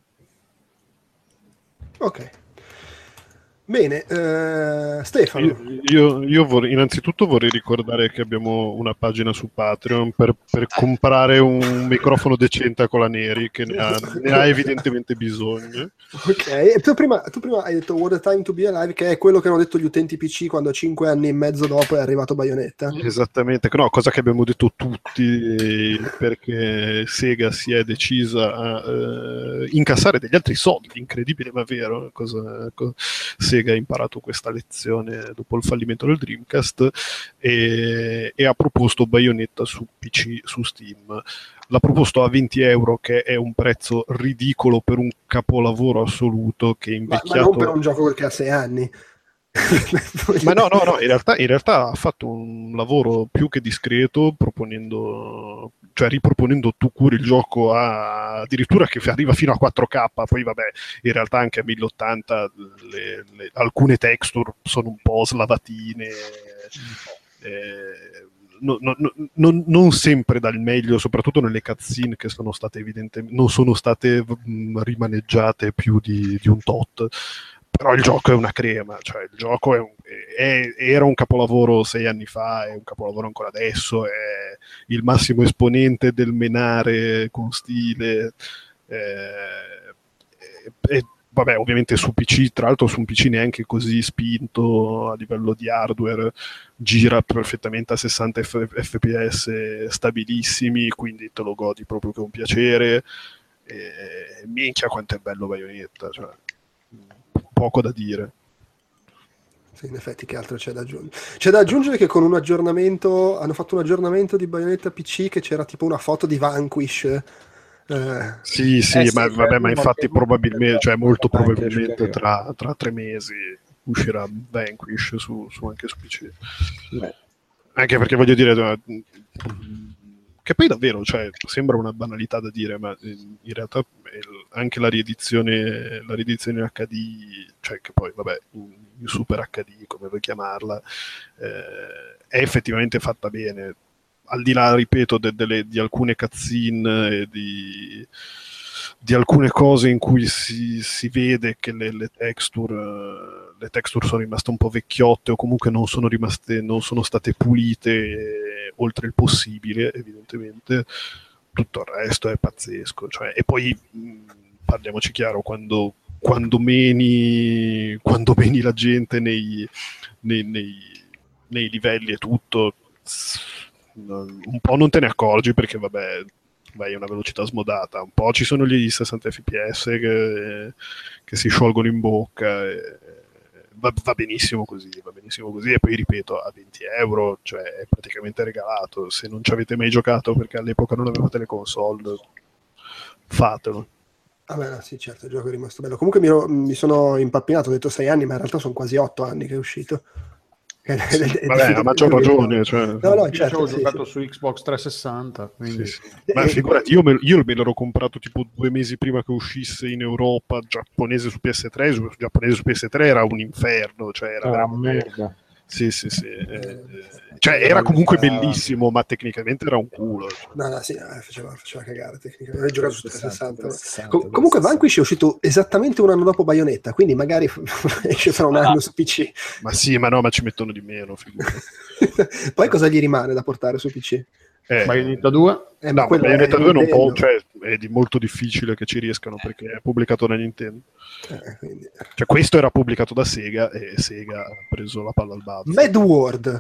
Ok. Bene, Stefano. Io innanzitutto vorrei ricordare che abbiamo una pagina su Patreon per comprare un microfono decente con la Neri che ne ha evidentemente bisogno. Ok, e tu prima hai detto What a Time to be Alive, che è quello che hanno detto gli utenti PC quando 5 anni e mezzo dopo è arrivato Bayonetta. Esattamente, no, cosa che abbiamo detto tutti, perché Sega si è decisa a incassare degli altri soldi, incredibile ma vero, Sega ha imparato questa lezione dopo il fallimento del Dreamcast e ha proposto Bayonetta su PC, su Steam. L'ha proposto a 20 euro, che è un prezzo ridicolo per un capolavoro assoluto che è invecchiato. Ma non per un gioco che ha 6 anni. Ma no, in realtà ha fatto un lavoro più che discreto, riproponendo tu curi il gioco addirittura che arriva fino a 4K, poi vabbè, in realtà anche a 1080 alcune texture sono un po' slavatine, non sempre dal meglio, soprattutto nelle cutscene che sono state evidentemente non sono state rimaneggiate più di un tot. Però il gioco è una crema, cioè il gioco era un capolavoro 6 anni fa, è un capolavoro ancora adesso, è il massimo esponente del menare con stile, e vabbè, ovviamente su PC, tra l'altro su un PC neanche così spinto a livello di hardware, gira perfettamente a 60 fps stabilissimi, quindi te lo godi proprio con piacere, e minchia quanto è bello Bayonetta, cioè poco da dire. Sì, in effetti, che altro c'è da aggiungere? C'è da aggiungere che con un aggiornamento hanno fatto un aggiornamento di Bayonetta PC che c'era tipo una foto di Vanquish. Sì, ma vabbè, ma infatti probabilmente, cioè molto probabilmente tra 3 mesi uscirà Vanquish anche su PC. Beh. Anche perché voglio dire, che poi davvero, cioè, sembra una banalità da dire, ma in realtà anche la riedizione in HD, cioè che poi vabbè in Super HD come vuoi chiamarla, è effettivamente fatta bene, al di là, ripeto, di alcune cutscene e di alcune cose in cui si vede che le texture sono rimaste un po' vecchiotte o comunque non sono state pulite oltre il possibile, evidentemente. Tutto il resto è pazzesco, cioè, e poi parliamoci chiaro, quando quando meni la gente nei livelli e tutto, un po' non te ne accorgi perché vabbè, vai a una velocità smodata, un po' ci sono gli 60 fps che si sciolgono in bocca, va benissimo così, e poi ripeto, a 20 euro, cioè è praticamente regalato. Se non ci avete mai giocato perché all'epoca non avevate le console, fatelo. Vabbè, no, sì, certo, il gioco è rimasto bello. Comunque mi sono impappinato, ho detto 6 anni, ma in realtà sono quasi 8 anni che è uscito. Vabbè, ma c'ho ragione. Cioè. No, certo, ho giocato su Xbox 360. Quindi... Sì. Ma figurati, io me l'ero comprato tipo 2 mesi prima che uscisse in Europa, giapponese su PS3. Giapponese su PS3 era un inferno, cioè era veramente... merda. Sì. Cioè era comunque bellissimo, ma tecnicamente era un culo. No, sì, faceva cagare tecnicamente. Ho giocato su 360. Comunque Vanquish è uscito esattamente un anno dopo Bayonetta, quindi magari esce fra un anno su PC. Ma sì, ma ci mettono di meno. Poi cosa gli rimane da portare su PC? Bayonetta 2? No, Bayonetta 2 non può, cioè è molto difficile che ci riescano perché è pubblicato da Nintendo. Quindi... Cioè questo era pubblicato da Sega e Sega ha preso la palla al balzo. Mad World.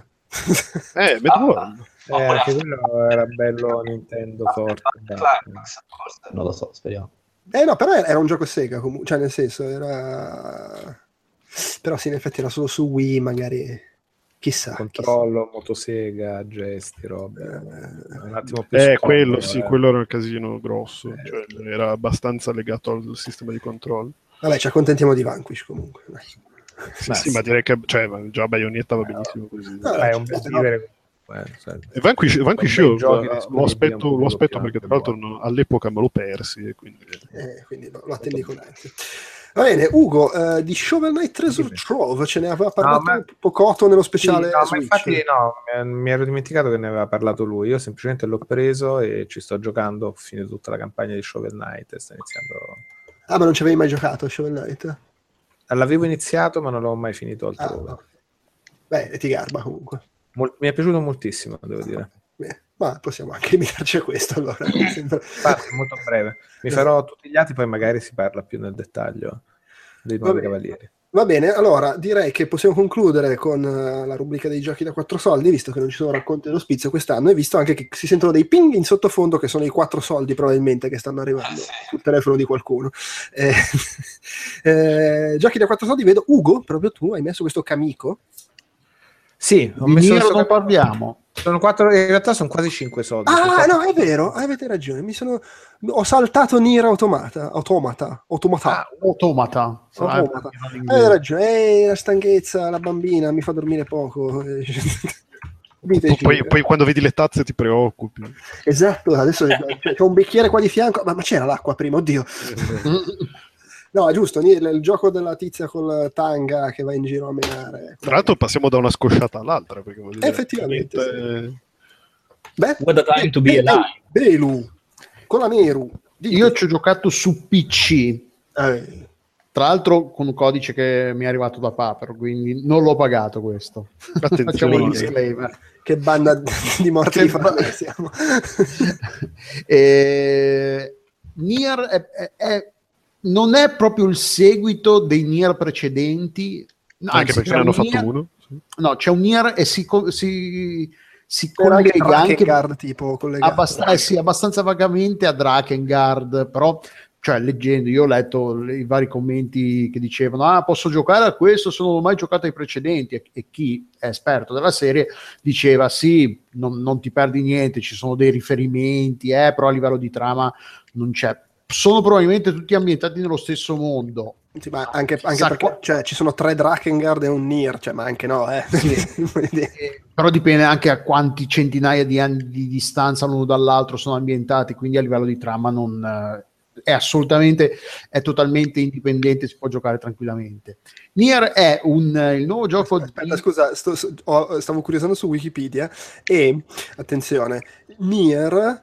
Anche quello era bello Nintendo forte. Non lo so, speriamo. No, però era un gioco Sega comunque, cioè nel senso era... Però sì, in effetti era solo su Wii, magari... Chissà. Controllo, motosega, gesti, robe. Un attimo più quello sì, quello era un casino grosso, cioè era abbastanza legato al sistema di controllo. Vabbè, ci accontentiamo di Vanquish comunque. Sì, ma direi che già Bayonetta va benissimo così. È un bel vivere. E Vanquish io lo aspetto perché tra l'altro all'epoca me lo persi e quindi lo attendi con ansia. Va bene, Ugo, di Shovel Knight Treasure Trove ce ne aveva parlato Pocotto nello speciale ma Switch. infatti mi ero dimenticato che ne aveva parlato lui. Io semplicemente l'ho preso e ci sto giocando, ho finito tutta la campagna di Shovel Knight e sto iniziando. Ma non ci avevi mai giocato a Shovel Knight? L'avevo iniziato ma non l'ho mai finito altrove. No. Beh, ti garba comunque. Mi è piaciuto moltissimo, devo dire. Ma possiamo anche limitarci a questo allora. Molto breve. Mi farò tutti gli altri, poi magari si parla più nel dettaglio dei nuovi cavalieri. Va bene, allora direi che possiamo concludere con la rubrica dei giochi da 4 soldi, visto che non ci sono racconti dello quest'anno, e visto anche che si sentono dei ping in sottofondo che sono i 4 soldi probabilmente che stanno arrivando sul telefono di qualcuno. Giochi da 4 soldi, vedo Ugo, proprio tu hai messo questo Kamiko. Sì, ho messo Nier non parliamo. Sono 4, in realtà sono quasi 5 soldi. No, è vero, avete ragione. Ho saltato Nier Automata. Hai ragione, la stanchezza, la bambina mi fa dormire poco. Poi quando vedi le tazze ti preoccupi. Esatto, adesso c'è un bicchiere qua di fianco, ma c'era l'acqua prima, oddio. No, è giusto, il gioco della tizia col tanga che va in giro a menare. Tra l'altro passiamo da una scosciata all'altra. Perché effettivamente. Sì. What a time to be alive. Belu, con la Neru. Io ci ho giocato su PC. Tra l'altro con un codice che mi è arrivato da Paper, quindi non l'ho pagato questo. Facciamo un disclaimer. Che banda di morti di famiglia siamo. Nier non è proprio il seguito dei Nier precedenti. Anche perché ne hanno fatto uno. Sì. No, c'è un Nier e si collega anche tipo collegato. Abbastanza vagamente a Drakengard, però cioè leggendo, io ho letto i vari commenti che dicevano posso giocare a questo se non ho mai giocato ai precedenti, e chi è esperto della serie diceva sì, non ti perdi niente, ci sono dei riferimenti, però a livello di trama non c'è. Sono probabilmente tutti ambientati nello stesso mondo. Sì, ma anche perché cioè, ci sono 3 Drakengard e un Nier, cioè, ma anche no, Sì. Però dipende anche a quanti centinaia di anni di distanza l'uno dall'altro sono ambientati, quindi a livello di trama non è totalmente indipendente, si può giocare tranquillamente. Nier è il nuovo gioco. Aspetta, scusa, stavo curiosando su Wikipedia e attenzione, Nier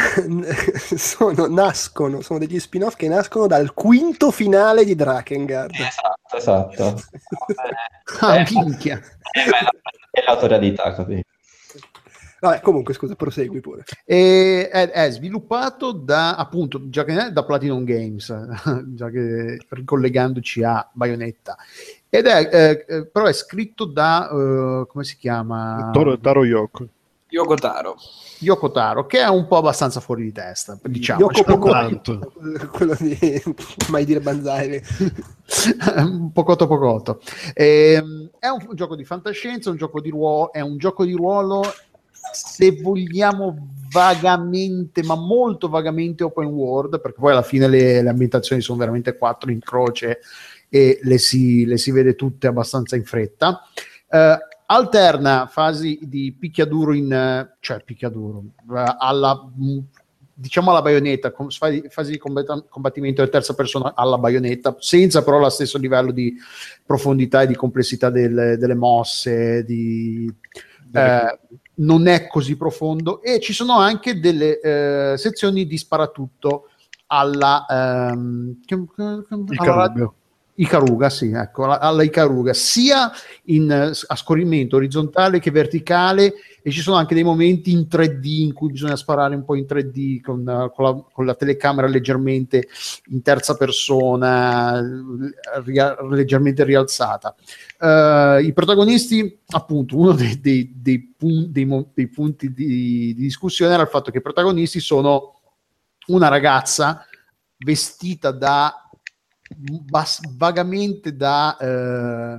sono degli spin-off che nascono dal quinto finale di Drakengard. Esatto. Minchia. È l'autorialità, capito? Vabbè, comunque, scusa, prosegui pure. E è sviluppato da, appunto, già che da Platinum Games, già che ricollegandoci a Bayonetta. Ed è però è scritto da come si chiama? Taro Yoko. Yoko Taro, che è un po' abbastanza fuori di testa, diciamo. Yoko poco tanto. quello di mai dire Banzai. Un pocotto. È un gioco di fantascienza, un gioco di ruolo, è un gioco di ruolo, se vogliamo, vagamente, ma molto vagamente open world, perché poi alla fine le ambientazioni sono veramente 4 in croce e le si vede tutte abbastanza in fretta. Alterna fasi di picchiaduro alla, diciamo, alla Bayonetta, fasi di combattimento in terza persona alla Bayonetta, senza però lo stesso livello di profondità e di complessità delle mosse, non è così profondo, e ci sono anche delle sezioni di sparatutto alla Ikaruga, sì, ecco, alla Ikaruga, sia a scorrimento orizzontale che verticale, e ci sono anche dei momenti in 3D in cui bisogna sparare un po' in 3D con la telecamera leggermente in terza persona, leggermente rialzata. I protagonisti, appunto, uno dei punti di discussione era il fatto che i protagonisti sono una ragazza vestita vagamente da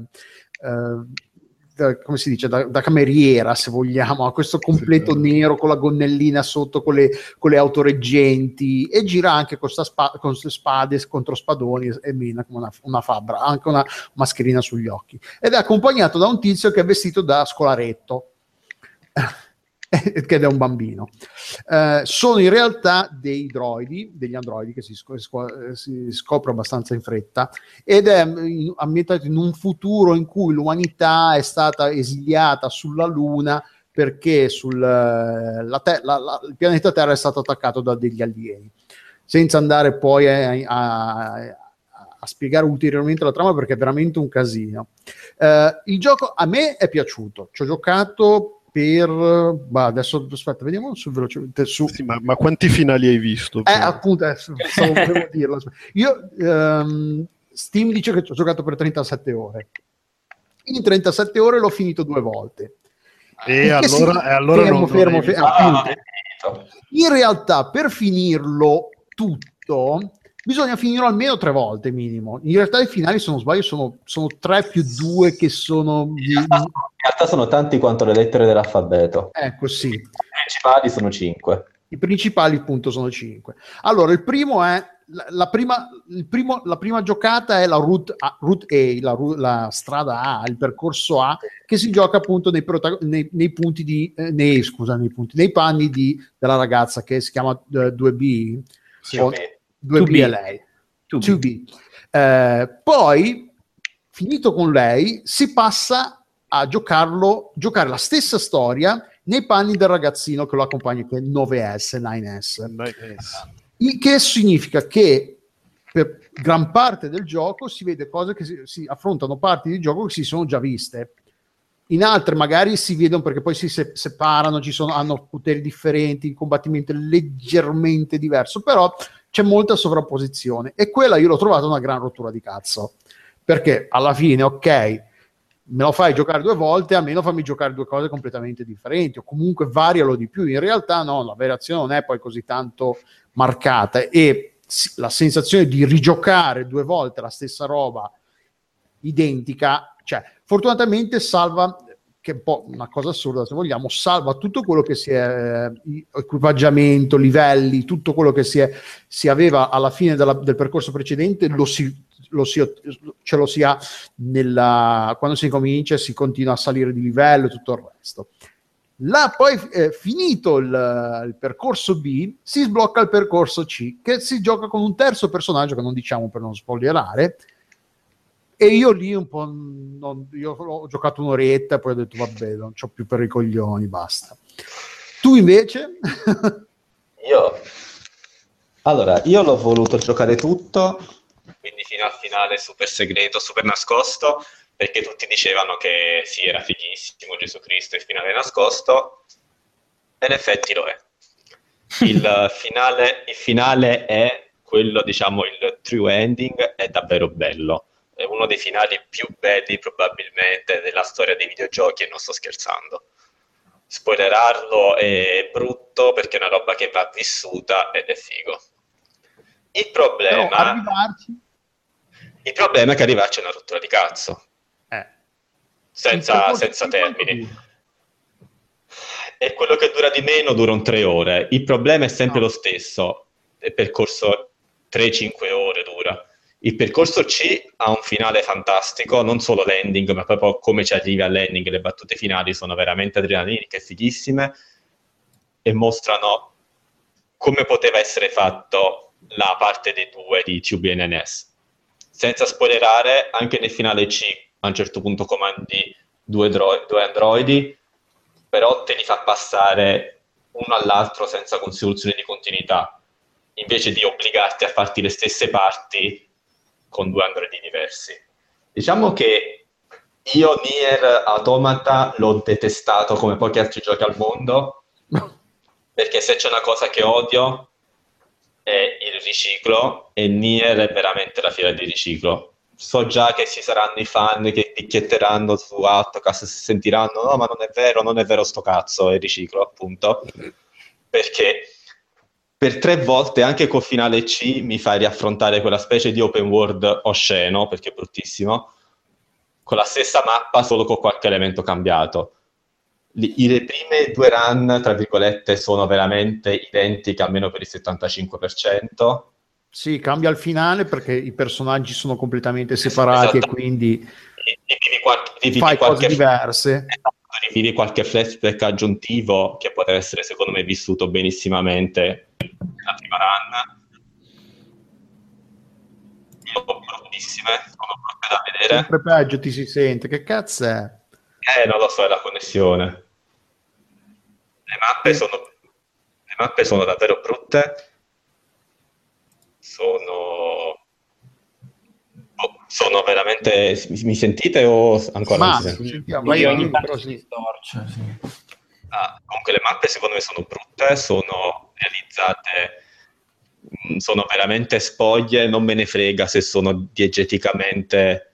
come si dice, da cameriera, se vogliamo, ha questo completo nero con la gonnellina sotto, con le autoreggenti, e gira anche con spade contro spadoni e mina come una fabbra, anche una mascherina sugli occhi, ed è accompagnato da un tizio che è vestito da scolaretto che è un bambino. Sono in realtà degli androidi che si scopre abbastanza in fretta, ed è ambientato in un futuro in cui l'umanità è stata esiliata sulla Luna perché il pianeta Terra è stato attaccato da degli alieni, senza andare poi a spiegare ulteriormente la trama, perché è veramente un casino. Il gioco a me è piaciuto, ci ho giocato adesso aspetta, vediamo velocemente su. Sì, ma quanti finali hai visto? Appunto, volevo dirlo. Io Steam dice che ci ho giocato per 37 ore. In 37 ore l'ho finito 2 volte. E allora fermo. In realtà, per finirlo tutto bisogna finirlo almeno 3 volte minimo. In realtà i finali, se non sbaglio, sono 3 più 2 che sono in realtà sono tanti quanto le lettere dell'alfabeto. Ecco, sì. I principali sono 5. I principali, appunto, sono 5. Allora, il primo è la prima giocata è la route A, la strada A, il percorso A, che si gioca appunto nei panni della ragazza, che si chiama 2B. Sì. 2B lei. 2B. Poi, finito con lei, si passa a giocare la stessa storia nei panni del ragazzino che lo accompagna, che è 9S. Il che significa che per gran parte del gioco si vede cose che si affrontano, parti di gioco che si sono già viste. In altre magari si vedono perché poi si separano, hanno poteri differenti, il combattimento è leggermente diverso, però c'è molta sovrapposizione, e quella io l'ho trovata una gran rottura di cazzo, perché alla fine, ok, me lo fai giocare 2 volte, almeno fammi giocare 2 cose completamente differenti, o comunque varialo di più. In realtà no, la variazione non è poi così tanto marcata, e la sensazione di rigiocare 2 volte la stessa roba identica, cioè, fortunatamente salva, che è un po' una cosa assurda se vogliamo, salva tutto quello che si è equipaggiamento, livelli, tutto quello che si aveva alla fine del percorso precedente, ce lo si ha quando si comincia e si continua a salire di livello e tutto il resto. Poi finito il percorso B, si sblocca il percorso C, che si gioca con un terzo personaggio, che non diciamo per non spoilerare. E io lì un po' io ho giocato 1 oretta e poi ho detto vabbè, non c'ho più per i coglioni, basta. Tu invece? Io l'ho voluto giocare tutto, quindi fino al finale super segreto, super nascosto, perché tutti dicevano che sì, era fighissimo Gesù Cristo, il finale nascosto. In effetti lo è. Il finale è quello, diciamo, il true ending è davvero bello. È uno dei finali più belli probabilmente della storia dei videogiochi e non sto scherzando. Spoilerarlo è brutto perché è una roba che va vissuta ed è figo. Il problema è che arrivarci è una rottura di cazzo. Senza termini. E quello che dura di meno dura un 3 ore. Il problema è sempre lo stesso. Il percorso 3-5 ore dura. Il percorso C ha un finale fantastico, non solo l'ending, ma proprio come ci arrivi all'ending. Le battute finali sono veramente adrenaliniche, fighissime, e mostrano come poteva essere fatto la parte dei due di TUBNNS. Senza spoilerare, anche nel finale C a un certo punto comandi due androidi, però te li fa passare uno all'altro senza soluzione di continuità, invece di obbligarti a farti le stesse parti con due androidi diversi. Diciamo che io Nier Automata l'ho detestato come pochi altri giochi al mondo, perché se c'è una cosa che odio è il riciclo, e Nier è veramente la fiera di riciclo. So già che ci saranno i fan che picchietteranno su Outcast e sentiranno no, ma non è vero sto cazzo, è riciclo, appunto, perché per 3 volte anche col finale C mi fai riaffrontare quella specie di open world osceno, perché è bruttissimo, con la stessa mappa solo con qualche elemento cambiato. Le prime 2 run, tra virgolette, sono veramente identiche, almeno per il 75%. Sì, cambia il finale perché i personaggi sono completamente separati, esatto. E quindi fai cose diverse. Rivivi qualche flashback aggiuntivo che potrebbe essere, secondo me, vissuto benissimamente la prima run. Sono bruttissime, sono brutte da vedere. Sempre peggio ti si sente, che cazzo è? Non lo so, è la connessione. Le mappe sono davvero brutte. Sono veramente... Mi sentite o ancora non si sente? Ogni tanto si distorce, sì. Comunque le mappe secondo me sono brutte, sono realizzate, sono veramente spoglie, non me ne frega se sono diegeticamente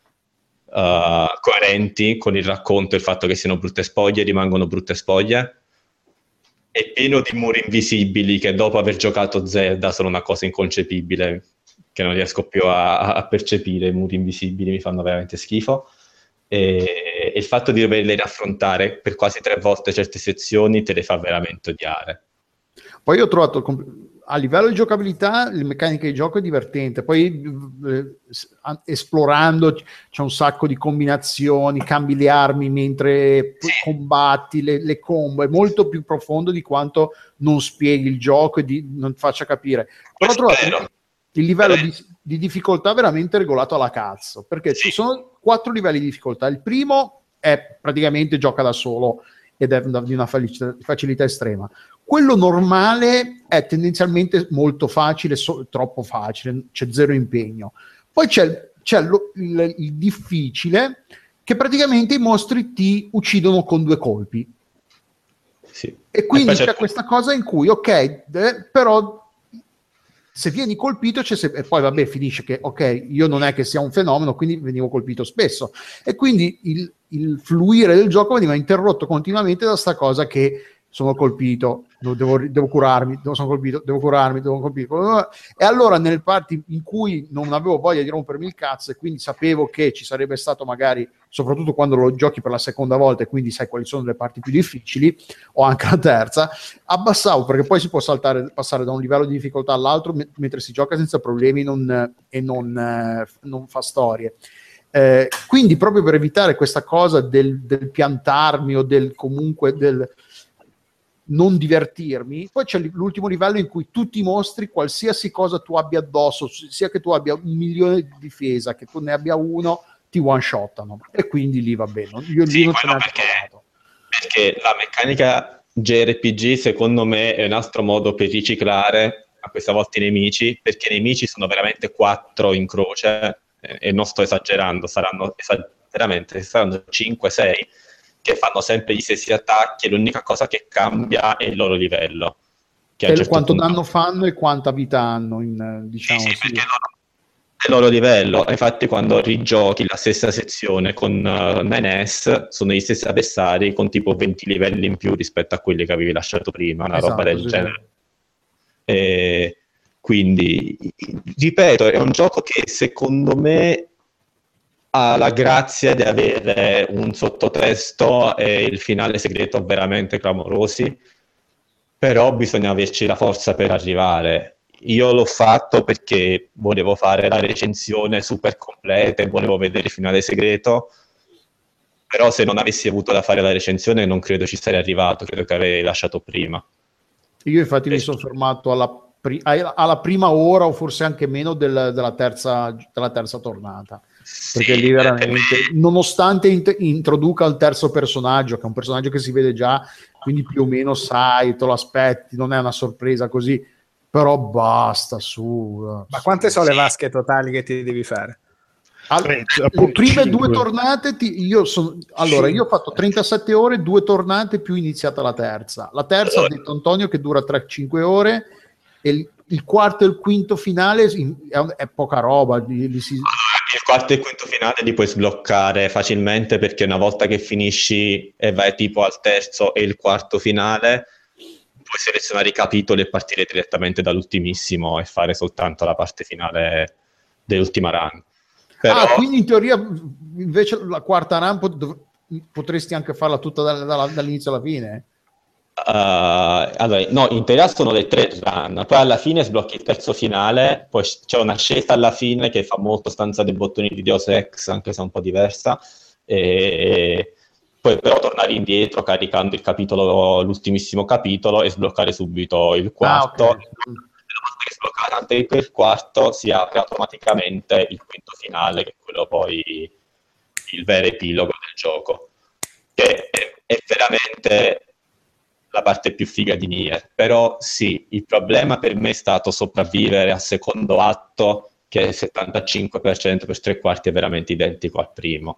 coerenti con il racconto, il fatto che siano brutte spoglie, rimangono brutte spoglie. È pieno di muri invisibili che dopo aver giocato Zelda sono una cosa inconcepibile, che non riesco più a percepire. I muri invisibili mi fanno veramente schifo, e il fatto di doverle raffrontare per quasi 3 volte certe sezioni te le fa veramente odiare. Poi ho trovato a livello di giocabilità le meccaniche di gioco è divertente, poi esplorando c'è un sacco di combinazioni, cambi le armi mentre combatti, le combo, è molto più profondo di quanto non spieghi il gioco e non faccia capire. Però ho trovato il livello di difficoltà veramente regolato alla cazzo, perché ci sono 4 livelli di difficoltà. Il primo è praticamente gioca da solo ed è di una facilità estrema. Quello normale è tendenzialmente molto facile, troppo facile, c'è zero impegno. Poi c'è il difficile, che praticamente i mostri ti uccidono con 2 colpi. Sì. E quindi c'è questa cosa in cui, però se vieni colpito e poi vabbè finisce che io non è che sia un fenomeno, quindi venivo colpito spesso, e quindi il fluire del gioco veniva interrotto continuamente da sta cosa che sono colpito, devo curarmi, sono colpito, devo curarmi, devo colpire. E allora nelle parti in cui non avevo voglia di rompermi il cazzo e quindi sapevo che ci sarebbe stato magari, soprattutto quando lo giochi per la seconda volta e quindi sai quali sono le parti più difficili, o anche la terza, abbassavo, perché poi si può passare da un livello di difficoltà all'altro mentre si gioca senza problemi e non fa storie. Quindi proprio per evitare questa cosa del piantarmi o del non divertirmi, poi c'è l'ultimo livello in cui tutti i mostri, qualsiasi cosa tu abbia addosso, sia che tu abbia 1 milione di difesa, che tu ne abbia 1, ti one-shottano, e quindi lì va bene. Io lì non ce n'ho perché la meccanica JRPG secondo me è un altro modo per riciclare a questa volta i nemici, perché i nemici sono veramente 4 in croce, e non sto esagerando, saranno 5-6, che fanno sempre gli stessi attacchi, e l'unica cosa che cambia è il loro livello. Che a un E certo quanto punto... danno fanno e quanta vita hanno, diciamo. Sì, perché il loro livello. Infatti quando rigiochi la stessa sezione con 9S sono gli stessi avversari con tipo 20 livelli in più rispetto a quelli che avevi lasciato prima, una roba del genere. E quindi, ripeto, è un gioco che secondo me ha la grazia di avere un sottotesto e il finale segreto veramente clamorosi, però bisogna averci la forza per arrivare. Io l'ho fatto perché volevo fare la recensione super completa e volevo vedere il finale segreto, però se non avessi avuto da fare la recensione non credo ci sarei arrivato, credo che avrei lasciato prima. Io infatti mi sono fermato alla prima ora o forse anche meno della terza tornata, perché lì veramente, nonostante introduca il terzo personaggio, che è un personaggio che si vede già, quindi più o meno sai, te lo aspetti, non è una sorpresa così, però basta, su. Ma quante sono le vasche totali che ti devi fare? Le prime 2 tornate io ho fatto 37 ore, 2 tornate più iniziata la terza. La terza ha detto Antonio che dura 3-5 ore e il quarto e il quinto finale è poca roba. Il quarto e il quinto finale li puoi sbloccare facilmente, perché una volta che finisci e vai tipo al terzo e il quarto finale puoi selezionare i capitoli e partire direttamente dall'ultimissimo e fare soltanto la parte finale dell'ultima run. Però... quindi in teoria invece la quarta run potresti anche farla tutta dall'inizio alla fine? Allora, no, in teoria sono le 3 run, poi alla fine sblocchi il terzo finale, poi c'è una scelta alla fine che fa molto stanza dei bottoni di Deus Ex, anche se è un po' diversa, e poi però tornare indietro caricando il capitolo, l'ultimissimo capitolo, e sbloccare subito il quarto. Okay. Che sbloccare anche il quarto si apre automaticamente il quinto finale, che è quello poi il vero epilogo del gioco, che è veramente la parte più figa di Nier. Però sì, il problema per me è stato sopravvivere al secondo atto, che il 75% per 3/4 è veramente identico al primo.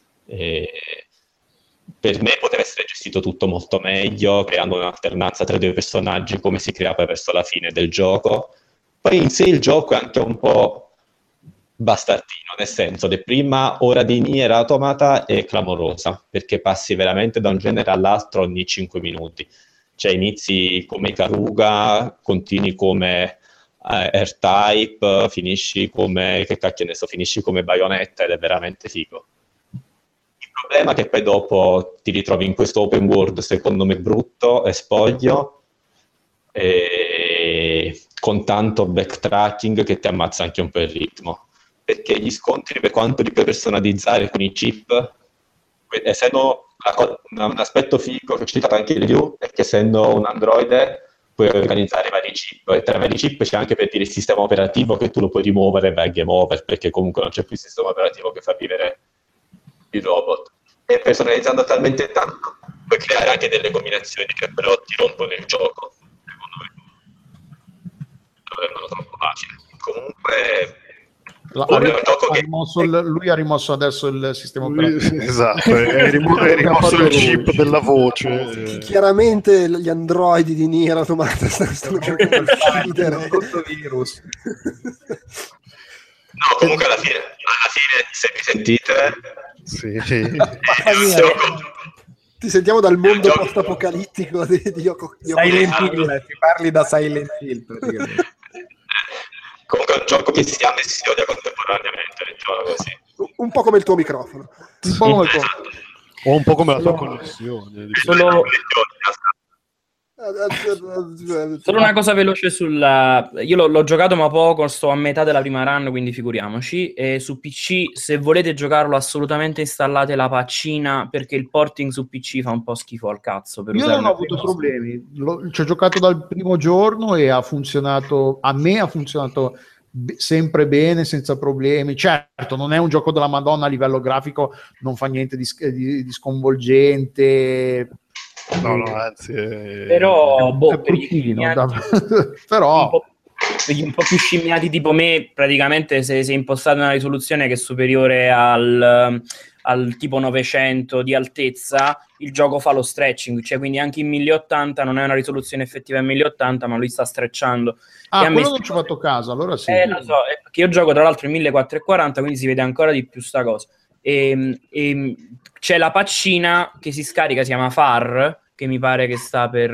Per me poteva essere gestito tutto molto meglio, creando un'alternanza tra i 2 personaggi come si crea poi verso la fine del gioco. Poi in sé il gioco è anche un po' bastardino, nel senso, la prima ora di Nier Automata è clamorosa, perché passi veramente da un genere all'altro ogni 5 minuti. Cioè inizi come Ikaruga, continui come R-Type, finisci come, che cacchio ne so, finisci come Bayonetta, ed è veramente figo. Il problema è che poi dopo ti ritrovi in questo open world secondo me brutto e spoglio, e con tanto backtracking che ti ammazza anche un po' il ritmo, perché gli scontri, per quanto li puoi personalizzare con i chip, essendo un aspetto figo che ho citato anche Liu, è che essendo un androide puoi organizzare vari chip, e tra i vari chip c'è anche, per dire, il sistema operativo, che tu lo puoi rimuovere e vai a game over, perché comunque non c'è più il sistema operativo che fa vivere il robot. E personalizzando talmente tanto puoi creare anche delle combinazioni che però ti rompono il gioco, secondo me lo rendono troppo facile. Comunque lui ha rimosso adesso il sistema operativo. Esatto, è rimosso il chip della voce. Chiaramente gli androidi di Nier Automata stanno cercando di uccidere questo virus. No, comunque alla fine se mi sentite, ti sentiamo dal mondo post-apocalittico di Silent Hill, ti parli da Silent Hill praticamente. Comunque è un gioco che si ama e si odia contemporaneamente, diciamo così. Un po' come il tuo microfono. Un po' come il tuo... O un po' come la tua connessione. Solo una cosa veloce io l'ho giocato ma poco, sto a metà della prima run, quindi figuriamoci. E su PC, se volete giocarlo, assolutamente installate la paccina, perché il porting su PC fa un po' schifo al cazzo. Io non ho avuto problemi, ci ho giocato dal primo giorno e ha funzionato, a me ha funzionato sempre bene, senza problemi. Certo, non è un gioco della Madonna a livello grafico, non fa niente di sconvolgente. No, anzi, però è bruttino, però quelli un po' più scimmiati tipo me, praticamente se impostate una risoluzione che è superiore al tipo 900 di altezza, il gioco fa lo stretching, cioè quindi anche in 1080 non è una risoluzione effettiva in 1080, ma lui sta stretchando. Ah, e quello non ci ho fatto caso, allora sì. Lo so, perché io gioco tra l'altro in 1440, quindi si vede ancora di più sta cosa. E c'è la paccina che si scarica, si chiama FAR, che mi pare che sta per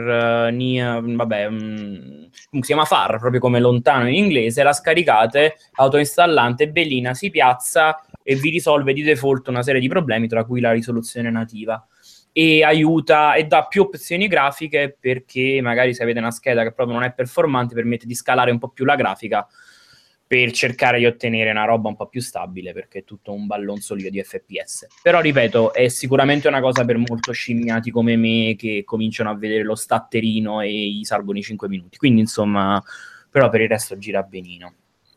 si chiama FAR, proprio come lontano in inglese. La scaricate, autoinstallante, bellina, si piazza e vi risolve di default una serie di problemi, tra cui la risoluzione nativa. E aiuta e dà più opzioni grafiche, perché magari se avete una scheda che proprio non è performante, permette di scalare un po' più la grafica per cercare di ottenere una roba un po' più stabile, perché è tutto un ballonzolio di FPS. Però ripeto, è sicuramente una cosa per molto scimmiati come me, che cominciano a vedere lo statterino e gli salgono i 5 minuti. Quindi insomma, però per il resto gira benino.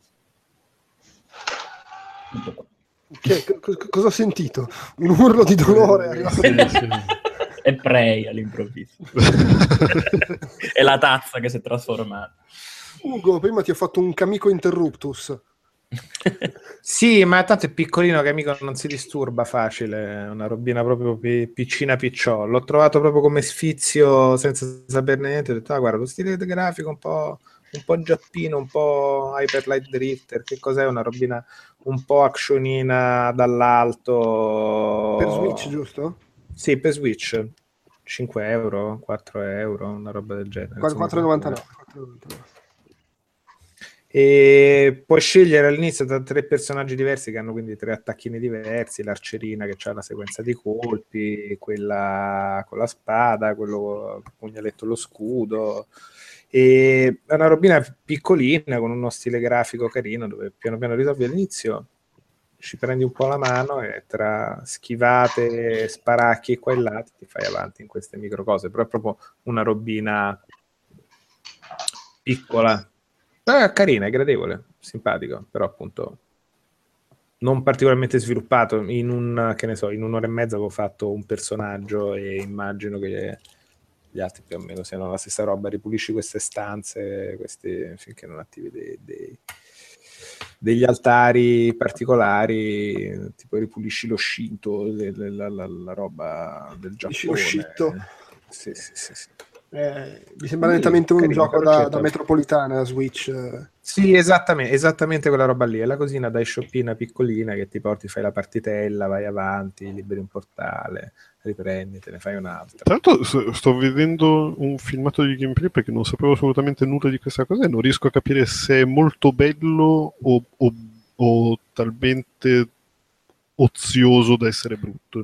Cosa ho sentito? Un urlo di dolore. È Prey all'improvviso. È la tazza che si è trasformata. Ugo, prima ti ho fatto un Kamico Interruptus. Sì, ma tanto è piccolino, che amico non si disturba facile, è una robina proprio piccina picciò. L'ho trovato proprio come sfizio senza saperne niente. Ho detto, guarda, lo stile grafico un po' giappino, un po' Hyper Light Drifter. Che cos'è? Una robina un po' actionina dall'alto. Per Switch, giusto? Sì, per Switch. 5 euro, 4 euro, una roba del genere. 4,99. E puoi scegliere all'inizio tra 3 personaggi diversi che hanno quindi 3 attacchini diversi: l'arcerina che ha una sequenza di colpi, quella con la spada, quello con il pugnaletto e lo scudo. E è una robina piccolina con uno stile grafico carino, dove piano piano risolvi. All'inizio ci prendi un po' la mano e tra schivate, sparacchi qua e là ti fai avanti in queste micro cose, però è proprio una robina piccola. Carina, è gradevole, simpatico, però appunto non particolarmente sviluppato. In un'ora e mezza avevo fatto un personaggio e immagino che gli altri più o meno siano la stessa roba. Ripulisci queste stanze, finché non attivi degli altari particolari, tipo ripulisci lo Shinto, la roba del Giappone. Lo Shinto. Sì. Mi sembra nettamente un gioco da metropolitana Switch. Sì, esattamente quella roba lì. È la cosina da shoppina piccolina che ti porti, fai la partitella, vai avanti, liberi un portale, riprendi, te ne fai un'altra. Tra l'altro sto vedendo un filmato di gameplay perché non sapevo assolutamente nulla di questa cosa e non riesco a capire se è molto bello o talmente ozioso da essere brutto.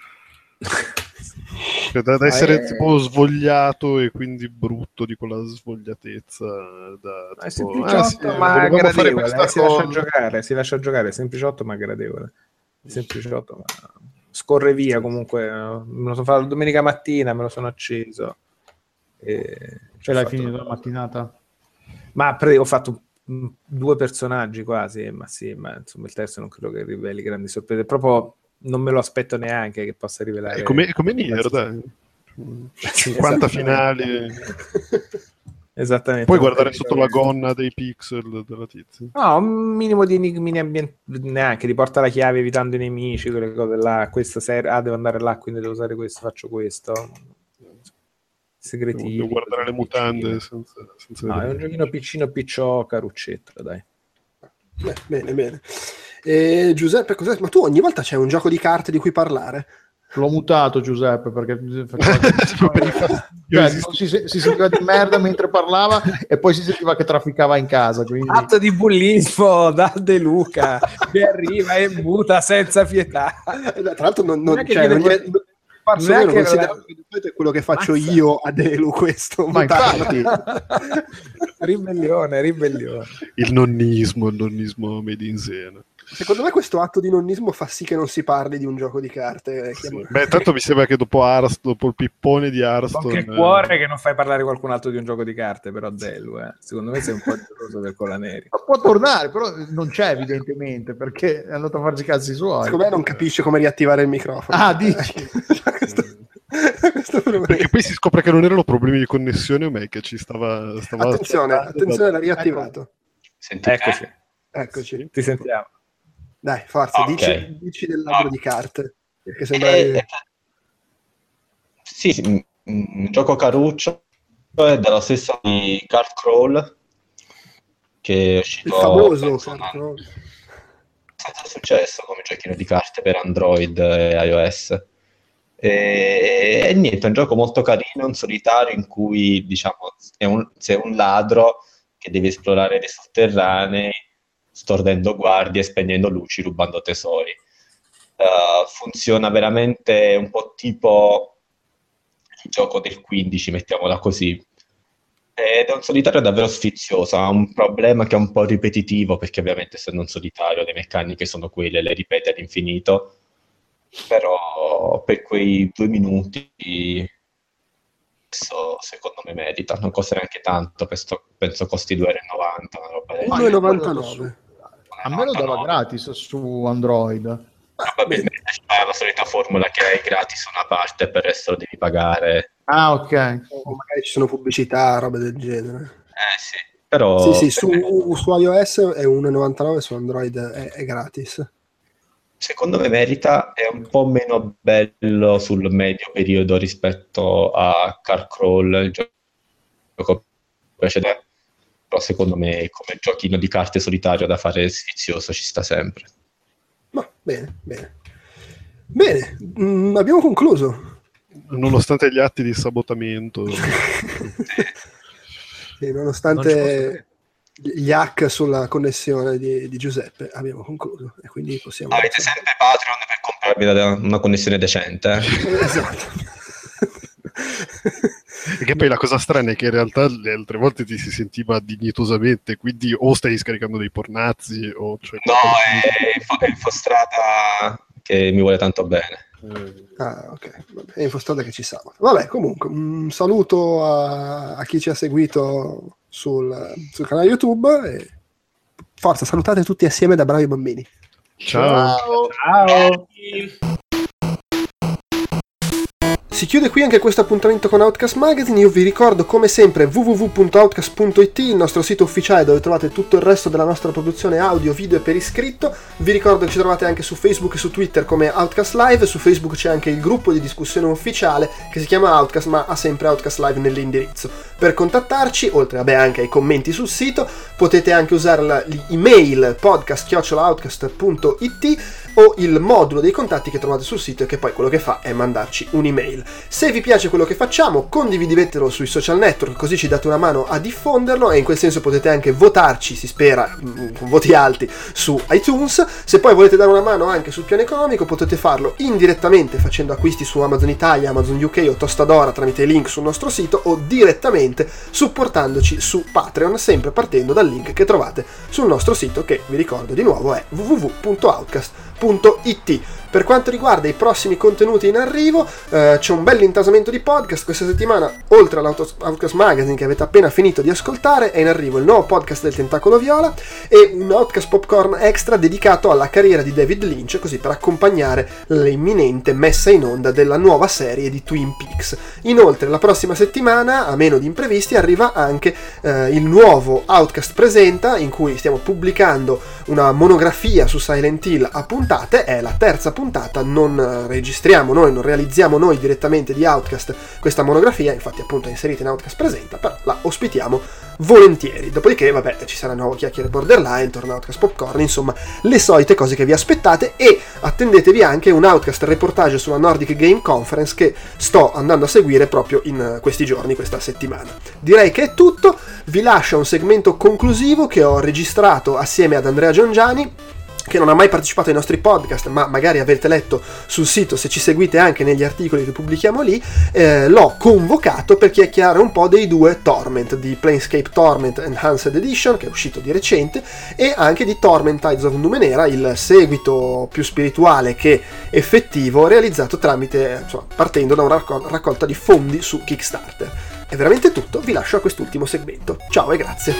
Da essere tipo svogliato e quindi brutto, di quella svogliatezza è sempliciotto ma gradevole, si lascia giocare, è sempliciotto ma gradevole, sempliciotto ma scorre via. Comunque me lo sono fatto domenica mattina, me lo sono acceso cioè l'hai finito la mattinata? Ma ho fatto 2 personaggi quasi, ma insomma il terzo non credo che riveli grandi sorprese, proprio non me lo aspetto neanche che possa rivelare. Come Nier, dai. 50 finali. Esattamente. Puoi guardare sotto la gonna dei pixel della tizia. No, un minimo di enigmi neanche, ti porta la chiave evitando i nemici, quelle cose là. Questo serve, devo andare là, quindi devo usare questo, faccio questo. Segretini. Devo guardare le mutande senza no, è un giochino piccino picciò caruccetto, dai. Bene. Giuseppe, ma tu ogni volta c'è un gioco di cui parlare? L'ho mutato Giuseppe perché si sentiva di merda mentre parlava e poi si sentiva che trafficava in casa, quindi... Atto di bullismo da De Luca che arriva e muta senza pietà. Tra l'altro non è quello che faccio io a Delu, questo, ma infatti ribellione. Il nonnismo made in Zena. Secondo me questo atto di nonnismo fa sì che non si parli di un gioco di carte. Sì. Beh, tanto mi sembra che dopo il pippone di Hearthstone... Che cuore che non fai parlare qualcun altro di un gioco di carte, però Delu, secondo me sei un po' geloso del Colaneri. Può tornare, però non c'è evidentemente, perché è andato a farsi i cazzi suoi. Secondo me non capisce come riattivare il microfono. Ah, dici? Perché poi si scopre che non erano problemi di connessione o me che ci stava attenzione, l'ha riattivato. Eccoci. Ti sentiamo. Dai, forza, Ok. dici del ladro di carte. Che sembra... Sì, un gioco caruccio, è della stessa di Card Crawl, che è uscito il famoso penso, Card Crawl. senza successo come giochino di carte per Android e iOS. E niente, è un gioco molto carino, un solitario in cui diciamo sei un ladro che deve esplorare dei sotterranei, stordendo guardie, spegnendo luci, rubando tesori. Funziona veramente un po' tipo il gioco del 15, mettiamola così. Ed è un solitario davvero sfizioso, ha un problema che è un po' ripetitivo, perché ovviamente essendo un solitario le meccaniche sono quelle, le ripete all'infinito, però per quei 2 minuti secondo me merita, non costa neanche tanto, penso costi 2,90 €, una roba del genere. 1,99. A me lo dava gratis su Android. Probabilmente è la solita formula che hai gratis una parte e per il resto lo devi pagare. Ah, ok. O magari ci sono pubblicità, robe del genere. Sì, però... Sì, su iOS è 1,99, su Android è gratis. Secondo me merita, è un po' meno bello sul medio periodo rispetto a Card Crawl, il gioco precedente, però secondo me come giochino di carte solitario da fare sfizioso ci sta sempre. Ma bene. Abbiamo concluso. Nonostante gli atti di sabotamento. Sì, nonostante gli hack sulla connessione di Giuseppe, abbiamo concluso e quindi possiamo... Avete sempre Patreon per comprarvi una connessione decente. Esatto. E che poi la cosa strana è che in realtà le altre volte ti si sentiva dignitosamente, quindi o stai scaricando dei pornazzi o... Cioè, no, è Infostrada che mi vuole tanto bene. Ah, ok, vabbè, è Infostrada che ci salva. Vabbè, comunque, un saluto a chi ci ha seguito sul canale YouTube e forza, salutate tutti assieme da bravi bambini. Ciao. Si chiude qui anche questo appuntamento con Outcast Magazine. Io vi ricordo come sempre www.outcast.it, il nostro sito ufficiale dove trovate tutto il resto della nostra produzione audio, video e per iscritto. Vi ricordo che ci trovate anche su Facebook e su Twitter come Outcast Live. Su Facebook c'è anche il gruppo di discussione ufficiale che si chiama Outcast, ma ha sempre Outcast Live nell'indirizzo. Per contattarci, oltre anche ai commenti sul sito, potete anche usare l'email podcast@outcast.it o il modulo dei contatti che trovate sul sito e che poi quello che fa è mandarci un'email. Se vi piace quello che facciamo, condividetelo sui social network, così ci date una mano a diffonderlo e in quel senso potete anche votarci, si spera, con voti alti su iTunes. Se poi volete dare una mano anche sul piano economico, potete farlo indirettamente facendo acquisti su Amazon Italia, Amazon UK o Tostadora tramite i link sul nostro sito o direttamente supportandoci su Patreon, sempre partendo dal link che trovate sul nostro sito che, vi ricordo di nuovo, è www.outcast.it. Per quanto riguarda i prossimi contenuti in arrivo, c'è un bel intasamento di podcast questa settimana. Oltre all'Outcast Magazine che avete appena finito di ascoltare, è in arrivo il nuovo podcast del Tentacolo Viola e un Outcast Popcorn Extra dedicato alla carriera di David Lynch, così per accompagnare l'imminente messa in onda della nuova serie di Twin Peaks. Inoltre la prossima settimana, a meno di imprevisti, arriva anche il nuovo Outcast Presenta, in cui stiamo pubblicando una monografia su Silent Hill a puntate. È la terza puntata, non registriamo noi, non realizziamo noi direttamente di Outcast questa monografia, infatti appunto è inserita in Outcast Presenta, però la ospitiamo volentieri. Dopodiché, vabbè, ci sarà nuovo Chiacchiere Borderline, torna Outcast Popcorn, insomma, le solite cose che vi aspettate, e attendetevi anche un Outcast reportage sulla Nordic Game Conference che sto andando a seguire proprio in questi giorni, questa settimana. Direi che è tutto, vi lascio un segmento conclusivo che ho registrato assieme ad Andrea Giangiani, che non ha mai partecipato ai nostri podcast, ma magari avete letto sul sito se ci seguite anche negli articoli che pubblichiamo lì. L'ho convocato per chiacchierare un po' dei due Torment, di Planescape Torment Enhanced Edition, che è uscito di recente, e anche di Torment Tides of Numenera, il seguito più spirituale che effettivo, realizzato tramite, partendo da una raccolta di fondi su Kickstarter. È veramente tutto, vi lascio a quest'ultimo segmento. Ciao e grazie.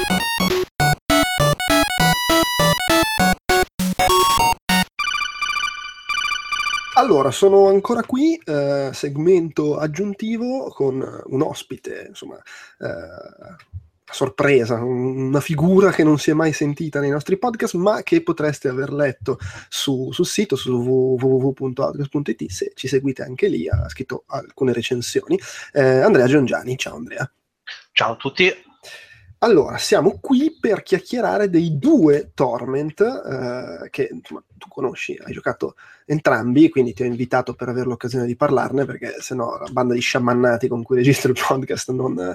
Allora, sono ancora qui, segmento aggiuntivo con un ospite, insomma, a sorpresa, una figura che non si è mai sentita nei nostri podcast, ma che potreste aver letto sul sito, su www.outcast.it, se ci seguite anche lì, ha scritto alcune recensioni. Andrea Giangiani, ciao Andrea. Ciao a tutti. Allora, siamo qui per chiacchierare dei 2 Torment, che insomma, tu conosci, hai giocato entrambi, quindi ti ho invitato per avere l'occasione di parlarne, perché sennò la banda di sciamannati con cui registro il podcast non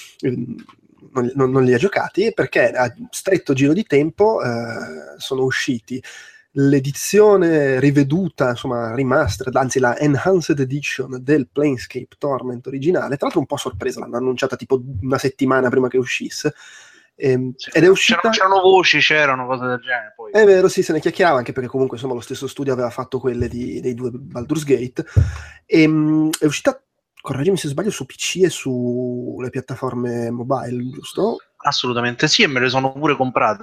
li ha giocati, perché a stretto giro di tempo sono usciti l'edizione riveduta, insomma remastered, anzi la enhanced edition del Planescape Torment originale, tra l'altro un po' sorpresa, l'hanno annunciata tipo una settimana prima che uscisse, ed è uscita... C'erano voci, c'erano cose del genere poi. È vero, sì, se ne chiacchierava, anche perché comunque insomma lo stesso studio aveva fatto quelle dei 2 Baldur's Gate, è uscita, correggimi se sbaglio, su PC e sulle piattaforme mobile, giusto? Assolutamente sì, e me le sono pure comprate.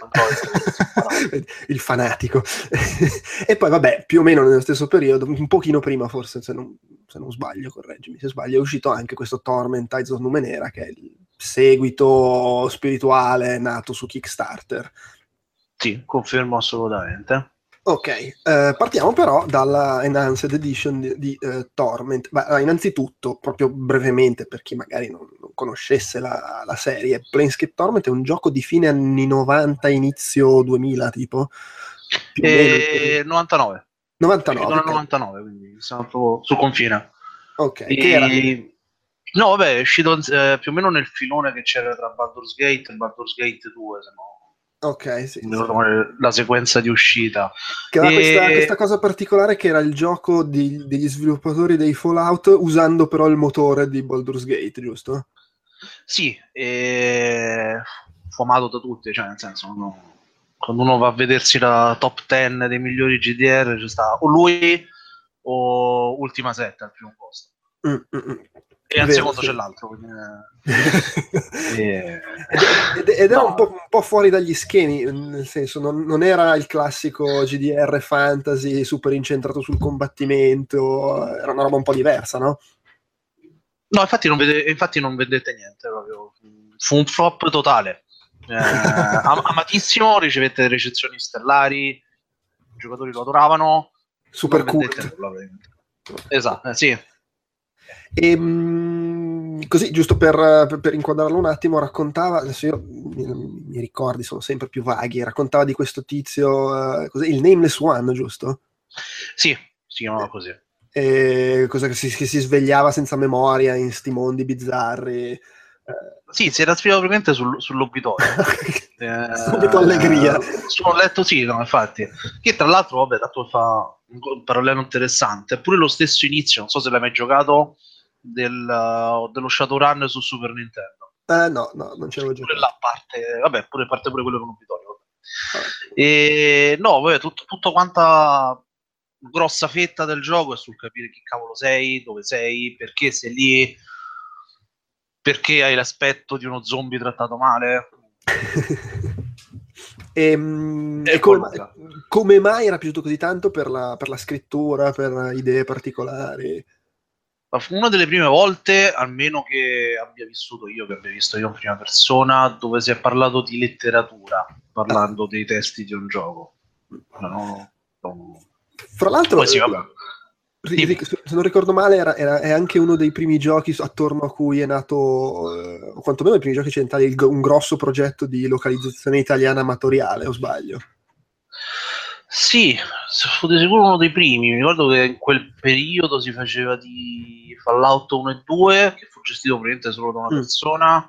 Il fanatico. E poi vabbè, più o meno nello stesso periodo, un pochino prima forse, se non sbaglio, correggimi se sbaglio, è uscito anche questo Torment Tides of Numenera, che è il seguito spirituale nato su Kickstarter. Sì, confermo assolutamente. Ok, partiamo però dalla Enhanced Edition di Torment. Innanzitutto, proprio brevemente, per chi magari non conoscesse la serie, Planescape Torment è un gioco di fine anni 90, inizio 2000, tipo? Più o meno. 99. 99. Okay. 99, quindi siamo proprio sul confine. Ok, che era? No, vabbè, è uscito più o meno nel filone che c'era tra Baldur's Gate e Baldur's Gate 2, se no. Ok, sì. La sequenza di uscita. Che aveva questa cosa particolare, che era il gioco degli sviluppatori dei Fallout, usando però il motore di Baldur's Gate, giusto? Sì, fu amato da tutti, cioè nel senso, quando uno va a vedersi la top 10 dei migliori GDR, c'è sta o lui o Ultima 7 al primo posto. E al secondo c'è l'altro. Quindi, ed era un po' fuori dagli schemi, nel senso non era il classico GDR fantasy super incentrato sul combattimento, era una roba un po' diversa, no? No, infatti non vendette niente proprio. Fu un flop totale. Amatissimo, ricevette recensioni stellari, i giocatori lo adoravano. Super cool. Esatto, sì. E così, giusto per inquadrarlo un attimo, raccontava, adesso io mi ricordi sono sempre più vaghi, raccontava di questo tizio, il Nameless One, giusto? Sì, si chiamava così. Cosa che si svegliava senza memoria in sti mondi bizzarri. Sì, si era spiegato praticamente sull'obitorio. Subito allegria. Su un letto, sì, no, infatti. Che tra l'altro, vabbè, dato fa un parallelo interessante, pure lo stesso inizio, non so se l'hai mai giocato, dello Shadowrun su Super Nintendo. No, non c'avevo giocato. Pure là parte pure quello dell'obitorio. E no, vabbè, tutto quanta grossa fetta del gioco è sul capire chi cavolo sei, dove sei, perché sei lì, perché hai l'aspetto di uno zombie trattato male. E come mai era piaciuto così tanto? Per la scrittura, per idee particolari? Una delle prime volte, almeno che abbia vissuto io, che abbia visto io in prima persona, dove si è parlato di letteratura, parlando dei testi di un gioco. Fra l'altro, poi sì, vabbè. Se non ricordo male, è anche uno dei primi giochi attorno a cui è nato, o quantomeno i primi giochi occidentali, un grosso progetto di localizzazione italiana amatoriale, o sbaglio? Sì, fu di sicuro uno dei primi. Mi ricordo che in quel periodo si faceva di Fallout 1 e 2, che fu gestito praticamente solo da una persona.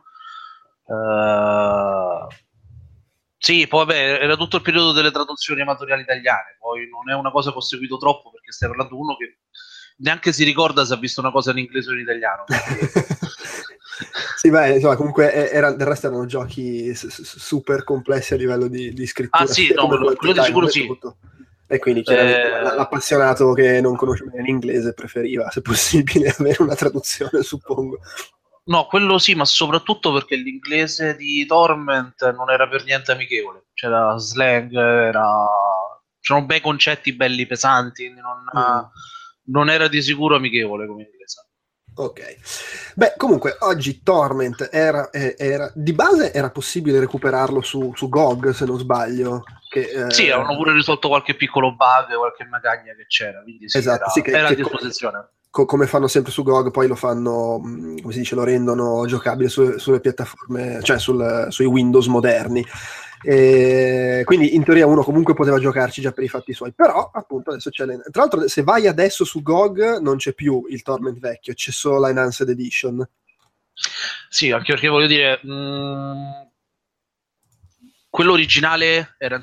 Sì, poi vabbè, era tutto il periodo delle traduzioni amatoriali italiane. Poi non è una cosa che ho seguito troppo, perché stai parlando di uno che neanche si ricorda se ha visto una cosa in inglese o in italiano. Sì, beh, insomma, comunque del resto erano giochi super complessi a livello di scrittura. Ah sì, no, quello di sicuro sì. Tutto. E quindi l'appassionato che non conosce bene l'inglese preferiva, se possibile, avere una traduzione, suppongo. No, quello sì, ma soprattutto perché l'inglese di Torment non era per niente amichevole. C'era slang, era c'erano bei concetti belli pesanti, non era di sicuro amichevole come inglese. Ok, beh, comunque oggi Torment era di base era possibile recuperarlo su GOG, se non sbaglio. Sì, avevano pure risolto qualche piccolo bug, qualche magagna che c'era, quindi sì, esatto, sì, era a disposizione. Come fanno sempre su GOG, poi lo fanno, come si dice, lo rendono giocabile sulle piattaforme, cioè sui Windows moderni. Quindi in teoria uno comunque poteva giocarci già per i fatti suoi, però appunto adesso c'è tra l'altro se vai adesso su GOG non c'è più il Torment vecchio, c'è solo la Enhanced Edition. Sì, anche perché voglio dire quello originale era in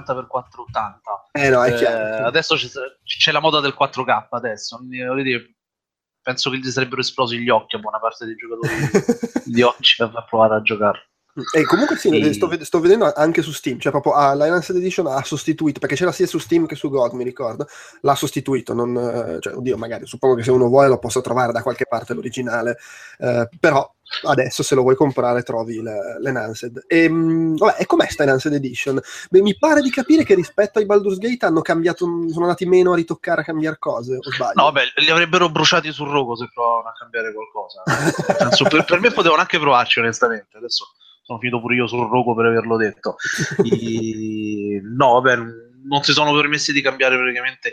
640x480. No, è chiaro. Adesso c'è la moda del 4K adesso, voglio dire, penso che gli sarebbero esplosi gli occhi a buona parte dei giocatori di oggi per provare a giocare. E comunque sì, sto vedendo anche su Steam, cioè proprio la Enhanced Edition ha sostituito, perché c'era sia su Steam che su GOG, mi ricordo, l'ha sostituito, cioè, oddio, magari suppongo che se uno vuole lo possa trovare da qualche parte l'originale, però adesso se lo vuoi comprare trovi l'Enhanced. E com'è sta Enhanced Edition? Beh, mi pare di capire che rispetto ai Baldur's Gate hanno cambiato, sono andati meno a ritoccare, a cambiare cose, o sbaglio? No, vabbè, li avrebbero bruciati sul rogo se provavano a cambiare qualcosa. Penso, per me potevano anche provarci, onestamente, adesso sono finito pure io sul rogo per averlo detto. No, vabbè, non si sono permessi di cambiare praticamente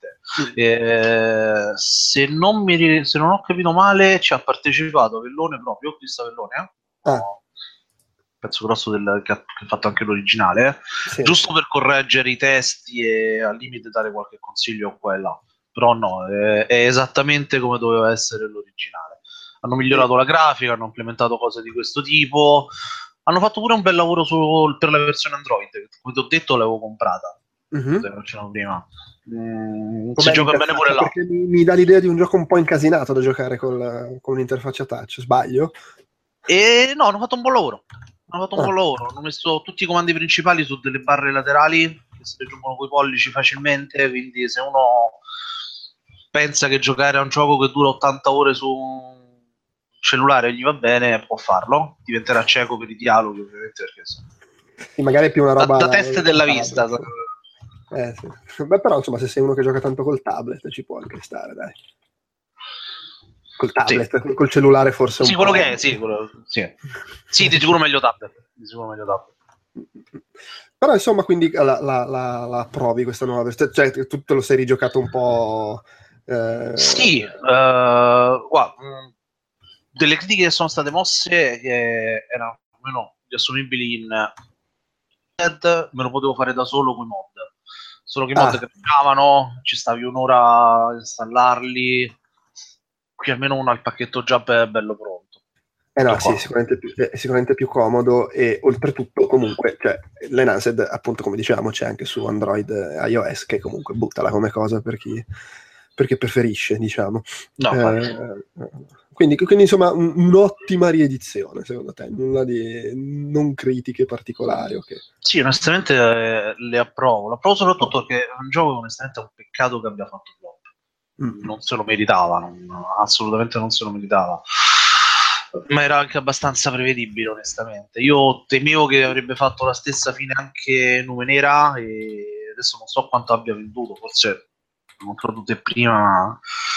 niente. Se non ho capito male, ci ha partecipato Vellone proprio, ho visto Vellone, pezzo grosso che ha fatto anche l'originale, sì, giusto per correggere i testi e al limite dare qualche consiglio qua e là. Però no, è esattamente come doveva essere l'originale. Hanno migliorato la grafica, hanno implementato cose di questo tipo, hanno fatto pure un bel lavoro per la versione Android, che come ti ho detto l'avevo comprata prima. Si gioca bene pure là. Perché mi dà l'idea di un gioco un po' incasinato da giocare con un'interfaccia touch, sbaglio? No, hanno fatto un buon lavoro. Hanno messo tutti i comandi principali su delle barre laterali che si raggiungono coi pollici facilmente, quindi se uno pensa che giocare a un gioco che dura 80 ore su un cellulare gli va bene, può farlo, diventerà cieco per i dialoghi ovviamente, perché sì, magari è più una roba da test della vista. Sì. Beh, però insomma se sei uno che gioca tanto col tablet ci può anche stare, dai. Col tablet, sì. Col cellulare forse sì, un po'. Quello che è, sì, di sicuro meglio tablet. Però insomma quindi la provi questa nuova versione, cioè tu te lo sei rigiocato un po'. Sì, guarda, delle critiche che sono state mosse erano meno assumibili in me lo potevo fare da solo con i mod, solo che i mod cambiavano, ci stavi un'ora a installarli. Qui almeno uno ha il pacchetto già bello pronto. No, sì, sicuramente più comodo, e oltretutto comunque cioè, l'Enhanced, appunto come dicevamo, c'è anche su Android e iOS, che comunque buttala come cosa perché preferisce, diciamo. Quindi insomma un'ottima riedizione, secondo te, nulla di non critiche particolari? Okay. Sì, onestamente le approvo. L'approvo soprattutto perché è un gioco onestamente è un peccato che abbia fatto flop. Non se lo meritava, assolutamente non se lo meritava, ma era anche abbastanza prevedibile, onestamente. Io temevo che avrebbe fatto la stessa fine anche Numenera, e adesso non so quanto abbia venduto, forse non produtte prima.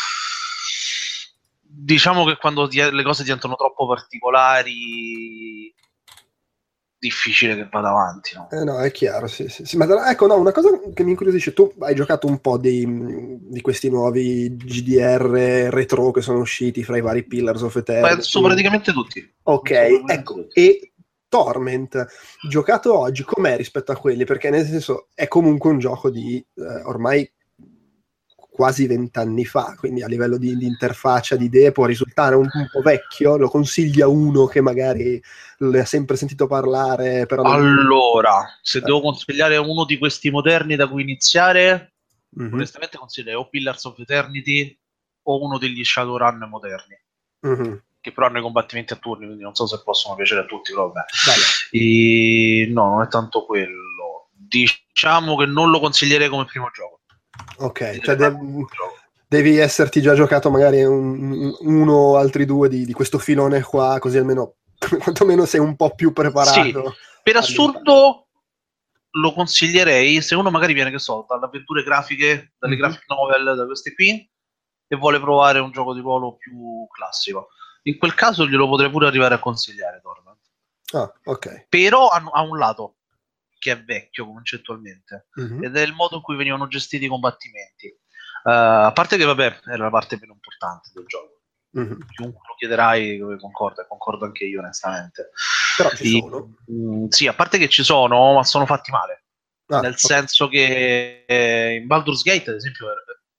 Diciamo che quando le cose diventano troppo particolari, difficile che vada avanti, no? No, è chiaro, sì. Ma ecco, no, una cosa che mi incuriosisce, tu hai giocato un po' di questi nuovi GDR retro che sono usciti fra i vari Pillars of Eternity? Penso praticamente tutti. Ok, ecco, e Torment, giocato oggi, com'è rispetto a quelli? Perché nel senso è comunque un gioco di ormai quasi 20 anni fa, quindi a livello di interfaccia, di idee, può risultare un po' vecchio. Lo consiglia uno che magari ne ha sempre sentito parlare, però allora, se devo consigliare uno di questi moderni da cui iniziare, onestamente consiglio o Pillars of Eternity o uno degli Shadowrun moderni, che però hanno i combattimenti a turni, quindi non so se possono piacere a tutti, però vabbè. No, non è tanto quello. Diciamo che non lo consiglierei come primo gioco. Ok, cioè devi esserti già giocato magari uno o altri due di questo filone qua, così almeno quantomeno sei un po' più preparato. Sì, per assurdo lo consiglierei se uno magari viene, che so, dalle avventure grafiche, dalle graphic novel, da queste qui, e vuole provare un gioco di ruolo più classico. In quel caso glielo potrei pure arrivare a consigliare, Torment. Ah, ok. Però ha un lato che è vecchio concettualmente, ed è il modo in cui venivano gestiti i combattimenti. A parte che, vabbè, era la parte meno importante del gioco. Chiunque lo chiederai concordo anche io, onestamente. Però ci sono. Sì, a parte che ci sono, ma sono fatti male. Nel senso che in Baldur's Gate, ad esempio,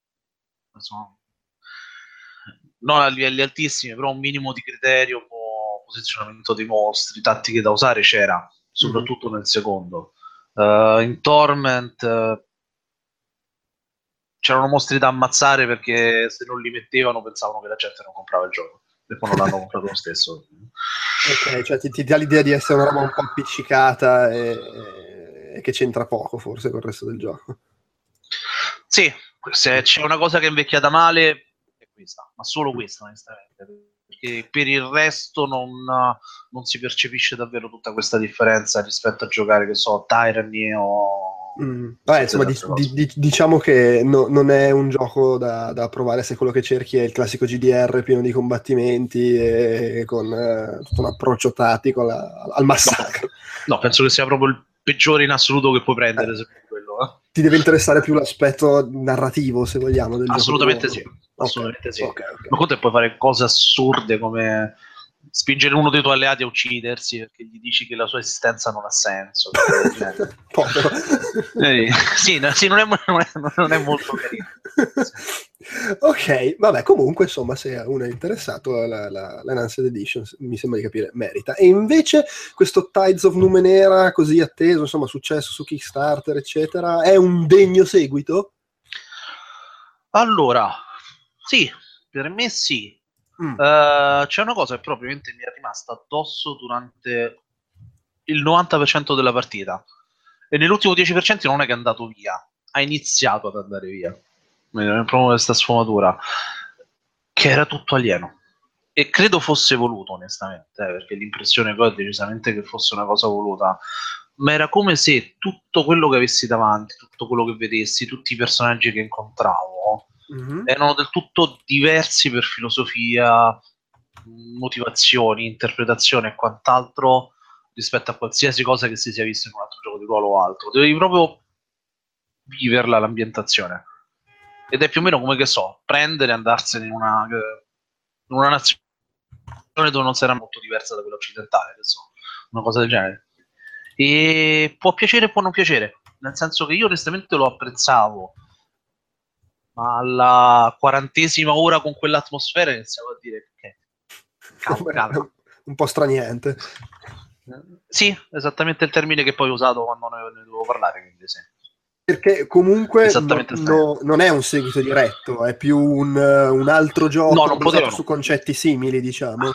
non a livelli altissimi, però un minimo di criterio, posizionamento dei mostri, tattiche da usare c'era, soprattutto nel secondo. In Torment c'erano mostri da ammazzare perché se non li mettevano pensavano che la gente non comprava il gioco e poi non l'hanno comprato lo stesso. Ok, cioè ti dà l'idea di essere una roba un po' appiccicata e che c'entra poco forse con il resto del gioco. Sì, se c'è una cosa che è invecchiata male è questa, ma solo questa onestamente, perché per il resto non si percepisce davvero tutta questa differenza rispetto a giocare, che so, Tyranny o... Insomma, diciamo che non è un gioco da provare se quello che cerchi è il classico GDR pieno di combattimenti e con tutto un approccio tattico al massacro. No, penso che sia proprio il peggiore in assoluto che puoi prendere, se quello. Ti deve interessare più l'aspetto narrativo, se vogliamo, del assolutamente gioco. Sì, assolutamente sì. Okay. Ma conto puoi fare cose assurde come spingere uno dei tuoi alleati a uccidersi perché gli dici che la sua esistenza non ha senso. Sì, non è molto carino. Ok, vabbè, comunque insomma, se uno è interessato l'Enhanced Edition mi sembra di capire merita. E invece questo Tides of Numenera così atteso, insomma, successo su Kickstarter eccetera, è un degno seguito? Allora, sì, per me sì. C'è una cosa che proprio mi è rimasta addosso durante il 90% della partita, e nell'ultimo 10% non è che è andato via, ha iniziato ad andare via, proprio questa sfumatura, che era tutto alieno, e credo fosse voluto onestamente, perché l'impressione poi è decisamente che fosse una cosa voluta, ma era come se tutto quello che avessi davanti, tutto quello che vedessi, tutti i personaggi che incontravo erano del tutto diversi per filosofia, motivazioni, interpretazione e quant'altro rispetto a qualsiasi cosa che si sia visto in un altro gioco di ruolo o altro. Devi proprio viverla l'ambientazione, ed è più o meno come, che so, prendere e andarsene in una nazione dove non sarà molto diversa da quella occidentale, che so, una cosa del genere, e può piacere e può non piacere, nel senso che io onestamente lo apprezzavo, ma alla 40ª ora con quell'atmosfera iniziavo a dire che cavolo. Un po' straniante. Sì, esattamente il termine che poi ho usato quando ne dovevo parlare, quindi sì. Perché comunque non non è un seguito diretto, è più un altro gioco basato su concetti simili, diciamo.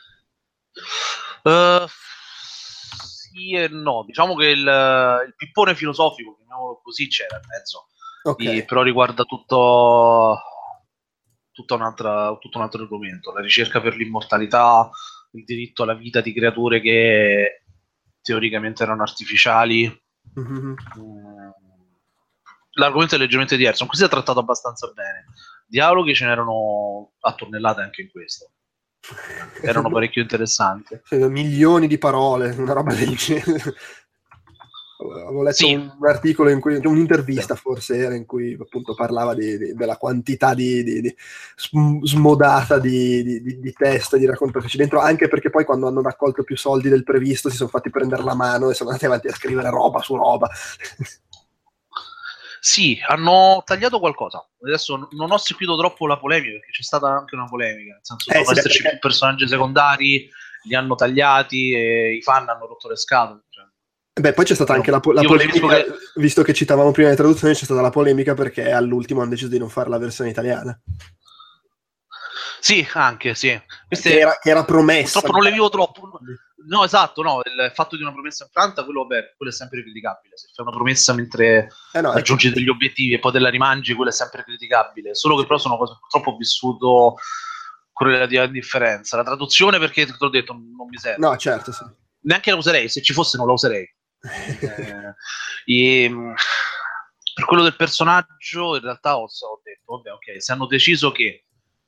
Sì e no, diciamo che il pippone filosofico, chiamiamolo così, c'era in mezzo. Okay. Però riguarda tutto un altro argomento, la ricerca per l'immortalità, il diritto alla vita di creature che teoricamente erano artificiali. L'argomento è leggermente diverso, questo è trattato abbastanza bene. Dialoghi ce n'erano a tonnellate anche in questo, erano parecchio interessanti, milioni di parole, una roba del genere. Avevo letto un articolo in cui, un'intervista forse era, in cui appunto parlava della quantità di smodata di test, di racconto che c'è dentro, anche perché poi quando hanno raccolto più soldi del previsto si sono fatti prendere la mano e sono andati avanti a scrivere roba su roba. Sì, hanno tagliato qualcosa. Adesso non ho seguito troppo la polemica, perché c'è stata anche una polemica, nel senso che dovevano esserci più personaggi secondari, li hanno tagliati e i fan hanno rotto le scatole. Beh, poi c'è stata anche la polemica, visto che citavamo prima le traduzioni, c'è stata la polemica perché all'ultimo hanno deciso di non fare la versione italiana. Sì, anche, sì. Che era promessa. Purtroppo non le vivo troppo. No, esatto, no, il fatto di una promessa infranta, quello è sempre criticabile. Se fai una promessa mentre aggiungi degli obiettivi e poi te la rimangi, quello è sempre criticabile. Solo che però sono cose purtroppo ho vissuto con relativa indifferenza. La traduzione, perché te l'ho detto, non mi serve. No, certo, sì. Neanche la userei, se ci fosse non la userei. Per quello del personaggio, in realtà ho detto, vabbè, ok, se hanno deciso che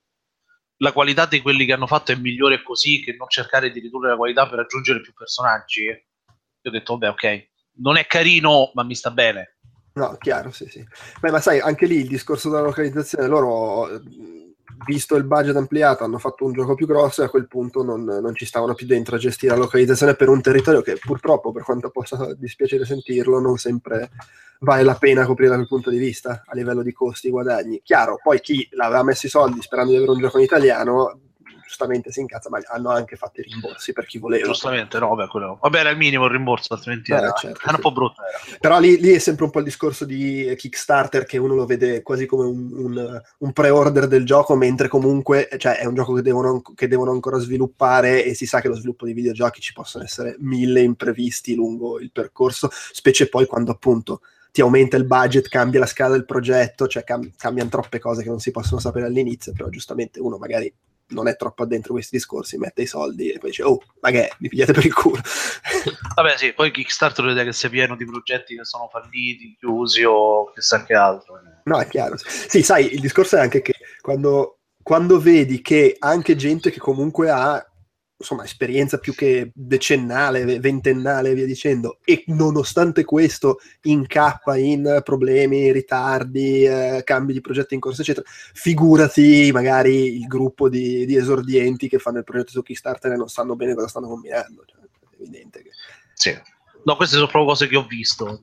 la qualità di quelli che hanno fatto è migliore così, che non cercare di ridurre la qualità per aggiungere più personaggi, io ho detto, vabbè, ok, non è carino, ma mi sta bene. No, chiaro, sì. Beh, ma sai, anche lì il discorso della localizzazione, loro, visto il budget ampliato, hanno fatto un gioco più grosso e a quel punto non ci stavano più dentro a gestire la localizzazione per un territorio che purtroppo, per quanto possa dispiacere sentirlo, non sempre vale la pena coprire da quel punto di vista, a livello di costi e guadagni. Chiaro, poi chi l'aveva messo i soldi sperando di avere un gioco in italiano, giustamente si incazza, ma hanno anche fatto i rimborsi per chi voleva. Giustamente, no, vabbè, era il minimo il rimborso, altrimenti era un po' brutto. Però lì è sempre un po' il discorso di Kickstarter, che uno lo vede quasi come un pre-order del gioco, mentre comunque è un gioco che devono ancora sviluppare, e si sa che lo sviluppo di videogiochi ci possono essere 1000 imprevisti lungo il percorso, specie poi quando appunto ti aumenta il budget, cambia la scala del progetto, cambiano troppe cose che non si possono sapere all'inizio, però giustamente uno magari non è troppo addentro questi discorsi, mette i soldi e poi dice, oh, magari mi pigliate per il culo. Vabbè, sì, poi Kickstarter vede che sia pieno di progetti che sono falliti, chiusi o chissà che altro. No, è chiaro. Sì, sai, il discorso è anche che quando vedi che anche gente che comunque ha, insomma, esperienza più che decennale, ventennale e via dicendo, e nonostante questo incappa in problemi, ritardi, cambi di progetti in corso, eccetera, figurati magari il gruppo di esordienti che fanno il progetto su Kickstarter e non sanno bene cosa stanno combinando. Cioè, è evidente che... Sì. No, queste sono proprio cose che ho visto.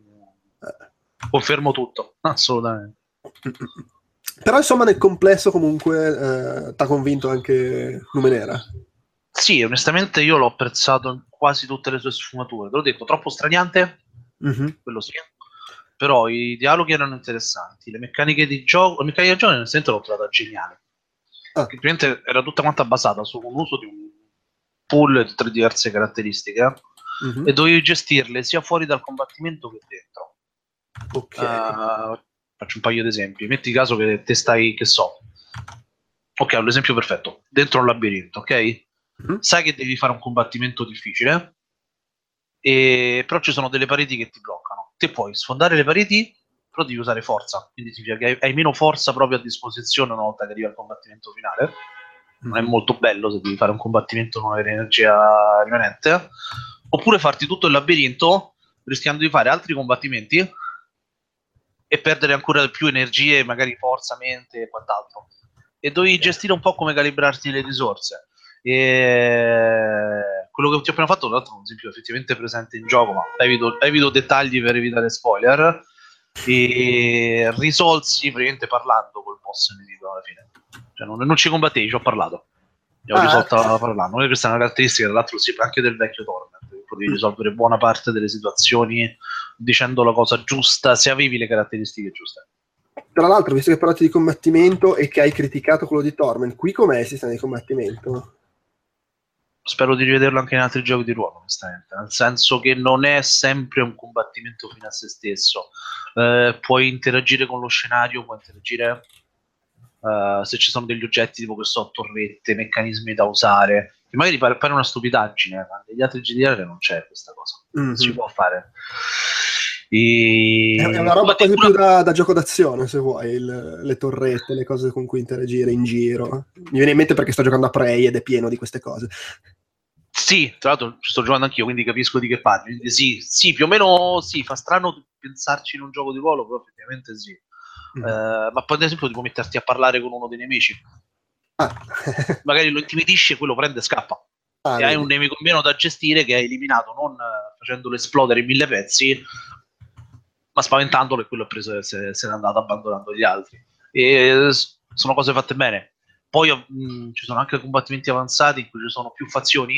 Confermo tutto, assolutamente. Però insomma nel complesso comunque t'ha convinto anche Numenera? Sì, onestamente io l'ho apprezzato in quasi tutte le sue sfumature. Te l'ho detto, troppo straniante, quello sì, però i dialoghi erano interessanti, le meccaniche di gioco onestamente l'ho trovata geniale. Praticamente era tutta quanta basata su un uso di un pool di 3 diverse caratteristiche e dovevi gestirle sia fuori dal combattimento che dentro. Faccio un paio di esempi. Metti caso che te stai, che so, ok, ho l'esempio perfetto, dentro un labirinto, ok? Sai che devi fare un combattimento difficile, però ci sono delle pareti che ti bloccano. Te puoi sfondare le pareti, però devi usare forza, quindi significa che hai meno forza proprio a disposizione una volta che arriva al combattimento finale. Non è molto bello se devi fare un combattimento con energia rimanente. Oppure farti tutto il labirinto rischiando di fare altri combattimenti e perdere ancora più energie, magari forza, mente e quant'altro. E dovevi gestire un po' come calibrarti le risorse. E quello che ti ho appena fatto, tra l'altro, è un esempio effettivamente presente in gioco, ma evito dettagli per evitare spoiler. E risolsi praticamente parlando col boss nemico alla fine. Cioè, non ci combattevi, ci ho parlato. Ho risolto parlando. Questa è una caratteristica, tra l'altro, sì, anche del vecchio Torment. Potevi risolvere buona parte delle situazioni dicendo la cosa giusta se avevi le caratteristiche giuste. Tra l'altro, visto che parlate di combattimento e che hai criticato quello di Torment, qui com'è il sistema di combattimento? Spero di rivederlo anche in altri giochi di ruolo, onestamente, nel senso che non è sempre un combattimento fine a se stesso. Puoi interagire con lo scenario, puoi interagire se ci sono degli oggetti tipo che so, torrette, meccanismi da usare, che magari pare una stupidaggine, ma negli altri GDR non c'è questa cosa, non si può fare. È una roba quasi più da gioco d'azione, se vuoi, le torrette, le cose con cui interagire in giro. Mi viene in mente perché sto giocando a Prey ed è pieno di queste cose. Sì, tra l'altro ci sto giocando anch'io, quindi capisco di che parli. Sì, più o meno sì, fa strano pensarci in un gioco di ruolo, però effettivamente sì. Ma poi ad esempio devo metterti a parlare con uno dei nemici. Magari lo intimidisci e quello prende e scappa. E hai un nemico in meno da gestire che hai eliminato non facendolo esplodere in 1000 pezzi, ma spaventandolo, e quello è preso e se n'è andato abbandonando gli altri. E sono cose fatte bene. Poi ci sono anche combattimenti avanzati in cui ci sono più fazioni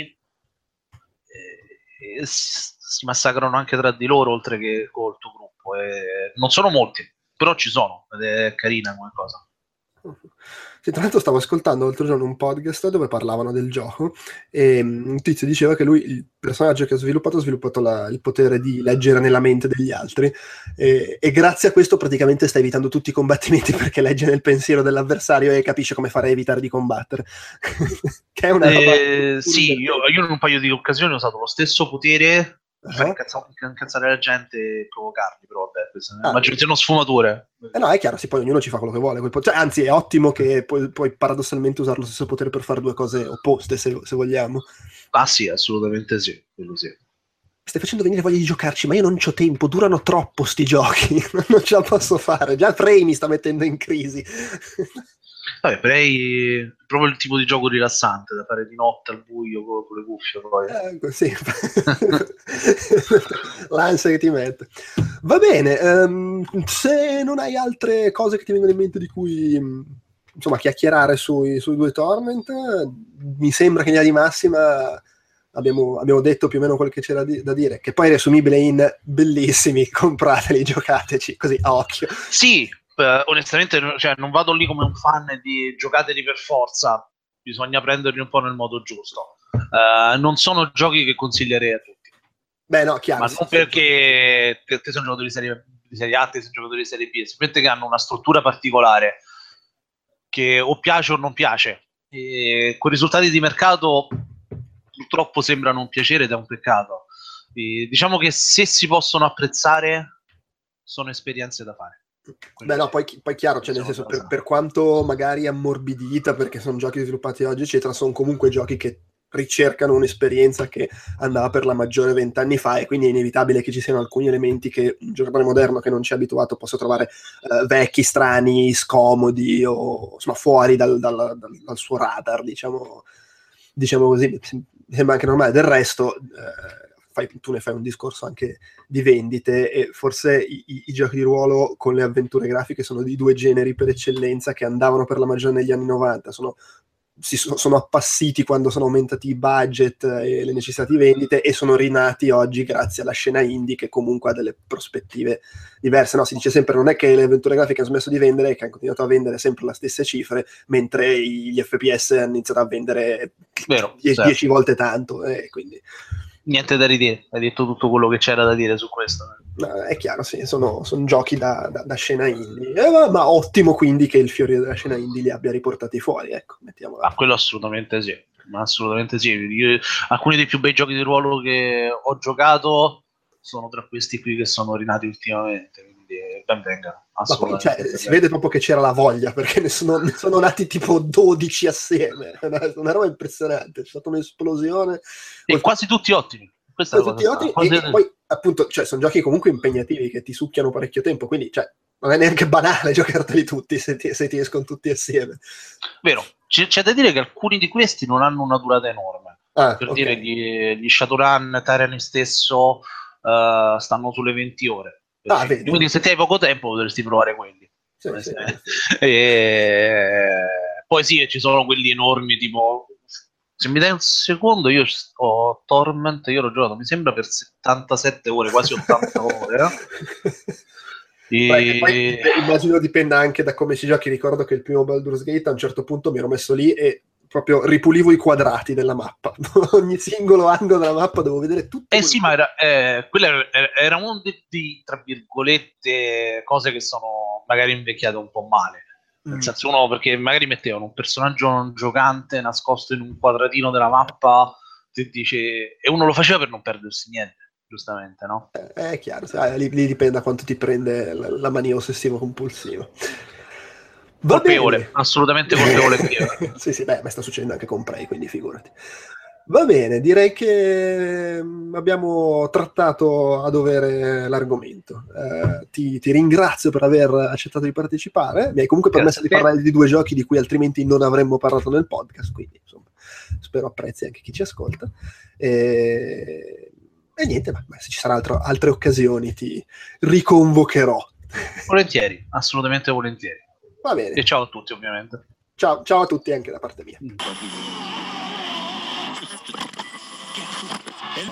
e si massacrano anche tra di loro oltre che col tuo gruppo. E non sono molti, però ci sono, ed è carina come cosa. Sì, tra l'altro stavo ascoltando l'altro giorno un podcast dove parlavano del gioco e un tizio diceva che lui, il personaggio che ha sviluppato il potere di leggere nella mente degli altri e grazie a questo praticamente sta evitando tutti i combattimenti perché legge nel pensiero dell'avversario e capisce come fare a evitare di combattere. Che è una roba sì, io in un paio di occasioni ho usato lo stesso potere far incazzare la gente e provocarli, però vabbè, queste immagino siano sfumature. No, è chiaro, sì, poi ognuno ci fa quello che vuole. Cioè, anzi, è ottimo che puoi paradossalmente usare lo stesso potere per fare due cose opposte, se vogliamo. Ah sì, assolutamente sì, quello sì. Stai facendo venire voglia di giocarci, ma io non c'ho tempo, durano troppo sti giochi, non ce la posso fare, già Prey mi sta mettendo in crisi. Vabbè, Prey è proprio il tipo di gioco rilassante da fare di notte al buio con le cuffie poi. Sì. L'ansia che ti mette. Va bene, se non hai altre cose che ti vengono in mente di cui insomma chiacchierare sui due Torment, mi sembra che in linea di massima abbiamo detto più o meno quello che c'era da dire, che poi è riassumibile in bellissimi, comprateli, giocateci, così a occhio. Sì, onestamente, cioè, non vado lì come un fan di giocateli per forza, bisogna prenderli un po' nel modo giusto. Non sono giochi che consiglierei a tutti. Beh, no, chiaro. Ma non perché te sono giocatori di serie A, te sono giocatori di serie B, semplicemente che hanno una struttura particolare che o piace o non piace. E con risultati di mercato purtroppo sembrano un piacere ed è un peccato. Diciamo che se si possono apprezzare sono esperienze da fare. Beh no, poi chiaro, cioè nel senso per quanto magari ammorbidita perché sono giochi sviluppati oggi eccetera, sono comunque giochi che ricercano un'esperienza che andava per la maggiore 20 anni fa, e quindi è inevitabile che ci siano alcuni elementi che un giocatore moderno che non ci è abituato possa trovare vecchi, strani, scomodi o insomma fuori dal suo radar, diciamo così. Mi sembra anche normale. Del resto tu ne fai un discorso anche di vendite, e forse i giochi di ruolo con le avventure grafiche sono di due generi per eccellenza che andavano per la maggiore negli anni 90, sono appassiti quando sono aumentati i budget e le necessità di vendite, e sono rinati oggi grazie alla scena indie che comunque ha delle prospettive diverse. No, si dice sempre non è che le avventure grafiche hanno smesso di vendere, è che hanno continuato a vendere sempre le stesse cifre, mentre gli FPS hanno iniziato a vendere 10 volte tanto, quindi niente da ridire, hai detto tutto quello che c'era da dire su questo. No, è chiaro, sì, sono giochi da scena indie, ma ottimo quindi che il fiore della scena indie li abbia riportati fuori, ecco, mettiamola. Quello assolutamente sì, assolutamente sì. Alcuni dei più bei giochi di ruolo che ho giocato sono tra questi qui che sono rinati ultimamente, quindi ben vengano, assolutamente. Poi, si vede proprio che c'era la voglia, perché ne sono nati tipo 12 assieme, una roba impressionante, c'è stata un'esplosione. E quasi tutti ottimi. E poi appunto, cioè, sono giochi comunque impegnativi che ti succhiano parecchio tempo, quindi cioè, non è neanche banale giocarteli tutti se ti escono tutti assieme. Vero, c'è da dire che alcuni di questi non hanno una durata enorme. Per dire gli Shadowrun, Tyranny stesso stanno sulle 20 ore. Quindi se ti hai poco tempo potresti provare quelli. Sì. Poi sì, ci sono quelli enormi tipo... Se mi dai un secondo, io ho Torment, io l'ho giocato, mi sembra per 77 ore, quasi 80 ore. Poi immagino dipenda anche da come si giochi. Ricordo che il primo Baldur's Gate a un certo punto mi ero messo lì e proprio ripulivo i quadrati della mappa. Ogni singolo angolo della mappa devo vedere tutto. Sì, ma quello era uno di, tra virgolette, cose che sono magari invecchiate un po' male. Nel senso, uno perché magari mettevano un personaggio non giocante nascosto in un quadratino della mappa, ti dice, e uno lo faceva per non perdersi niente, giustamente, no? È chiaro, lì dipende da quanto ti prende la mania ossessiva compulsiva. Colpevole, assolutamente colpevole. Sì, beh, ma sta succedendo anche con Prey, quindi figurati. Va bene, direi che abbiamo trattato a dovere l'argomento. Ti ringrazio per aver accettato di partecipare. Mi hai comunque permesso di parlare di due giochi di cui altrimenti non avremmo parlato nel podcast, quindi insomma spero apprezzi anche chi ci ascolta. E niente, ma se ci saranno altre occasioni ti riconvocherò. Volentieri, assolutamente volentieri. Va bene. E ciao a tutti, ovviamente. Ciao a tutti anche da parte mia.